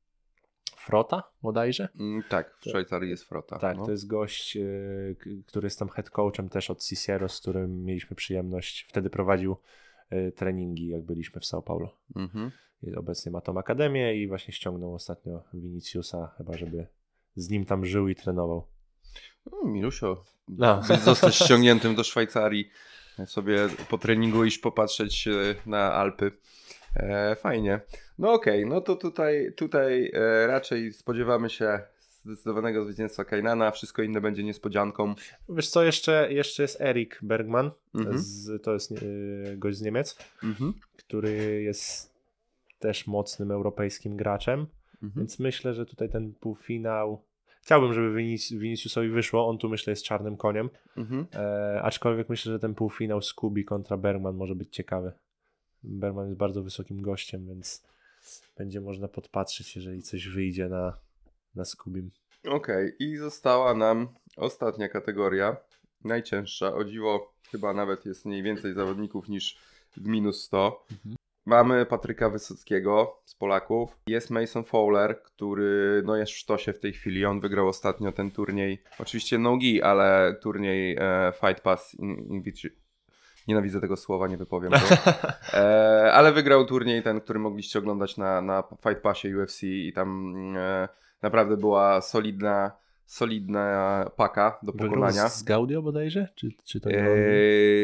Frota bodajże. Mm, tak, w Szwajcarii jest Frota. Tak, no. To jest gość, e, który jest tam head coachem też od Cicero, z którym mieliśmy przyjemność. Wtedy prowadził treningi, jak byliśmy w São Paulo. Mhm. Obecnie ma tą akademię i właśnie ściągnął ostatnio Viniciusa, chyba żeby z nim tam żył i trenował. No, Milusio, no. Zostać ściągniętym do Szwajcarii, sobie po treningu iść popatrzeć na Alpy. E, fajnie. No okej, okay. No to tutaj, tutaj e, raczej spodziewamy się zdecydowanego zwycięstwa Kajnana, wszystko inne będzie niespodzianką. Wiesz co, jeszcze, jeszcze jest Erik Bergman, mhm. z, to jest yy, gość z Niemiec, mhm. który jest też mocnym europejskim graczem, mhm. więc myślę, że tutaj ten półfinał, chciałbym, żeby Vinic- Viniciusowi wyszło, on tu myślę jest czarnym koniem, mhm. e, aczkolwiek myślę, że ten półfinał Scooby kontra Bergman może być ciekawy. Bergman jest bardzo wysokim gościem, więc będzie można podpatrzeć, jeżeli coś wyjdzie na na Scubim. Okej, okay. I została nam ostatnia kategoria, najcięższa. O dziwo, chyba nawet jest mniej więcej zawodników niż w minus sto. Mhm. Mamy Patryka Wysockiego z Polaków. Jest Mason Fowler, który no jest w sztosie w tej chwili. On wygrał ostatnio ten turniej, oczywiście nogi, ale turniej e, Fight Pass Invitational. Nienawidzę tego słowa, nie wypowiem to. E, ale wygrał turniej ten, który mogliście oglądać na, na Fight Passie U F C i tam e, naprawdę była solidna, solidna paka do pokonania. Wygrał z Gaudio bodajże? Czy, czy to nie e,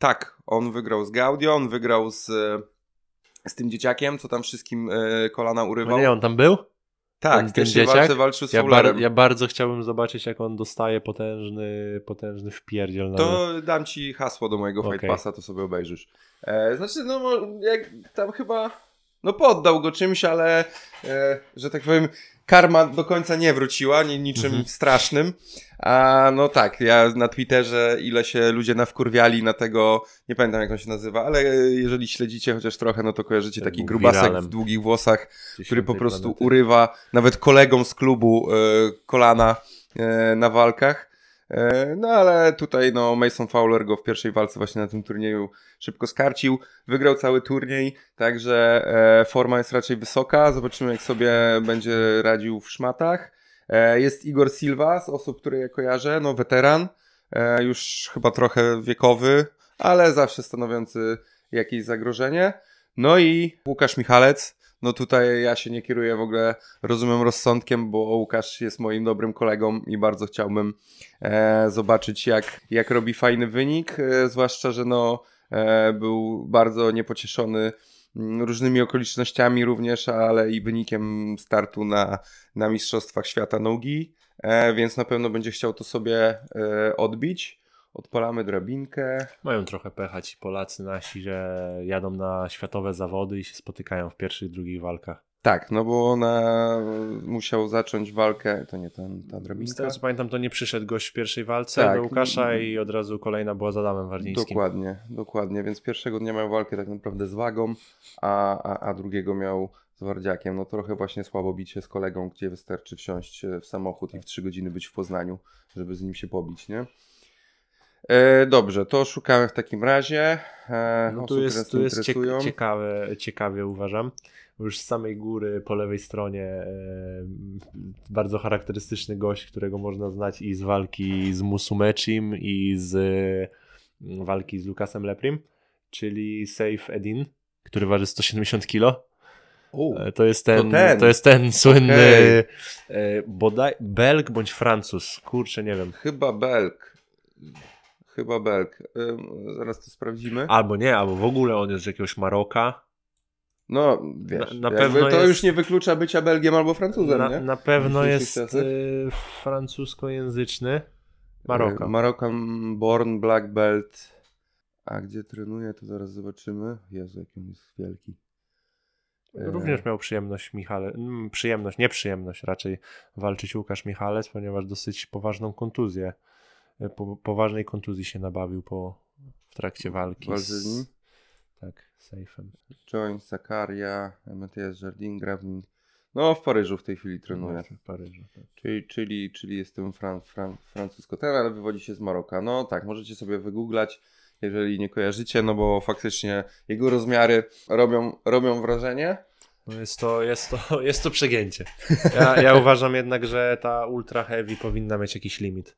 Tak, on wygrał z Gaudio, on wygrał z, z tym dzieciakiem, co tam wszystkim e, kolana urywał. No nie, on tam był? Tak, ten, w pierwszej walce walczył z ja, Fowlerem. bar, ja bardzo chciałbym zobaczyć, jak on dostaje potężny, potężny wpierdziel. Na to dam ci hasło do mojego okay. Fight Passa, to sobie obejrzysz. E, znaczy, no jak tam chyba, no poddał go czymś, ale e, że tak powiem, karma do końca nie wróciła, nie, niczym mhm. strasznym. A no tak, ja na Twitterze ile się ludzie nawkurwiali na tego, nie pamiętam jak on się nazywa, ale jeżeli śledzicie chociaż trochę, no to kojarzycie Ten taki grubasek wiralem. w długich włosach, który po prostu planety. urywa nawet kolegom z klubu e, kolana e, na walkach. E, no ale tutaj no Mason Fowler go w pierwszej walce właśnie na tym turnieju szybko skarcił, wygrał cały turniej, także e, forma jest raczej wysoka, zobaczymy jak sobie będzie radził w szmatach. E, jest Igor Silva z osób, które ja kojarzę, no weteran, e, już chyba trochę wiekowy, ale zawsze stanowiący jakieś zagrożenie. No i Łukasz Michalec, no tutaj ja się nie kieruję w ogóle rozumem, rozsądkiem, bo Łukasz jest moim dobrym kolegą i bardzo chciałbym e, zobaczyć jak, jak robi fajny wynik, e, zwłaszcza, że no e, był bardzo niepocieszony m, różnymi okolicznościami również, ale i wynikiem startu na, na Mistrzostwach Świata Nogi, e, więc na pewno będzie chciał to sobie e, odbić. Odpalamy drabinkę. Mają trochę pecha ci Polacy nasi, że jadą na światowe zawody i się spotykają w pierwszych, drugich walkach. Tak, no bo ona musiał zacząć walkę, to nie ten, ta drabinka. Z tego co pamiętam, to nie przyszedł gość w pierwszej walce tak, do Łukasza i od razu kolejna była z Adamem Warlińskim. Dokładnie, dokładnie, więc pierwszego dnia miał walkę tak naprawdę z Wagą, a, a, a drugiego miał z Wardziakiem. No trochę właśnie słabo bicie z kolegą, gdzie wystarczy wsiąść w samochód i w trzy godziny być w Poznaniu, żeby z nim się pobić, nie? E, dobrze, to szukamy w takim razie. E, no osób, tu jest, tu jest interesują. ciekawe, ciekawie uważam. Już z samej góry po lewej stronie e, bardzo charakterystyczny gość, którego można znać i z walki z Musumecim i z e, walki z Lukasem Leprim, czyli Saif Edin, który waży sto siedemdziesiąt kilo. E, to jest ten, to, ten. to jest ten słynny okay. e, bodaj Belg bądź Francuz, kurczę nie wiem. Chyba Belg. Chyba Belg. Ym, zaraz to sprawdzimy. Albo nie, albo w ogóle on jest z jakiegoś Maroka. No, wiesz, na, na pewno to jest, już nie wyklucza bycia Belgiem albo Francuzem, na, nie? Na pewno jest y, francuskojęzyczny. Maroka. Marokan born black belt. A gdzie trenuje, to zaraz zobaczymy. Jezu, jaki on jest wielki. Również miał przyjemność Michale, przyjemność, nieprzyjemność raczej walczyć Łukasz Michalec, ponieważ dosyć poważną kontuzję, po, poważnej kontuzji się nabawił po, w trakcie walki. Walczy z nim? Tak, Saifem. Joint, Zakaria, Matthias Jardin, Gravin. No w Paryżu w tej chwili trenuje. No, w Paryżu, tak. Czyli, czyli, czyli jestem fran, fran, francusko ten, ale wywodzi się z Maroka. No tak, możecie sobie wygooglać, jeżeli nie kojarzycie, no bo faktycznie jego rozmiary robią, robią wrażenie. No jest to, jest to, jest to przegięcie. Ja, ja uważam jednak, że ta ultra heavy powinna mieć jakiś limit.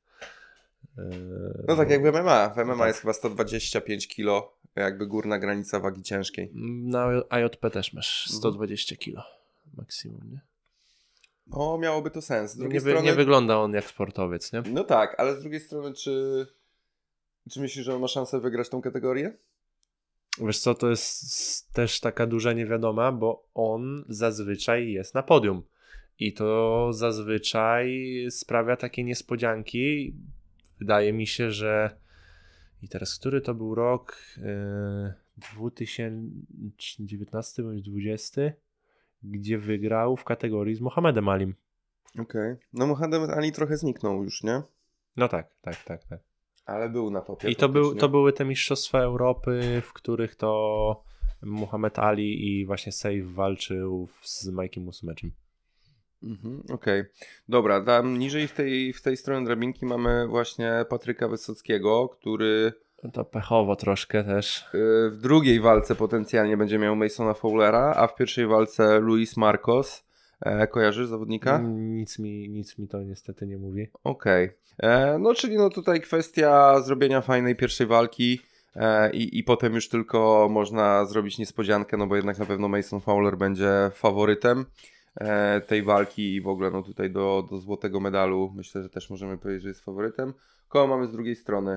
No tak jak w M M A. W M M A tak. jest chyba sto dwadzieścia pięć kilo, jakby górna granica wagi ciężkiej. Na A J P też masz sto dwadzieścia kilo maksimum, nie? No miałoby to sens. Z drugiej nie, wy, strony... nie wygląda on jak sportowiec, nie? No tak, ale z drugiej strony czy, czy myślisz, że on ma szansę wygrać tą kategorię? Wiesz co, to jest też taka duża niewiadoma, bo on zazwyczaj jest na podium i to zazwyczaj sprawia takie niespodzianki. Wydaje mi się, że i teraz, który to był rok? Yy, dwa tysiące dziewiętnasty bądź dwudziesty, gdzie wygrał w kategorii z Mohamedem Alim. Okej. Okay. No Mohamed Ali trochę zniknął już, nie? No tak, tak, tak, tak. Ale był na topie. I to, był, to były te mistrzostwa Europy, w których to Muhammad Ali i właśnie Saif walczył z Majkiem Musumecim. Mhm, okej. Okay. Dobra, tam niżej w tej, w tej stronie drabinki mamy właśnie Patryka Wysockiego, który... To pechowo troszkę też. Yy, w drugiej walce potencjalnie będzie miał Masona Fowlera, a w pierwszej walce Luis Marcos. E, kojarzysz zawodnika? Nic mi, nic mi to niestety nie mówi. Okej. Okay. No czyli no tutaj kwestia zrobienia fajnej pierwszej walki e, i, i potem już tylko można zrobić niespodziankę, no bo jednak na pewno Mason Fowler będzie faworytem e, tej walki i w ogóle no tutaj do, do złotego medalu myślę, że też możemy powiedzieć, że jest faworytem. Kogo mamy z drugiej strony?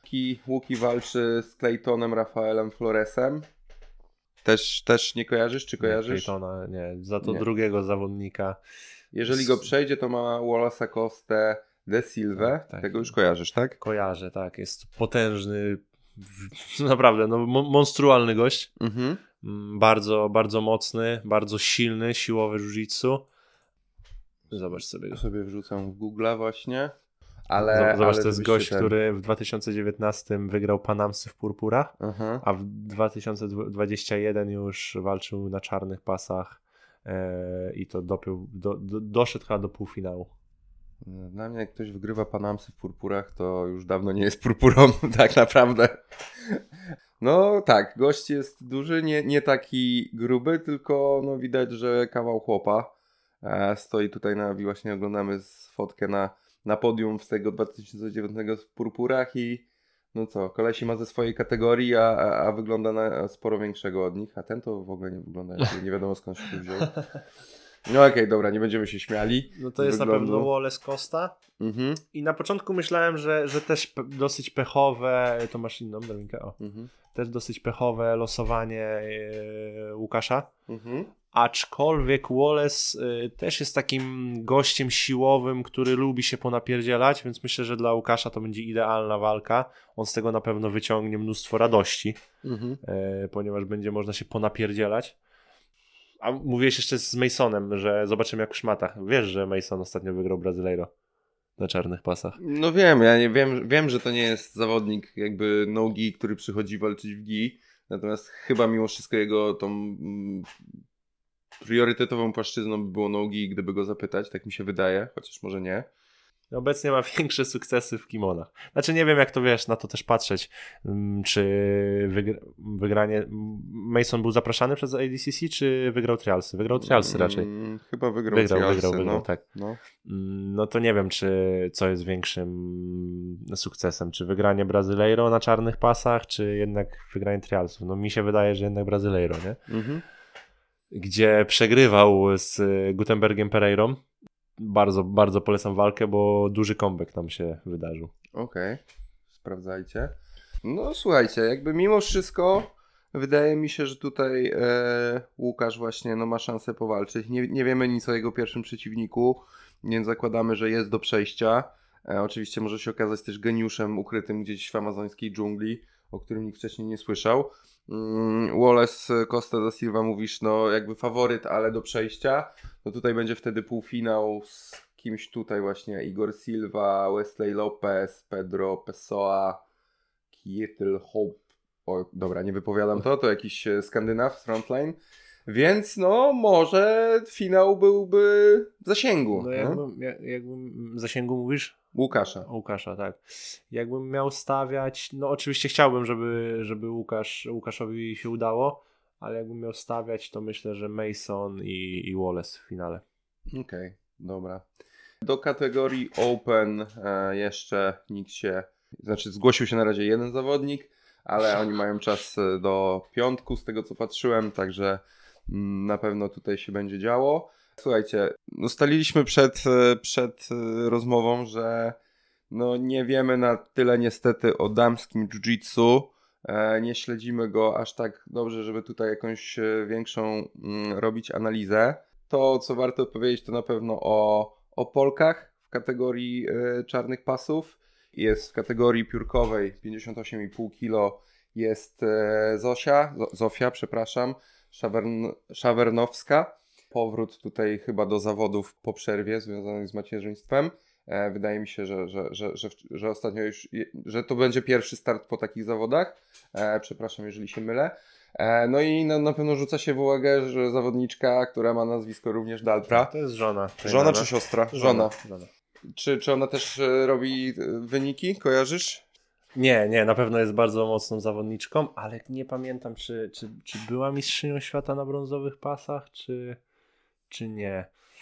Łuki, Łuki walczy z Claytonem Rafaelem Floresem. Też, też nie kojarzysz, czy kojarzysz? Nie, Claytona, nie. Za to Nie. drugiego zawodnika. Jeżeli go przejdzie, to ma Wallace'a Costę de Silva. Tak, tak. Tego już kojarzysz, tak? Kojarzę, tak. Jest potężny, w- naprawdę, no, mo- monstrualny gość. Mhm. Mm, Bardzo, bardzo mocny, bardzo silny, siłowy jiu-jitsu. Zobacz sobie go. To sobie wrzucam w Google'a właśnie. Ale, Zobacz, ale to jest żebyście gość, ten- który w dwa tysiące dziewiętnastym wygrał Panamsy w purpurach, Aha. a w dwa tysiące dwudziestym pierwszym już walczył na czarnych pasach e, i to dopiął, do, do, doszedł chyba do półfinału. Dla mnie jak ktoś wygrywa Panamsy w purpurach, to już dawno nie jest purpurą, tak naprawdę. No tak, gość jest duży, nie, nie taki gruby, tylko no widać, że kawał chłopa. E, stoi tutaj na, właśnie oglądamy z fotkę na, na podium z tego dwa tysiące dziewiątego w purpurach i no co, kolesi ma ze swojej kategorii, a, a, a wygląda na sporo większego od nich, a ten to w ogóle nie wygląda, jakby nie wiadomo skąd się tu wziął. No okej, okay, dobra, nie będziemy się śmiali. No to jest Wyglądu. na pewno Wallace Costa. Mhm. I na początku myślałem, że, że też pe- dosyć pechowe, to masz inną drabinkę, o, Mhm. też dosyć pechowe losowanie e, Łukasza. Mhm. Aczkolwiek Wallace y, też jest takim gościem siłowym, który lubi się ponapierdzielać, więc myślę, że dla Łukasza to będzie idealna walka. On z tego na pewno wyciągnie mnóstwo radości, Mhm. y, ponieważ będzie można się ponapierdzielać. A mówiłeś jeszcze z Masonem, że zobaczymy jak w szmatach. Wiesz, że Mason ostatnio wygrał Brasileiro na czarnych pasach. No wiem, ja nie wiem, wiem, że to nie jest zawodnik jakby no-gi, który przychodzi walczyć w gi, natomiast chyba mimo wszystko jego tą mm, priorytetową płaszczyzną by było no-gi, gdyby go zapytać, tak mi się wydaje, chociaż może nie. Obecnie ma większe sukcesy w kimonach. Znaczy nie wiem jak to wiesz, na to też patrzeć, mm, czy wygra- wygranie... Mason był zapraszany przez A D C C, czy wygrał trialsy? Wygrał trialsy raczej. Mm, chyba wygrał Wygrał, trialsy, wygrał, wygrał, no. tak. No. Mm, No to nie wiem, czy co jest większym sukcesem, czy wygranie Brasileiro na czarnych pasach, czy jednak wygranie trialsów. No mi się wydaje, że jednak Brasileiro, nie? Mhm. Gdzie przegrywał z Gutenbergiem Pereirą. Bardzo, bardzo polecam walkę, bo duży comeback tam się wydarzył. Okej, okay. Sprawdzajcie. No słuchajcie, jakby mimo wszystko wydaje mi się, że tutaj e, Łukasz właśnie no, ma szansę powalczyć. Nie, nie wiemy nic o jego pierwszym przeciwniku, więc zakładamy, że jest do przejścia. E, oczywiście może się okazać też geniuszem ukrytym gdzieś w amazońskiej dżungli, o którym nikt wcześniej nie słyszał. Mm, Wallace Costa da Silva mówisz, no jakby faworyt, ale do przejścia. No tutaj będzie wtedy półfinał z kimś tutaj właśnie, Igor Silva, Wesley Lopez, Pedro Pessoa, Kjetil Hope. O, dobra, nie wypowiadam to, to jakiś Skandynaw z Frontline. Więc no może finał byłby w zasięgu. No jakbym, jak, jakbym zasięgu mówisz? Łukasza. Łukasza, tak. Jakbym miał stawiać, no oczywiście chciałbym, żeby, żeby Łukasz, Łukaszowi się udało, ale jakbym miał stawiać, to myślę, że Mason i, i Wallace w finale. Okej, okay, dobra. Do kategorii Open e, jeszcze nikt się, znaczy zgłosił się na razie jeden zawodnik, ale oni mają czas do piątku z tego co patrzyłem, także mm, na pewno tutaj się będzie działo. Słuchajcie, ustaliliśmy przed, przed rozmową, że no nie wiemy na tyle niestety o damskim jiu-jitsu, e, nie śledzimy go aż tak dobrze, żeby tutaj jakąś większą mm, robić analizę. To co warto powiedzieć to na pewno o, o Polkach w kategorii e, czarnych pasów. Jest w kategorii piórkowej pięćdziesiąt osiem i pół kilo jest e, Zosia, Zofia, przepraszam, Szawern, Szawernowska. Powrót tutaj chyba do zawodów po przerwie związanych z macierzyństwem. E, wydaje mi się, że, że, że, że, że ostatnio już, że to będzie pierwszy start po takich zawodach. E, przepraszam, jeżeli się mylę. E, no i na, na pewno rzuca się w uwagę, że zawodniczka, która ma nazwisko również Dalpra. To jest żona. Żona czy siostra? Żona. żona. Czy, czy ona też robi wyniki? Kojarzysz? Nie, nie, na pewno jest bardzo mocną zawodniczką, ale nie pamiętam, czy, czy, czy była mistrzynią świata na brązowych pasach, czy, czy nie.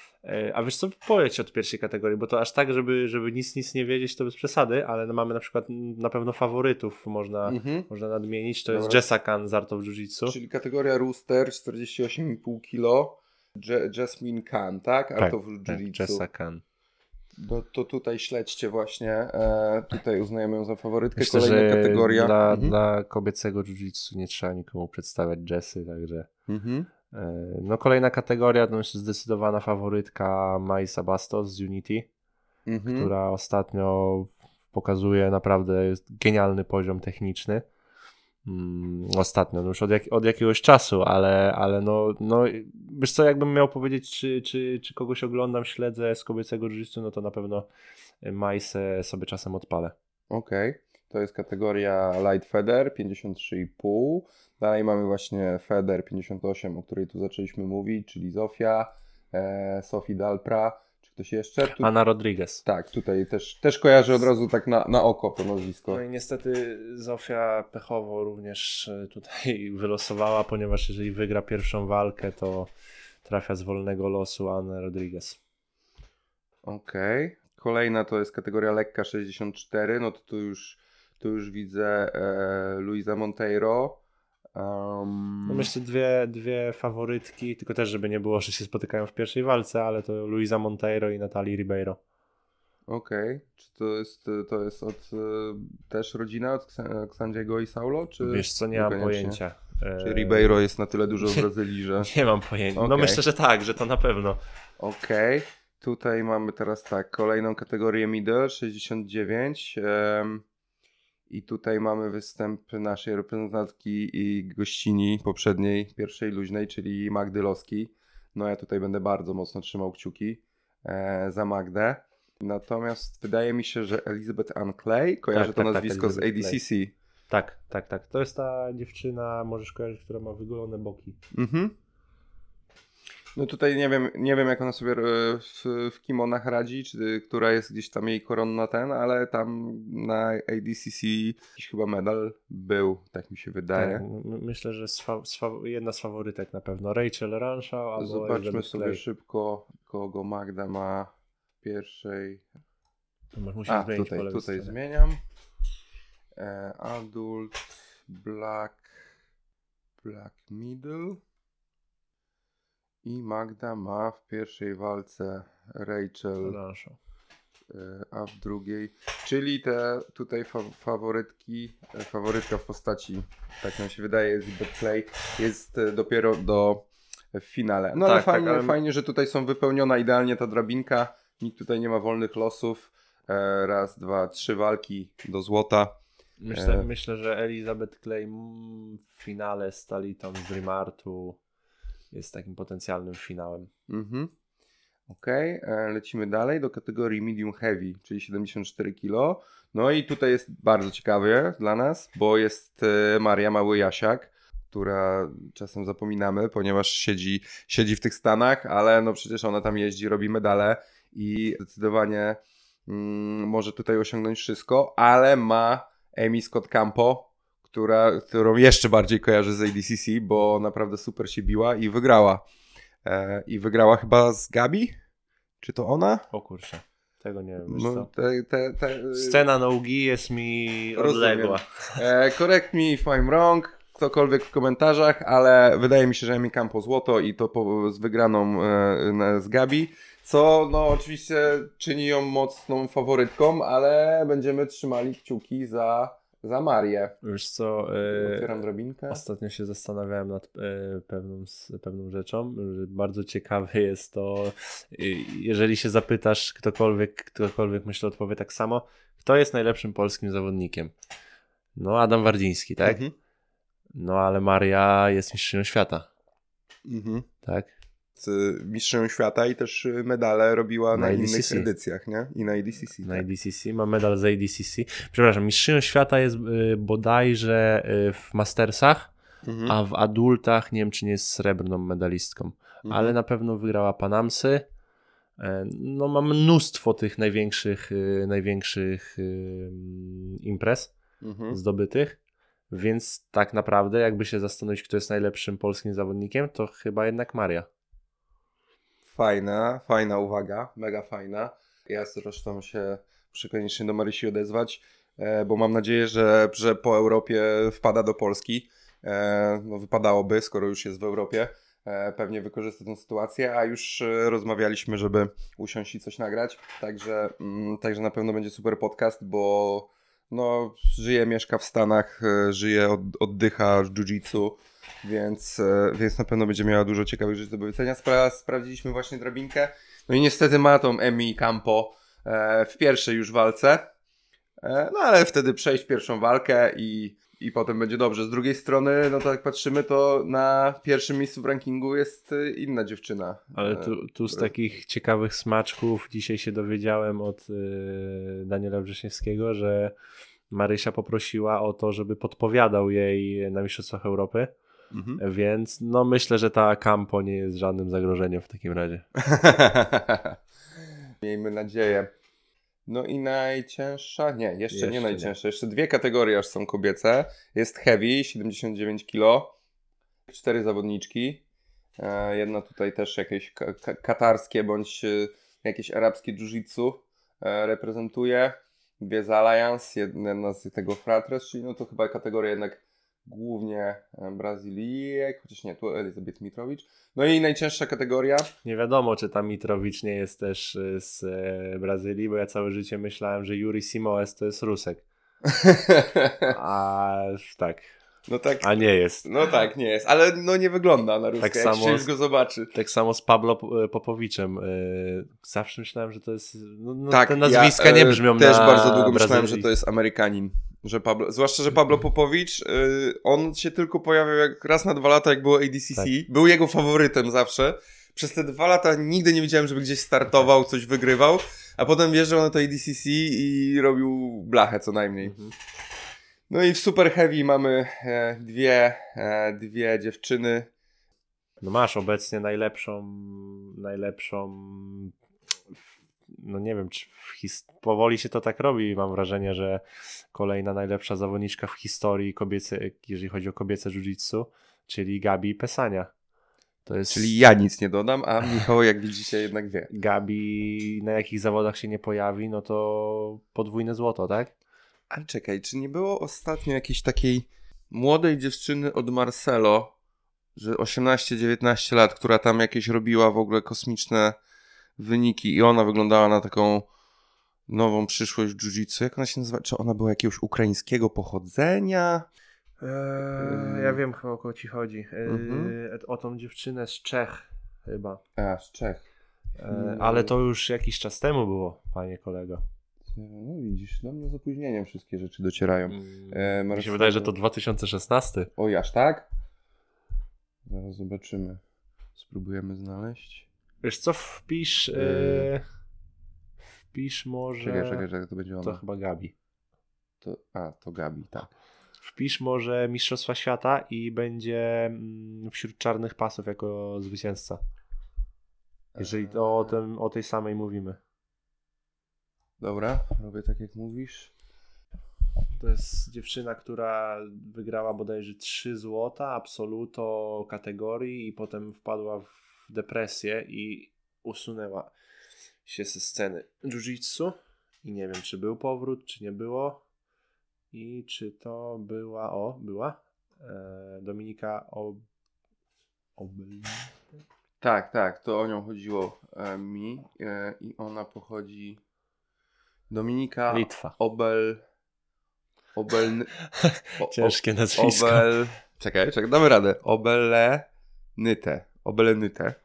A wiesz co, powiedz od pierwszej kategorii, bo to aż tak, żeby, żeby nic, nic nie wiedzieć, to bez przesady, ale mamy na przykład na pewno faworytów, można, mhm. można nadmienić, to Dobra. jest Jessa Khan z Art of Jiu-Jitsu. Czyli kategoria Rooster, czterdzieści osiem i pół kilo, Je- Jasmine Khan, tak? Art tak, of Jiu-Jitsu. Tak, Jessa Khan. No to tutaj śledźcie właśnie, e, tutaj uznajemy ją za faworytkę. Myślę, Kolejna że kategoria. Dla, Mhm. dla kobiecego jiu-jitsu nie trzeba nikomu przedstawiać Jessy, także Mhm. e, no kolejna kategoria, to myślę zdecydowana faworytka Maisa Bastos z Unity, Mhm. która ostatnio pokazuje naprawdę genialny poziom techniczny. Mm, ostatnio, no już od, jak, od jakiegoś czasu, ale, ale no, no wiesz co, jakbym miał powiedzieć, czy, czy, czy kogoś oglądam, śledzę z kobiecego jiu-jitsu, no to na pewno Majsę sobie czasem odpalę. Okej, okay. To jest kategoria Light Feather pięćdziesiąt trzy i pół. Dalej mamy właśnie Feather pięćdziesiąt osiem, o której tu zaczęliśmy mówić, czyli Zofia, e, Sophie Dalpra. Czy ktoś jeszcze? Tu... Anna Rodriguez. Tak, tutaj też, też kojarzę od razu tak na, na oko to nazwisko. No i niestety Zofia pechowo również tutaj wylosowała, ponieważ jeżeli wygra pierwszą walkę, to trafia z wolnego losu Anna Rodriguez. Okej. Okay. Kolejna to jest kategoria lekka sześćdziesiąt cztery, no to tu już, tu już widzę e, Luisa Monteiro. Um... No myślę dwie, dwie faworytki, tylko też żeby nie było, że się spotykają w pierwszej walce, ale to Luisa Monteiro i Natalie Ribeiro. Okej. Okay. Czy to jest, to jest od e, też rodzina od Xandiego i Saulo? Czy wiesz co, nie mam pojęcia. Czy Ribeiro jest na tyle dużo w Brazylii, że... Nie mam pojęcia. Okay. No myślę, że tak, że to na pewno. Okej. Okay. Tutaj mamy teraz tak, kolejną kategorię middle, sześćdziesiąt dziewięć. Um, I tutaj mamy występ naszej reprezentantki i gościni poprzedniej, pierwszej luźnej, czyli Magdy Loski. No ja tutaj będę bardzo mocno trzymał kciuki e, za Magdę. Natomiast wydaje mi się, że Elizabeth Ann Clay, kojarzę tak, to tak, nazwisko tak, z A D C C. Tak, tak, tak. To jest ta dziewczyna, możesz kojarzyć, która ma wygolone boki. Mhm. No tutaj nie wiem, nie wiem jak ona sobie w, w kimonach radzi, czy która jest gdzieś tam jej koronna ten, ale tam na A D C C jakiś chyba medal był, tak mi się wydaje. Tak, myślę, że swa, swa, jedna z faworytek na pewno. Rachel Ranshaw albo zobaczmy Elizabeth sobie Clay. szybko, kogo Magda ma w pierwszej. A, tutaj, tutaj stronie. Zmieniam. E, adult, black, black middle. I Magda ma w pierwszej walce Rachel, Ranshaw. a w drugiej, czyli te tutaj fa- faworytki, faworytka w postaci, tak nam się wydaje, jest Elizabeth Clay, jest dopiero do w finale. No tak, ale fajnie, tak, ale... fajnie, że tutaj są wypełniona idealnie ta drabinka, nikt tutaj nie ma wolnych losów, raz, dwa, trzy walki do złota. Myślę, e... myślę że Elizabeth Clay w finale z Talitą z Dream Artu jest takim potencjalnym finałem. Mhm. Okej, okay. Lecimy dalej do kategorii medium heavy, czyli siedemdziesiąt cztery kilo. No i tutaj jest bardzo ciekawie dla nas, bo jest Maria Mały-Jasiak, która czasem zapominamy, ponieważ siedzi, siedzi w tych Stanach, ale no przecież ona tam jeździ, robi medale i zdecydowanie mm, może tutaj osiągnąć wszystko, ale ma Amy Scott Campo, która, którą jeszcze bardziej kojarzę z A D C C, bo naprawdę super się biła i wygrała. E, I wygrała chyba z Gabi? Czy to ona? O kurczę, tego nie wiem. No, te, te, te... Scena no-gi jest mi odległa. E, correct me if I'm wrong, ktokolwiek w komentarzach, ale wydaje mi się, że mi Campo złoto i to po, z wygraną e, z Gabi, co no oczywiście czyni ją mocną faworytką, ale będziemy trzymali kciuki za... Za Marię. Wiesz co, otwieram drabinkę. Ostatnio się zastanawiałem nad e, pewną, pewną rzeczą, że bardzo ciekawe jest to, jeżeli się zapytasz ktokolwiek, ktokolwiek myślę odpowie tak samo, kto jest najlepszym polskim zawodnikiem? No Adam Wardziński, tak? Mhm. No ale Maria jest mistrzem świata. Mhm. Tak? Mistrzem świata i też medale robiła na, na innych edycjach, nie? I na A D C C. Na tak. A D C C, ma medal z A D C C. Przepraszam, mistrzem świata jest y, bodajże y, w Mastersach, mhm. a w adultach nie wiem, czy nie jest srebrną medalistką, mhm. ale na pewno wygrała Panamsy. E, no ma mnóstwo tych największych, y, największych y, imprez mhm. zdobytych, więc tak naprawdę jakby się zastanowić, kto jest najlepszym polskim zawodnikiem, to chyba jednak Maria. Fajna, fajna uwaga, mega fajna. Ja zresztą się muszę koniecznie do Marysi odezwać, e, bo mam nadzieję, że, że po Europie wpada do Polski. E, no wypadałoby, skoro już jest w Europie. e, pewnie wykorzysta tę sytuację, a już e, rozmawialiśmy, żeby usiąść i coś nagrać, także, mm, także na pewno będzie super podcast, bo no, żyje, mieszka w Stanach, e, żyje, od, oddycha jiu-jitsu, więc, e, więc na pewno będzie miała dużo ciekawych rzeczy do powiedzenia. Spra- sprawdziliśmy właśnie drabinkę, no i niestety ma tą Emi Campo e, w pierwszej już walce, e, no ale wtedy przejść pierwszą walkę i I potem będzie dobrze. Z drugiej strony, no to jak patrzymy, to na pierwszym miejscu w rankingu jest y, inna dziewczyna. Ale tu, tu z takich ciekawych smaczków dzisiaj się dowiedziałem od y, Daniela Wrześniewskiego, że Marysia poprosiła o to, żeby podpowiadał jej na Mistrzostwach Europy, mhm. Więc no myślę, że ta Campo nie jest żadnym zagrożeniem w takim razie. Miejmy nadzieję. No i najcięższa? Nie, jeszcze, jeszcze nie najcięższa. Nie. Jeszcze dwie kategorie aż są kobiece. Jest heavy, siedemdziesiąt dziewięć kilo. Cztery zawodniczki. E, jedna tutaj też jakieś ka- ka- katarskie bądź e, jakieś arabskie jiu-jitsu e, reprezentuje. Dwie z Alliance, jedna z tego Fratres, czyli no to chyba kategoria jednak głównie Brazylijek, chociaż nie, tu Elizabeth Mitrowicz. No i najcięższa kategoria. Nie wiadomo, czy ta Mitrowicz nie jest też z Brazylii, bo ja całe życie myślałem, że Yuri Simoes to jest Rusek. A tak. No tak. A nie jest. No tak, nie jest, ale no nie wygląda na Ruskę, tak jak samo się go zobaczy. Tak samo z Pablo Popowiczem. Zawsze myślałem, że to jest... No, no tak, te nazwiska ja, nie brzmią też na bardzo długo Brazylii. Myślałem, że to jest Amerykanin. Że Pablo, zwłaszcza, że Pablo Popowicz, yy, on się tylko pojawiał jak raz na dwa lata, jak było A D C C. Tak. Był jego faworytem zawsze. Przez te dwa lata nigdy nie widziałem, żeby gdzieś startował, coś wygrywał, a potem wjeżdżał na to A D C C i robił blachę co najmniej. Mhm. No i w Super Heavy mamy e, dwie, e, dwie dziewczyny. No masz obecnie najlepszą, najlepszą, no nie wiem, czy w his- powoli się to tak robi. Mam wrażenie, że kolejna najlepsza zawodniczka w historii kobiece, jeżeli chodzi o kobiece jiu-jitsu, czyli Gabi Pesania. To jest... Czyli ja nic nie dodam, a Michał, jak widzicie, jednak wie. Gabi na jakich zawodach się nie pojawi, no to podwójne złoto, tak? Ale czekaj, czy nie było ostatnio jakiejś takiej młodej dziewczyny od Marcelo, że osiemnaście dziewiętnaście lat, która tam jakieś robiła w ogóle kosmiczne wyniki i ona wyglądała na taką nową przyszłość jiu-jitsu. Jak ona się nazywa? Czy ona była jakiegoś ukraińskiego pochodzenia? Eee, ja wiem chyba, o kogo ci chodzi. Eee, mhm. O tą dziewczynę z Czech chyba. A, z Czech. Eee, ale to już jakiś czas temu było, panie kolego. No widzisz, do mnie z opóźnieniem wszystkie rzeczy docierają. E, Mi się wydaje, że to dwa tysiące szesnasty. Oj, aż tak? Zaraz zobaczymy. Spróbujemy znaleźć. Wiesz co, wpisz... Yy... Wpisz może... Czekaj, czekaj, czekaj, to będzie ona. To chyba Gabi. To... A, to Gabi, tak. Wpisz może Mistrzostwa Świata i będzie wśród czarnych pasów jako zwycięzca. Jeżeli to o, tym, o tej samej mówimy. Dobra, robię tak jak mówisz. To jest dziewczyna, która wygrała bodajże trzy złota, absoluto kategorii i potem wpadła w depresję i usunęła się ze sceny jiu-jitsu. I nie wiem, czy był powrót, czy nie było. I czy to była, o, była e, Dominika Ob... Obel... Tak, tak, to o nią chodziło e, mi e, i ona pochodzi... Dominika Litwa. Obel... Obel... O, Ciężkie nazwisko. Obel... Czekaj, czekaj, damy radę. Obelenyte. Obelenyte.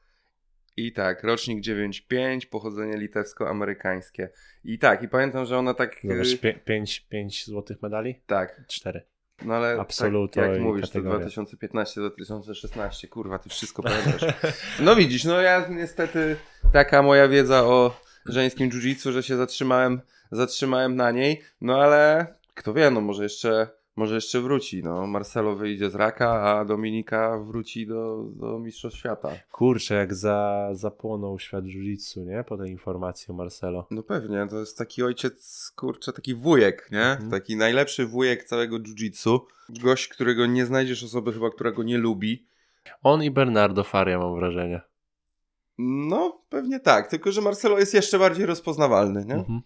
I tak, rocznik dziewięćdziesiąt pięć, pochodzenie litewsko-amerykańskie. I tak, i pamiętam, że ona tak... Zobacz, pię- pięć, pięć złotych medali? Tak. Cztery. No ale Absoluto tak, jak mówisz, kategoria. To dwa tysiące piętnaście do dwa tysiące szesnaście, kurwa, ty wszystko pamiętasz. No widzisz, no ja niestety, taka moja wiedza o żeńskim jiu-jitsu, że się zatrzymałem, zatrzymałem na niej, no ale kto wie, no może jeszcze, może jeszcze wróci, no Marcelo wyjdzie z raka, a Dominika wróci do, do Mistrzostw Świata. Kurczę, jak za, zapłonął świat jiu-jitsu, nie? Po tej informacji o Marcelo. No pewnie, to jest taki ojciec, kurczę, taki wujek, nie? Mhm. Taki najlepszy wujek całego jiu-jitsu. Gość, którego nie znajdziesz osoby chyba, która go nie lubi. On i Bernardo Faria, mam wrażenie. No, pewnie tak, tylko że Marcelo jest jeszcze bardziej rozpoznawalny, nie? Mhm.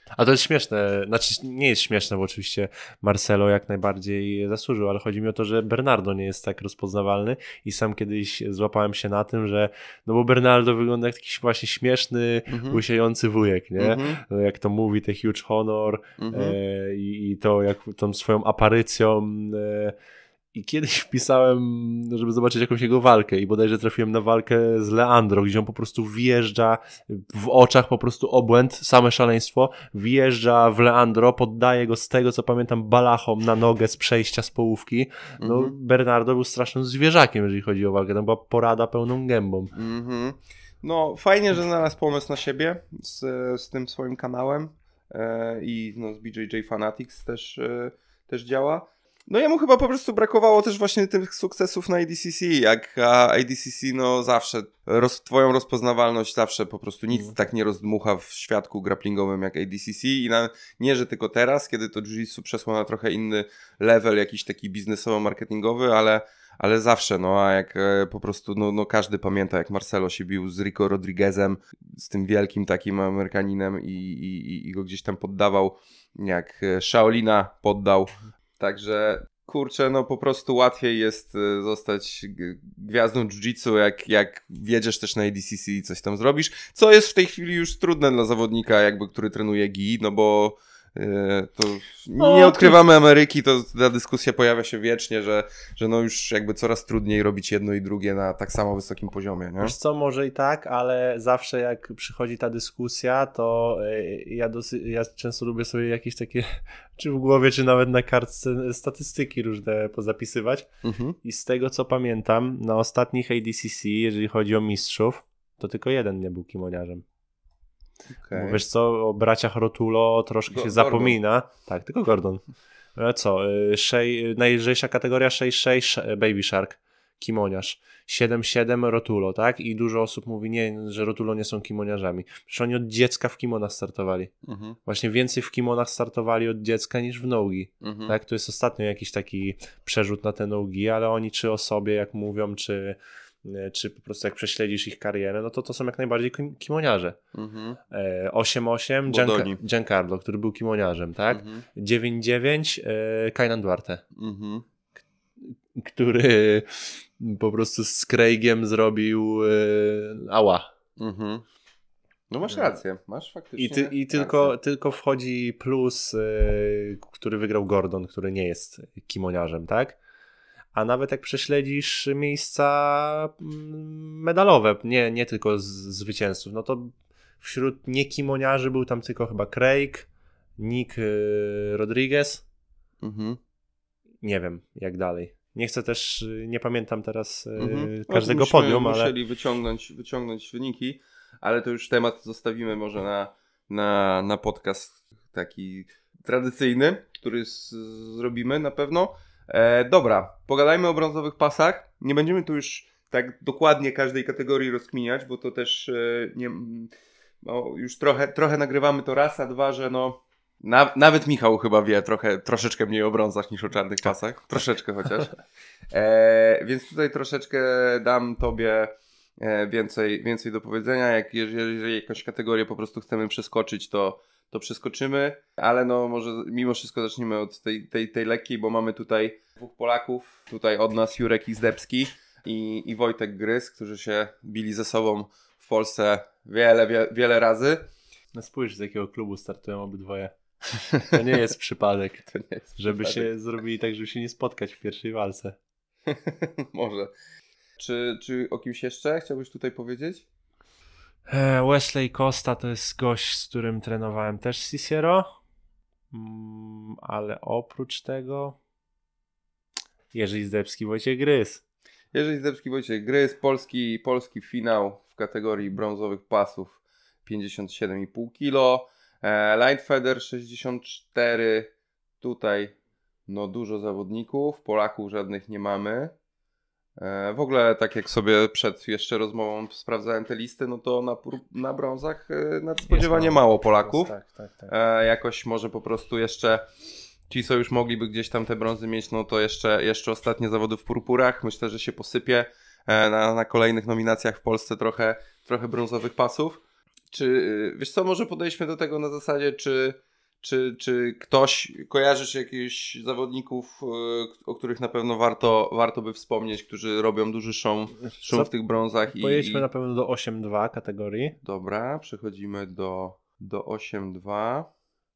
A to jest śmieszne, znaczy nie jest śmieszne, bo oczywiście Marcelo jak najbardziej zasłużył, ale chodzi mi o to, że Bernardo nie jest tak rozpoznawalny i sam kiedyś złapałem się na tym, że no bo Bernardo wygląda jak taki właśnie śmieszny, mhm. łysiejący wujek, nie? Mhm. No jak to mówi, te huge honor mhm. e, i, i to jak tą swoją aparycją e, i kiedyś wpisałem, żeby zobaczyć jakąś jego walkę i bodajże trafiłem na walkę z Leandro, gdzie on po prostu wjeżdża w oczach, po prostu obłęd, same szaleństwo, wjeżdża w Leandro, poddaje go z tego, co pamiętam, balachom na nogę z przejścia z połówki. No mm-hmm. Bernardo był strasznym zwierzakiem, jeżeli chodzi o walkę, tam była porada pełną gębą. Mm-hmm. No fajnie, że znalazł pomysł na siebie z, z tym swoim kanałem e, i no, z B J J Fanatics też, e, też działa. No jemu chyba po prostu brakowało też właśnie tych sukcesów na A D C C, jak A D C C no zawsze, roz, twoją rozpoznawalność zawsze po prostu nic mm. tak nie rozdmucha w świadku grapplingowym jak A D C C i na, nie, że tylko teraz, kiedy to jiu-jitsu przeszło na trochę inny level, jakiś taki biznesowo-marketingowy, ale, ale zawsze, no a jak e, po prostu, no, no każdy pamięta jak Marcelo się bił z Rico Rodriguezem, z tym wielkim takim Amerykaninem i, i, i go gdzieś tam poddawał, jak Shaolina poddał. Także, kurczę, no po prostu łatwiej jest zostać gwiazdą jiu-jitsu, jak, jak wiedziesz też na A D C C i coś tam zrobisz, co jest w tej chwili już trudne dla zawodnika, jakby, który trenuje gi, no bo yy, to nie odkrywamy Ameryki, to ta dyskusja pojawia się wiecznie, że, że no już jakby coraz trudniej robić jedno i drugie na tak samo wysokim poziomie, nie? Wiesz co, może i tak, ale zawsze jak przychodzi ta dyskusja, to ja, dosy, ja często lubię sobie jakieś takie, czy w głowie, czy nawet na kartce statystyki różne pozapisywać mhm. i z tego co pamiętam, na ostatnich A D C C, jeżeli chodzi o mistrzów, to tylko jeden nie był kimoniarzem. Okay. Bo wiesz co, o braciach Rotulo troszkę Go, się Gordon. zapomina. Tak, tylko Gordon. No co, Shea, najlżejsza kategoria sześć sześć Baby Shark, kimoniarz. siedem siedem Rotulo, tak? I dużo osób mówi, nie, że Rotulo nie są kimoniarzami. Przecież oni od dziecka w kimonach startowali. Mhm. Właśnie więcej w kimonach startowali od dziecka niż w nogi. Mhm. Tak? To jest ostatnio jakiś taki przerzut na te nogi, ale oni czy o sobie, jak mówią, czy... czy po prostu jak prześledzisz ich karierę, no to to są jak najbardziej kimoniarze. Mhm. E, osiem osiem Gian- Giancarlo, który był kimoniarzem, tak? Mhm. dziewięć dziewięć e, Kaynan Duarte, mhm. K- który po prostu z Craigiem zrobił e, ała. Mhm. No masz rację, masz faktycznie I, ty, i tylko, tylko wchodzi plus, e, który wygrał Gordon, który nie jest kimoniarzem, tak? A nawet jak prześledzisz miejsca medalowe, nie, nie tylko z zwycięzców, no to wśród niekimoniarzy był tam tylko chyba Craig, Nick Rodriguez. Mhm. Nie wiem, jak dalej. Nie chcę też, nie pamiętam teraz mhm. każdego musimy, podium, ale... Musieli wyciągnąć, wyciągnąć wyniki, ale to już temat zostawimy może na, na, na podcast taki tradycyjny, który z, zrobimy na pewno. E, dobra, pogadajmy o brązowych pasach. Nie będziemy tu już tak dokładnie każdej kategorii rozkminiać, bo to też e, nie, no, już trochę, trochę nagrywamy to raz, a dwa, że no na, nawet Michał chyba wie trochę, troszeczkę mniej o brązach niż o czarnych pasach. Troszeczkę chociaż. E, więc tutaj troszeczkę dam tobie e, więcej, więcej do powiedzenia. Jak, jeżeli, jeżeli jakąś kategorię po prostu chcemy przeskoczyć, to to przeskoczymy, ale no może mimo wszystko zacznijmy od tej, tej, tej lekkiej, bo mamy tutaj dwóch Polaków, tutaj od nas Jurek Izdebski i, i Wojtek Gryz, którzy się bili ze sobą w Polsce wiele, wie, wiele razy. No spójrz, z jakiego klubu startują obydwoje. To nie jest przypadek, to nie jest żeby przypadek. Się zrobili tak, żeby się nie spotkać w pierwszej walce. Może. Czy, czy o kimś jeszcze chciałbyś tutaj powiedzieć? Wesley Costa to jest gość, z którym trenowałem też Cicero, mm, ale oprócz tego Jerzy Izdebski, Wojciech Gryz. Jerzy Izdebski, Wojciech Gryz, polski, polski finał w kategorii brązowych pasów pięćdziesiąt siedem i pół kilo, e, Light Feather sześćdziesiąt cztery, tutaj no dużo zawodników, Polaków żadnych nie mamy. W ogóle tak jak sobie przed jeszcze rozmową sprawdzałem te listy, no to na, na brązach nadspodziewanie mało, mało Polaków. Jest, tak, tak, tak. E, jakoś może po prostu jeszcze ci, co już mogliby gdzieś tam te brązy mieć, no to jeszcze, jeszcze ostatnie zawody w purpurach. Myślę, że się posypie e, na, na kolejnych nominacjach w Polsce trochę, trochę brązowych pasów. Czy, y, wiesz co, może podejdźmy do tego na zasadzie, czy, czy, czy ktoś, kojarzysz jakichś zawodników, y, o których na pewno warto, warto by wspomnieć, którzy robią duży szum, szum Co? w tych brązach i... Pojedźmy i... na pewno do osiem dwa kategorii. Dobra, przechodzimy do, do osiem dwa.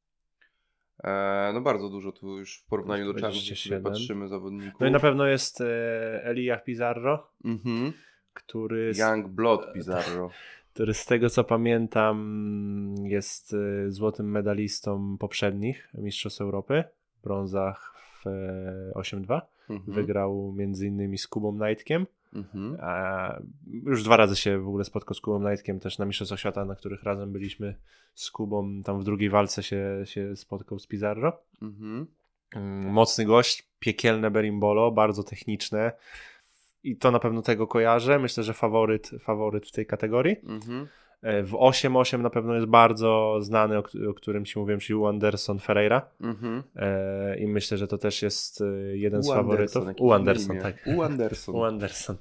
E, no bardzo dużo tu już w porównaniu do czarnych, jeśli sobie patrzymy zawodników. No i na pewno jest e, Elijah Pizarro, Mhm. który... Young Blood Pizarro. który z tego co pamiętam jest e, złotym medalistą poprzednich Mistrzostw Europy w brązach w e, osiem dwa. Mhm. Wygrał między innymi z Kubą Knightkiem. Mhm. A już dwa razy się w ogóle spotkał z Kubą Knightkiem też na Mistrzostwach Świata, na których razem byliśmy z Kubą. Tam w drugiej walce się, się spotkał z Pizarro. Mhm. Mocny gość, piekielne berimbolo, bardzo techniczne. I to na pewno tego kojarzę. Myślę, że faworyt, faworyt w tej kategorii. Mhm. W osiem osiem na pewno jest bardzo znany, o, o którym ci mówiłem, czyli U. Anderson Ferreira. Mhm. E, I myślę, że to też jest jeden U. z faworytów. Anderson, U. Anderson, tak. U. Anderson. U. Anderson.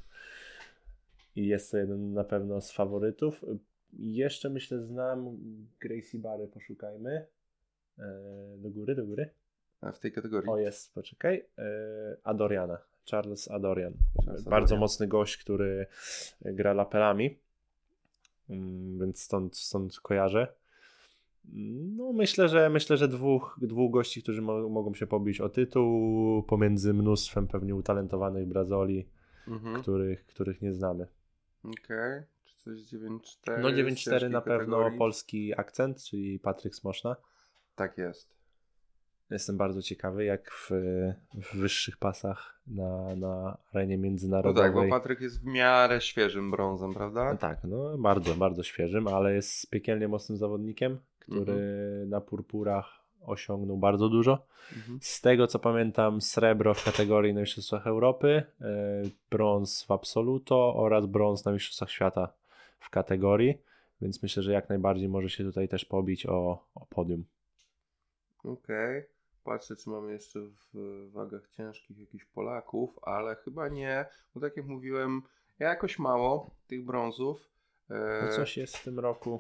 I jest to jeden na pewno z faworytów. I jeszcze myślę, znam Gracie Barry, poszukajmy. E, do góry, do góry. A w tej kategorii? O, jest, poczekaj. E, Adoriana. Charles Adorian. Charles Bardzo Adorian. mocny gość, który gra lapelami. Mm, więc stąd, stąd kojarzę. No myślę, że myślę, że dwóch, dwóch gości, którzy mo- mogą się pobić o tytuł pomiędzy mnóstwem pewnie utalentowanych Brazoli, Mhm. których, których nie znamy. Okej. Okay. Czy coś dziewięć cztery? No dziewięć cztery na pewno kategorii? polski akcent, czyli Patryk Smoszna. Tak jest. Jestem bardzo ciekawy, jak w, w wyższych pasach na, na arenie No międzynarodowej. tak, bo Patryk jest w miarę świeżym brązem, prawda? No tak, no bardzo, bardzo świeżym, ale jest piekielnie mocnym zawodnikiem, który Mhm. na purpurach osiągnął bardzo dużo. Mhm. Z tego co pamiętam, srebro w kategorii na Mistrzostwach Europy, yy, brąz w Absoluto oraz brąz na Mistrzostwach Świata w kategorii, więc myślę, że jak najbardziej może się tutaj też pobić o, o podium. Okej. Okay. Patrzę, czy mamy jeszcze w wagach ciężkich jakichś Polaków, ale chyba nie, bo tak jak mówiłem, jakoś mało tych brązów. No coś jest w tym roku.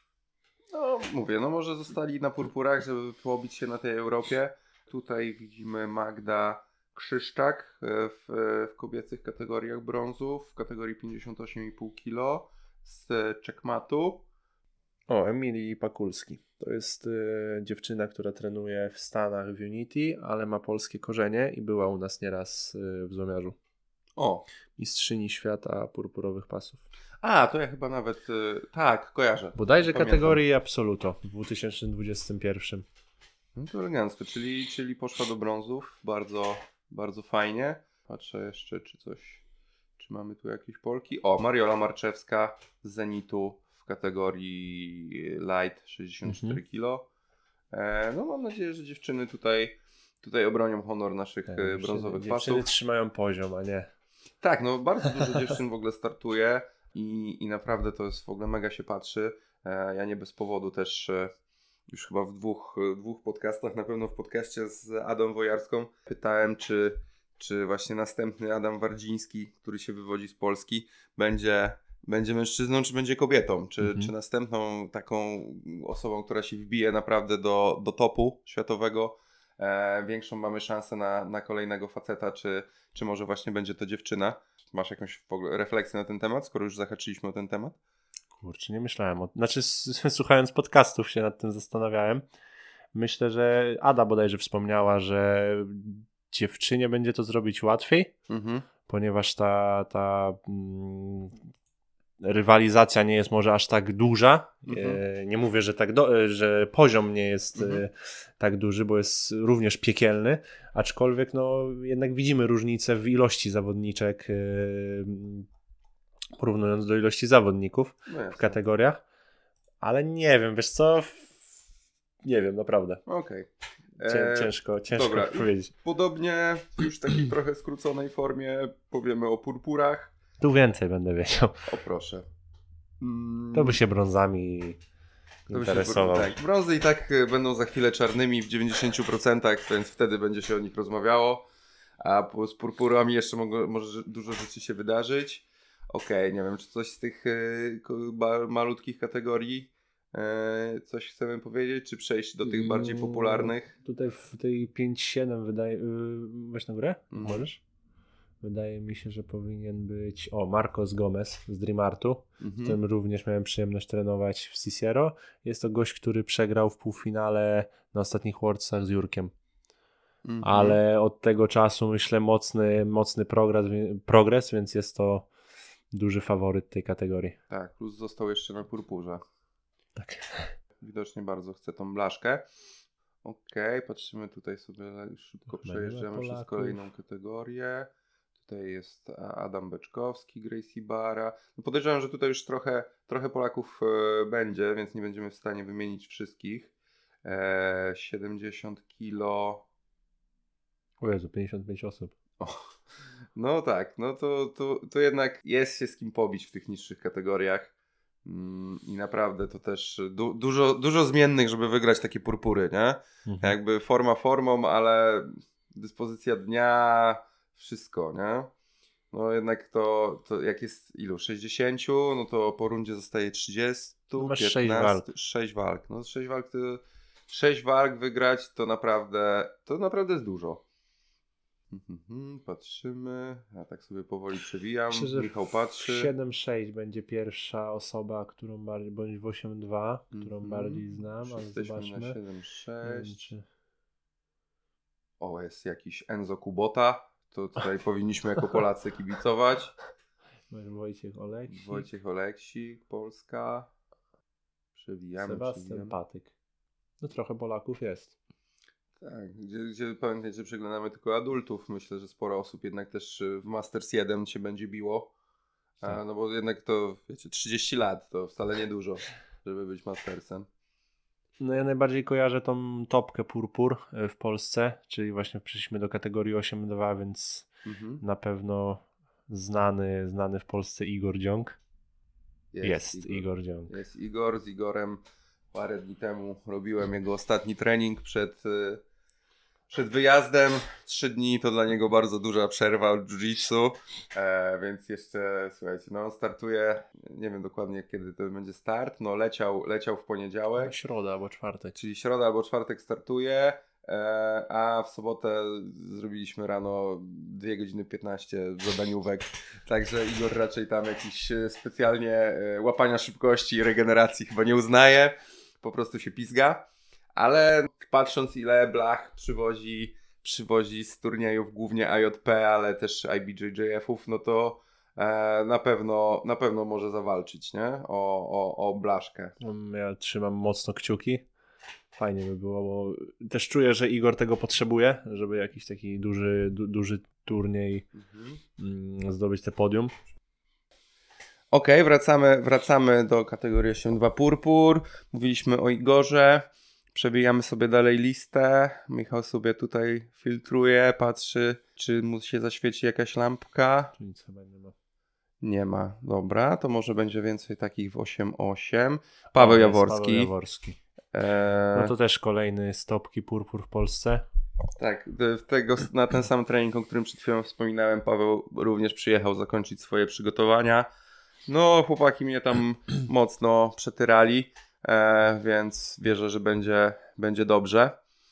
No mówię, no może zostali na purpurach, żeby pobić się na tej Europie. Tutaj widzimy Magda Krzyszczak w, w kobiecych kategoriach brązów, w kategorii pięćdziesiąt osiem i pół kilo z Czekmatu. O, Emilii Pakulski. To jest y, dziewczyna, która trenuje w Stanach w Unity, ale ma polskie korzenie i była u nas nieraz y, w Złomiarzu. O! Mistrzyni świata purpurowych pasów. A, to ja chyba nawet, y, tak, kojarzę. Bodajże Pamiętam. kategorii Absoluto w dwa tysiące dwudziestym pierwszym. No to elegancko, czyli, czyli poszła do brązów, bardzo, bardzo fajnie. Patrzę jeszcze, czy coś, czy mamy tu jakieś Polki. O, Mariola Marczewska z Zenitu w kategorii light sześćdziesiąt cztery Mhm. kilo. E, no mam nadzieję, że dziewczyny tutaj, tutaj obronią honor naszych Tak, e, brązowych dziewczyny pasów. trzymają poziom, a nie... Tak, no bardzo dużo dziewczyn w ogóle startuje i, i naprawdę to jest w ogóle mega się patrzy. E, ja nie bez powodu też e, już chyba w dwóch, dwóch podcastach, na pewno w podcaście z Adą Wojarską pytałem, czy, czy właśnie następny Adam Wardziński, który się wywodzi z Polski, będzie, będzie mężczyzną, czy będzie kobietą, czy, Mhm. czy następną taką osobą, która się wbije naprawdę do, do topu światowego. E, większą mamy szansę na, na kolejnego faceta, czy, czy może właśnie będzie to dziewczyna. Masz jakąś w ogóle refleksję na ten temat, skoro już zahaczyliśmy o ten temat? Kurczę, nie myślałem o... Znaczy, s- słuchając podcastów się nad tym zastanawiałem. Myślę, że Ada bodajże wspomniała, że dziewczynie będzie to zrobić łatwiej, Mhm. ponieważ ta, ta mm, rywalizacja nie jest może aż tak duża. Mhm. E, nie mówię, że, tak do, że poziom nie jest Mhm. e, tak duży, bo jest również piekielny, aczkolwiek no, jednak widzimy różnicę w ilości zawodniczek, e, porównując do ilości zawodników No jasne. w kategoriach, ale nie wiem, wiesz co, nie wiem, naprawdę. Okej. Cię, E, ciężko, ciężko dobra. powiedzieć. Podobnie już w takiej trochę skróconej formie powiemy o purpurach. Tu więcej będę wiedział. O proszę. Mm, To by się brązami to by się interesował. Tak, brązy i tak y, będą za chwilę czarnymi w dziewięćdziesiąt procent, więc wtedy będzie się o nich rozmawiało. A po, z purpurami jeszcze mogło, może dużo rzeczy się wydarzyć. Okej, nie wiem, czy coś z tych y, ko- ba- malutkich kategorii E, coś chcemy powiedzieć, czy przejść do tych bardziej popularnych? Tutaj w tej pięć siedem wydaje... Yy, weź na górę? Mm. Możesz? Wydaje mi się, że powinien być... O, Marcos Gomez z Dream Artu, Mhm. z którym również miałem przyjemność trenować w Cicero. Jest to gość, który przegrał w półfinale na ostatnich Worldsach z Jurkiem. Mhm. Ale od tego czasu myślę mocny, mocny progres, progres, więc jest to duży faworyt tej kategorii. Tak, plus został jeszcze na purpurze. Tak. Widocznie bardzo chce tą blaszkę. Okej, okay, patrzymy tutaj sobie, szybko Chyba przejeżdżamy przez kolejną kategorię. Tutaj jest Adam Beczkowski, Gracie Barra. No podejrzewam, że tutaj już trochę, trochę Polaków e, będzie, więc nie będziemy w stanie wymienić wszystkich. E, siedemdziesiąt kilo. O Jezu, pięćdziesiąt pięć osób. O, no tak, no to, to, to jednak jest się z kim pobić w tych niższych kategoriach. Mm, I naprawdę to też du- dużo, dużo zmiennych, żeby wygrać takie purpury, nie? Mhm. Jakby forma formą, ale dyspozycja dnia, wszystko, nie? No jednak to, to jak jest ilu? sześćdziesiąt, no to po rundzie zostaje trzydzieści, No masz piętnaście, sześć walk. sześć walk. No sześć walk to sześć walk wygrać to naprawdę to naprawdę jest dużo. Mhm, patrzymy, ja tak sobie powoli przewijam, Myślę, że Michał patrzy. W siedem sześć będzie pierwsza osoba, którą bardziej, bądź w osiem dwa, którą Mhm. bardziej znam, ale Jesteśmy zobaczmy. na siedem Nie sześć. wiem, czy... O, jest jakiś Enzo Kubota. To tutaj powinniśmy jako Polacy kibicować. Wojciech Oleksik. Wojciech Oleksik, Polska. Przewijamy, Sebastian przewijamy. Patyk. No trochę Polaków jest. Tak, gdzie, gdzie pamiętać, że przeglądamy tylko adultów. Myślę, że sporo osób jednak też w Masters jeden się będzie biło. A, Tak. no bo jednak to, wiecie, trzydzieści lat to wcale nie dużo, żeby być Mastersem. No ja najbardziej kojarzę tą topkę purpur w Polsce, czyli właśnie przeszliśmy do kategorii osiem dwa, więc Mhm. na pewno znany, znany w Polsce Igor Dziąg. Jest, jest Igor. Igor Dziąg. Jest Igor, z Igorem parę dni temu robiłem jego ostatni trening przed, przed wyjazdem. Trzy dni to dla niego bardzo duża przerwa od jiu-jitsu, e, więc jeszcze, słuchajcie, no on startuje, nie wiem dokładnie kiedy to będzie start, no leciał, leciał w poniedziałek. Środa albo czwartek. Czyli środa albo czwartek startuje, e, a w sobotę zrobiliśmy rano dwie godziny piętnaście zadaniówek, także Igor raczej tam jakiś specjalnie e, łapania szybkości i regeneracji chyba nie uznaje, po prostu się pizga, ale patrząc ile blach przywozi, przywozi z turniejów głównie I J P, ale też I B J J F-ów, no to e, na pewno na pewno może zawalczyć, nie? O, o, o blaszkę. Ja trzymam mocno kciuki. Fajnie by było, bo też czuję, że Igor tego potrzebuje, żeby jakiś taki duży, du, duży turniej mhm. mm, zdobyć te podium. Okej, okay, wracamy, wracamy do kategorii osiem dwa purpur. Mówiliśmy o Igorze. Przebijamy sobie dalej listę. Michał sobie tutaj filtruje, patrzy, czy mu się zaświeci jakaś lampka. Czy nic chyba nie ma. Nie ma. Dobra, to może będzie więcej takich w osiem osiem. Paweł Jaworski. Paweł Jaworski. Eee... No to też kolejny stopki purpur w Polsce. Tak, tego, na ten sam trening, o którym przed chwilą wspominałem, Paweł również przyjechał zakończyć swoje przygotowania. No, chłopaki mnie tam mocno przetyrali, e, więc wierzę, że będzie, będzie dobrze.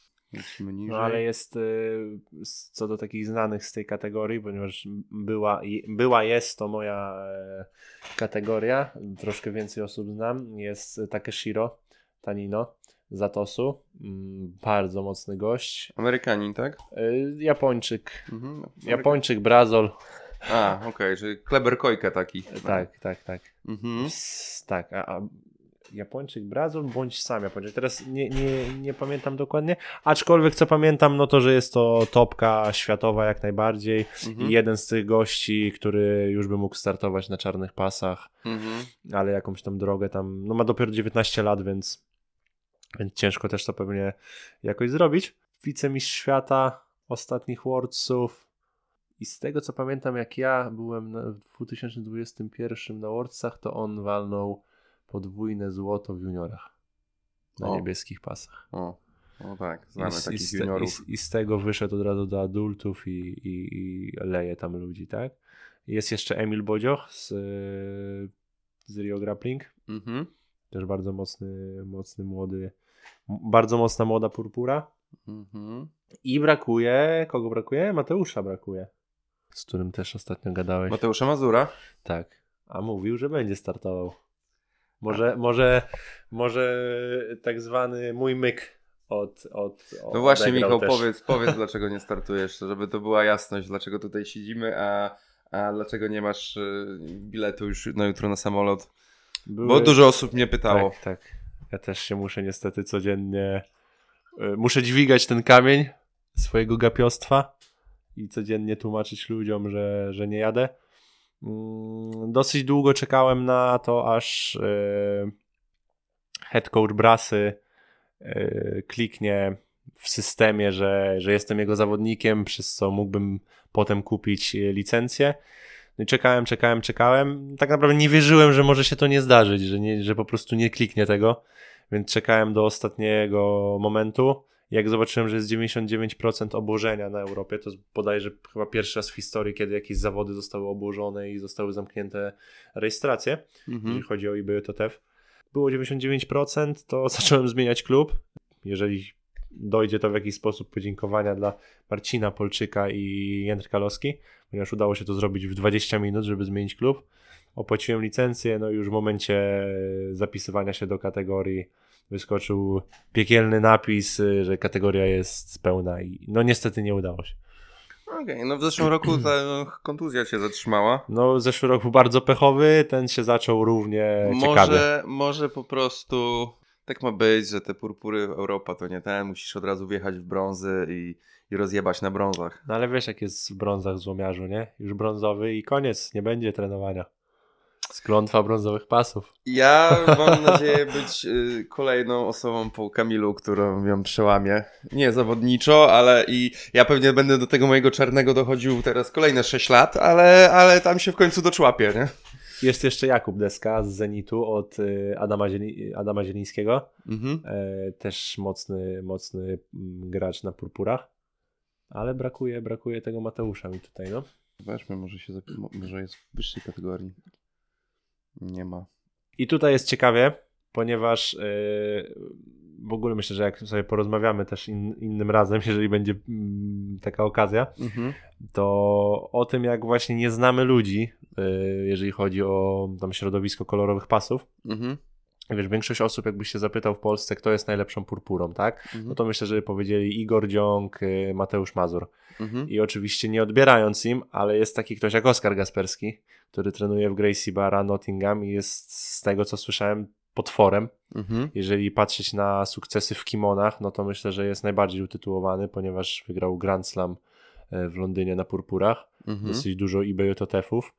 No ale jest y, co do takich znanych z tej kategorii, ponieważ była, była jest to moja e, kategoria, troszkę więcej osób znam, jest Takeshiro Tanino z Atosu, mm, bardzo mocny gość. Amerykanin, tak? Y, Japończyk, mhm. Ameryka... Japończyk, Brazol. A, okej, okay, czyli Kleber Kojka taki. Tak, tak, tak. Mhm. S- tak, a, a Japończyk, Brazol bądź sam Japończyk. Teraz nie, nie, nie pamiętam dokładnie, aczkolwiek co pamiętam, no to, że jest to topka światowa jak najbardziej mhm. i jeden z tych gości, który już by mógł startować na czarnych pasach, mhm. ale jakąś tam drogę tam, no ma dopiero dziewiętnaście lat, więc, więc ciężko też to pewnie jakoś zrobić. Wicemistrz świata ostatnich Worldsów i z tego co pamiętam, jak ja byłem na, w dwa tysiące dwudziestym pierwszym na Worldsach, to on walnął podwójne złoto w juniorach na o. niebieskich pasach. O, o tak, znamy I, takich i z, juniorów. I, I z tego wyszedł od razu do adultów i, i, i leje tam ludzi, tak? Jest jeszcze Emil Bodzioch z, z Rio Grappling. Mhm. Też bardzo mocny, mocny młody, bardzo mocna młoda purpura. Mhm. I brakuje, kogo brakuje? Mateusza brakuje. Z którym też ostatnio gadałeś. Mateusza Mazura? Tak. A mówił, że będzie startował. Może, może, może tak zwany mój myk od, od, od No właśnie, Michał, też. powiedz, powiedz dlaczego nie startujesz, żeby to była jasność, dlaczego tutaj siedzimy, a, a dlaczego nie masz y, biletu już na jutro na samolot. Były... Bo dużo osób mnie pytało. Tak, tak. Ja też się muszę niestety codziennie, y, muszę dźwigać ten kamień swojego gapiostwa i codziennie tłumaczyć ludziom, że, że nie jadę. Mm, dosyć długo czekałem na to, aż y, head coach Brasy y, kliknie w systemie, że, że jestem jego zawodnikiem, przez co mógłbym potem kupić licencję. No i czekałem, czekałem, czekałem. Tak naprawdę nie wierzyłem, że może się to nie zdarzyć, że, nie, że po prostu nie kliknie tego, więc czekałem do ostatniego momentu. Jak zobaczyłem, że jest dziewięćdziesiąt dziewięć procent obłożenia na Europie, to jest bodajże chyba pierwszy raz w historii, kiedy jakieś zawody zostały obłożone i zostały zamknięte rejestracje, Mhm. jeżeli chodzi o eBay T T F. Było dziewięćdziesiąt dziewięć procent, to zacząłem zmieniać klub. Jeżeli dojdzie to w jakiś sposób podziękowania dla Marcina Polczyka i Jędrka Loski, ponieważ udało się to zrobić w dwadzieścia minut, żeby zmienić klub. Opłaciłem licencję, no i już w momencie zapisywania się do kategorii wyskoczył piekielny napis, że kategoria jest pełna i no niestety nie udało się. Okej, okay, no w zeszłym roku ta kontuzja się zatrzymała. No zeszły rok był bardzo pechowy, ten się zaczął równie może, ciekawie. Może po prostu tak ma być, że te purpury Europa to nie ten, musisz od razu wjechać w brązy i, i rozjebać na brązach. No ale wiesz jak jest w brązach złomiarzu, nie? Już brązowy i koniec, nie będzie trenowania. Sklątwa brązowych pasów. Ja mam nadzieję być y, kolejną osobą po Kamilu, którą ją przełamie. Nie zawodniczo, ale i ja pewnie będę do tego mojego czarnego dochodził teraz kolejne sześć lat, ale, ale tam się w końcu doczłapię, nie? Jest jeszcze Jakub Deska z Zenitu od y, Adama, Zieli- Adama Zielińskiego. Mhm. E, też mocny, mocny m, gracz na purpurach. Ale brakuje, brakuje tego Mateusza mi tutaj, no. Weźmy, może się zap- może jest w wyższej kategorii. Nie ma. I tutaj jest ciekawie, ponieważ yy, w ogóle myślę, że jak sobie porozmawiamy też in, innym razem, jeżeli będzie mm, taka okazja, mhm. to o tym, jak właśnie nie znamy ludzi, yy, jeżeli chodzi o tam środowisko kolorowych pasów. Mhm. Wiesz, większość osób, jakbyś się zapytał w Polsce, kto jest najlepszą purpurą, tak? Mhm. No to myślę, że powiedzieli Igor Dziąg, yy, Mateusz Mazur. Mhm. I oczywiście nie odbierając im, ale jest taki ktoś jak Oskar Gasperski, który trenuje w Gracie Barra Nottingham i jest z tego, co słyszałem, potworem. Mhm. Jeżeli patrzeć na sukcesy w kimonach, no to myślę, że jest najbardziej utytułowany, ponieważ wygrał Grand Slam w Londynie na purpurach. Mhm. Dosyć dużo eBay T T F-ów.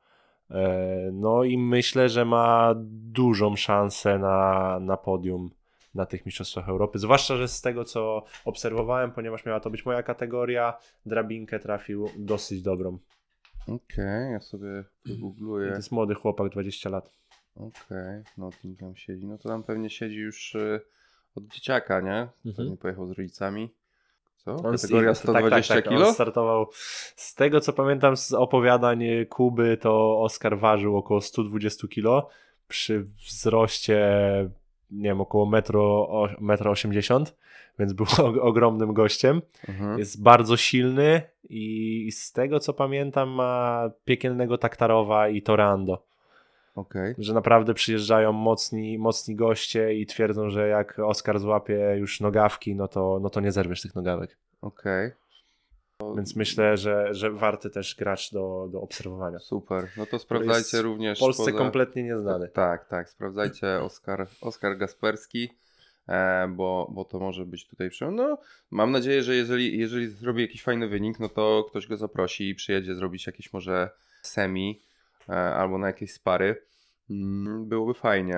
No i myślę, że ma dużą szansę na, na podium na tych mistrzostwach Europy, zwłaszcza, że z tego, co obserwowałem, ponieważ miała to być moja kategoria, drabinkę trafił dosyć dobrą. Okej, okay, ja sobie wygoogluję. To jest młody chłopak, dwadzieścia lat. Okej, okay, Nottingham siedzi. No to tam pewnie siedzi już y, od dzieciaka, nie? Pewnie mhm. pojechał z rodzicami. Co? On Kategoria sto dwadzieścia tak, tak, tak. kilo? On startował, z tego co pamiętam z opowiadań Kuby, to Oskar ważył około sto dwadzieścia kilo przy wzroście, nie wiem, około metr osiemdziesiąt, więc był ogromnym gościem. Mhm. Jest bardzo silny i z tego co pamiętam ma piekielnego Taktarowa i Torando. Okay. Że naprawdę przyjeżdżają mocni, mocni goście i twierdzą, że jak Oskar złapie już nogawki, no to, no to nie zerwiesz tych nogawek. Okej. Okay. Więc myślę, że, że warty też gracz do, do obserwowania. Super. No to sprawdzajcie również. W Polsce poza... kompletnie nieznany. Tak, tak. Sprawdzajcie Oskar, Oskar Gasperski, e, bo, bo to może być tutaj przy... No, mam nadzieję, że jeżeli, jeżeli zrobi jakiś fajny wynik, no to ktoś go zaprosi i przyjedzie zrobić jakieś może semi albo na jakieś spary. Byłoby fajnie.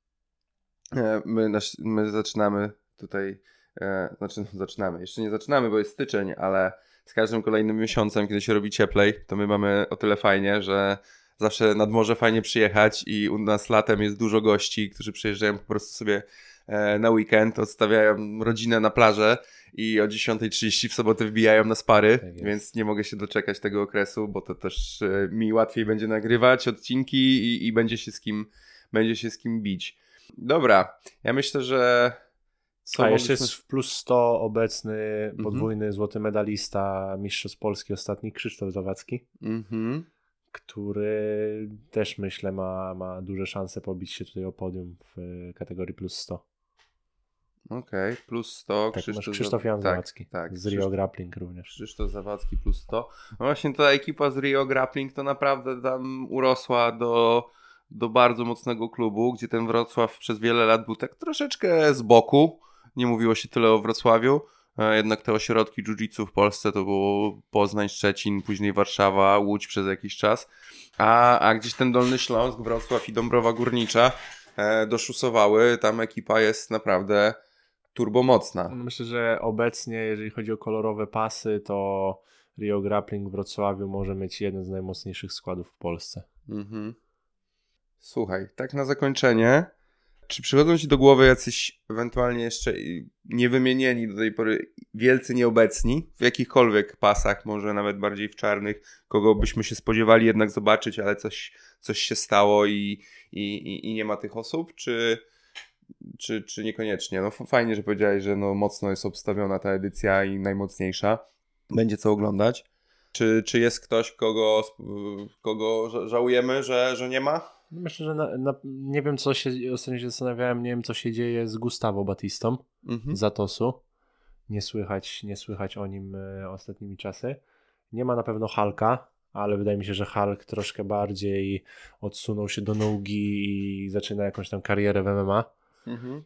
My, my zaczynamy tutaj, znaczy zaczynamy, jeszcze nie zaczynamy, bo jest styczeń, ale z każdym kolejnym miesiącem, kiedy się robi cieplej, to my mamy o tyle fajnie, że zawsze nad morze fajnie przyjechać i u nas latem jest dużo gości, którzy przyjeżdżają po prostu sobie na weekend, odstawiają rodzinę na plażę i o dziesiąta trzydzieści w sobotę wbijają na spary, tak więc nie mogę się doczekać tego okresu, bo to też mi łatwiej będzie nagrywać odcinki i, i będzie się z kim będzie się z kim bić. Dobra, ja myślę, że... Co A jeszcze jest w plus sto obecny podwójny mm-hmm. złoty medalista mistrzostw Polski ostatni, Krzysztof Zawadzki, mm-hmm. który też myślę ma, ma duże szanse pobić się tutaj o podium w kategorii plus sto. Okej, okay, plus sto. Tak, Krzysztof, Krzysztof Jan tak, Zawadzki tak, z Rio Krzysztof, Grappling również. Krzysztof Zawadzki plus sto. No właśnie ta ekipa z Rio Grappling to naprawdę tam urosła do, do bardzo mocnego klubu, gdzie ten Wrocław przez wiele lat był tak troszeczkę z boku. Nie mówiło się tyle o Wrocławiu. Jednak te ośrodki jiu-jitsu w Polsce to było Poznań, Szczecin, później Warszawa, Łódź przez jakiś czas. A, a gdzieś ten Dolny Śląsk, Wrocław i Dąbrowa Górnicza e, doszusowały. Tam ekipa jest naprawdę turbomocna. Myślę, że obecnie, jeżeli chodzi o kolorowe pasy, to Rio Grappling w Wrocławiu może mieć jeden z najmocniejszych składów w Polsce. Mhm. Słuchaj, tak na zakończenie, czy przychodzą ci do głowy jacyś ewentualnie jeszcze niewymienieni do tej pory wielcy nieobecni w jakichkolwiek pasach, może nawet bardziej w czarnych, kogo byśmy się spodziewali jednak zobaczyć, ale coś, coś się stało i, i, i nie ma tych osób, czy... Czy, czy niekoniecznie? No fajnie, że powiedziałeś, że no mocno jest obstawiona ta edycja i najmocniejsza. Będzie co oglądać. Czy, czy jest ktoś, kogo, kogo żałujemy, że, że nie ma? Myślę, że na, na, nie wiem, co się, ostatnio się zastanawiałem, nie wiem, co się dzieje z Gustavo Batistą mhm. z Atosu. Nie słychać, nie słychać o nim y, ostatnimi czasy. Nie ma na pewno Hulka, ale wydaje mi się, że Hulk troszkę bardziej odsunął się do nogi i zaczyna jakąś tam karierę w M M A. Mhm.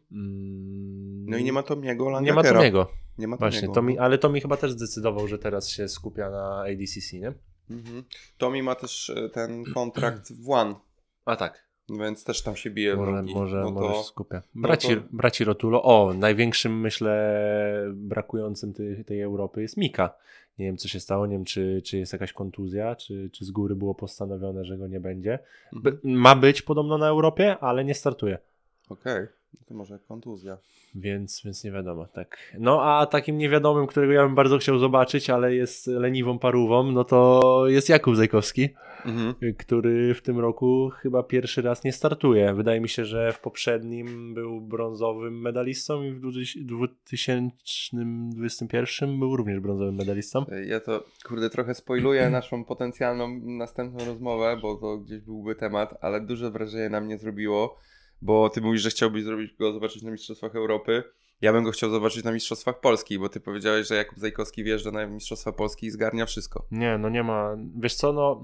Mm. No i nie ma Tomiego Langakera. Nie ma Tomiego. Nie ma Właśnie, Tomi, ale Tomi chyba też zdecydował, że teraz się skupia na A D C C, nie? Mhm. Tomi ma też ten kontrakt w One. A tak. Więc też tam się bije może, w nogi. Może, no może to, skupia. Braci, no to... braci Rotulo. O, największym, myślę, brakującym tej, tej Europy jest Mika. Nie wiem, co się stało, nie wiem, czy, czy jest jakaś kontuzja, czy, czy z góry było postanowione, że go nie będzie. Mhm. Ma być podobno na Europie, ale nie startuje. Okej. Okay. To może kontuzja. Więc, więc nie wiadomo, tak. No a takim niewiadomym, którego ja bym bardzo chciał zobaczyć, ale jest leniwą parówą, no to jest Jakub Zajkowski, mhm. który w tym roku chyba pierwszy raz nie startuje. Wydaje mi się, że w poprzednim był brązowym medalistą i w dwa tysiące dwudziestym pierwszym był również brązowym medalistą. Ja to, kurde, trochę spoiluję naszą potencjalną następną rozmowę, bo to gdzieś byłby temat, ale duże wrażenie na mnie zrobiło, bo ty mówisz, że chciałbyś zrobić go zobaczyć na Mistrzostwach Europy. Ja bym go chciał zobaczyć na Mistrzostwach Polski, bo ty powiedziałeś, że Jakub Zajkowski wjeżdża na Mistrzostwa Polski i zgarnia wszystko. Nie, no nie ma. Wiesz co, no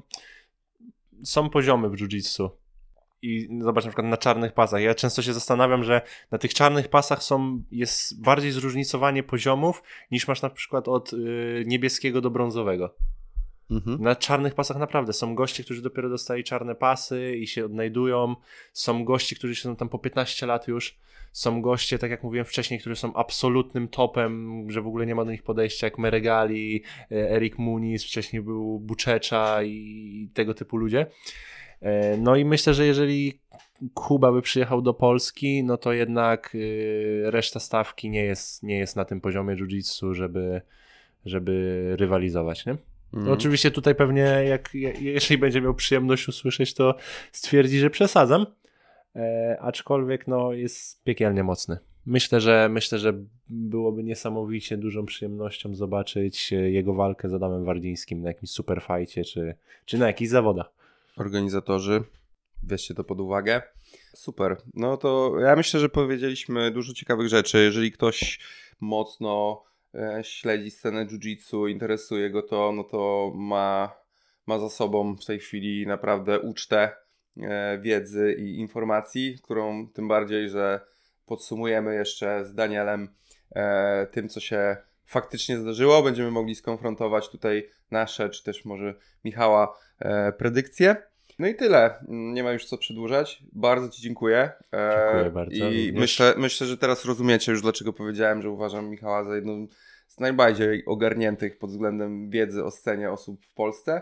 są poziomy w jiu-jitsu i zobacz na przykład na czarnych pasach. Ja często się zastanawiam, że na tych czarnych pasach są, jest bardziej zróżnicowanie poziomów niż masz na przykład od y, niebieskiego do brązowego. Mhm. Na czarnych pasach naprawdę są goście, którzy dopiero dostali czarne pasy i się odnajdują. Są goście, którzy są tam po piętnaście lat już. Są goście, tak jak mówiłem wcześniej, którzy są absolutnym topem, że w ogóle nie ma do nich podejścia, jak Meregali, Erik Muniz, wcześniej był Buczecza i tego typu ludzie. No i myślę, że jeżeli Kuba by przyjechał do Polski, no to jednak reszta stawki nie jest, nie jest na tym poziomie jiu-jitsu, żeby, żeby rywalizować, nie? Mm. Oczywiście tutaj pewnie, jak, jeżeli będzie miał przyjemność usłyszeć, to stwierdzi, że przesadzam, e, aczkolwiek no, jest piekielnie mocny. Myślę, że myślę, że byłoby niesamowicie dużą przyjemnością zobaczyć jego walkę z Adamem Wardzińskim na jakimś superfajcie, czy, czy na jakichś zawodach. Organizatorzy, weźcie to pod uwagę. Super. No to ja myślę, że powiedzieliśmy dużo ciekawych rzeczy. Jeżeli ktoś mocno śledzi scenę jiu-jitsu, interesuje go to, no to ma, ma za sobą w tej chwili naprawdę ucztę e, wiedzy i informacji, którą tym bardziej, że podsumujemy jeszcze z Danielem e, tym, co się faktycznie zdarzyło. Będziemy mogli skonfrontować tutaj nasze, czy też może Michała e, predykcje. No i tyle. Nie ma już co przedłużać. Bardzo ci dziękuję. E, dziękuję bardzo. I myślę, myślę, że teraz rozumiecie już, dlaczego powiedziałem, że uważam Michała za jedną z najbardziej ogarniętych pod względem wiedzy o scenie osób w Polsce.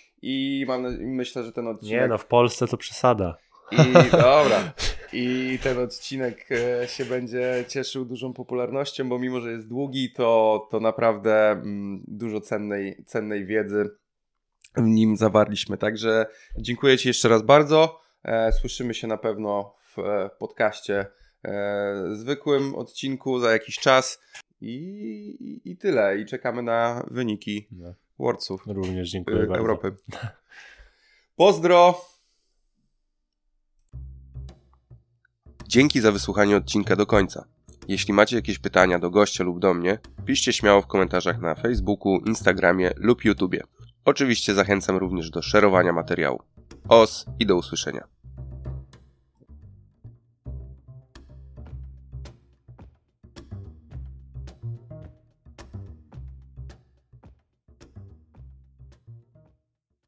I mam, myślę, że ten odcinek... Nie no, w Polsce to przesada. I dobra. I ten odcinek się będzie cieszył dużą popularnością, bo mimo, że jest długi, to, to naprawdę mm, dużo cennej, cennej wiedzy w nim zawarliśmy. Także dziękuję ci jeszcze raz bardzo. E, słyszymy się na pewno w e, podcaście e, zwykłym odcinku za jakiś czas i, i, i tyle. I czekamy na wyniki No. Worldsów Również dziękuję e, bardzo. Europy. Pozdro! Dzięki za wysłuchanie odcinka do końca. Jeśli macie jakieś pytania do gościa lub do mnie, piszcie śmiało w komentarzach na Facebooku, Instagramie lub YouTubie. Oczywiście zachęcam również do szerowania materiału. Os i do usłyszenia.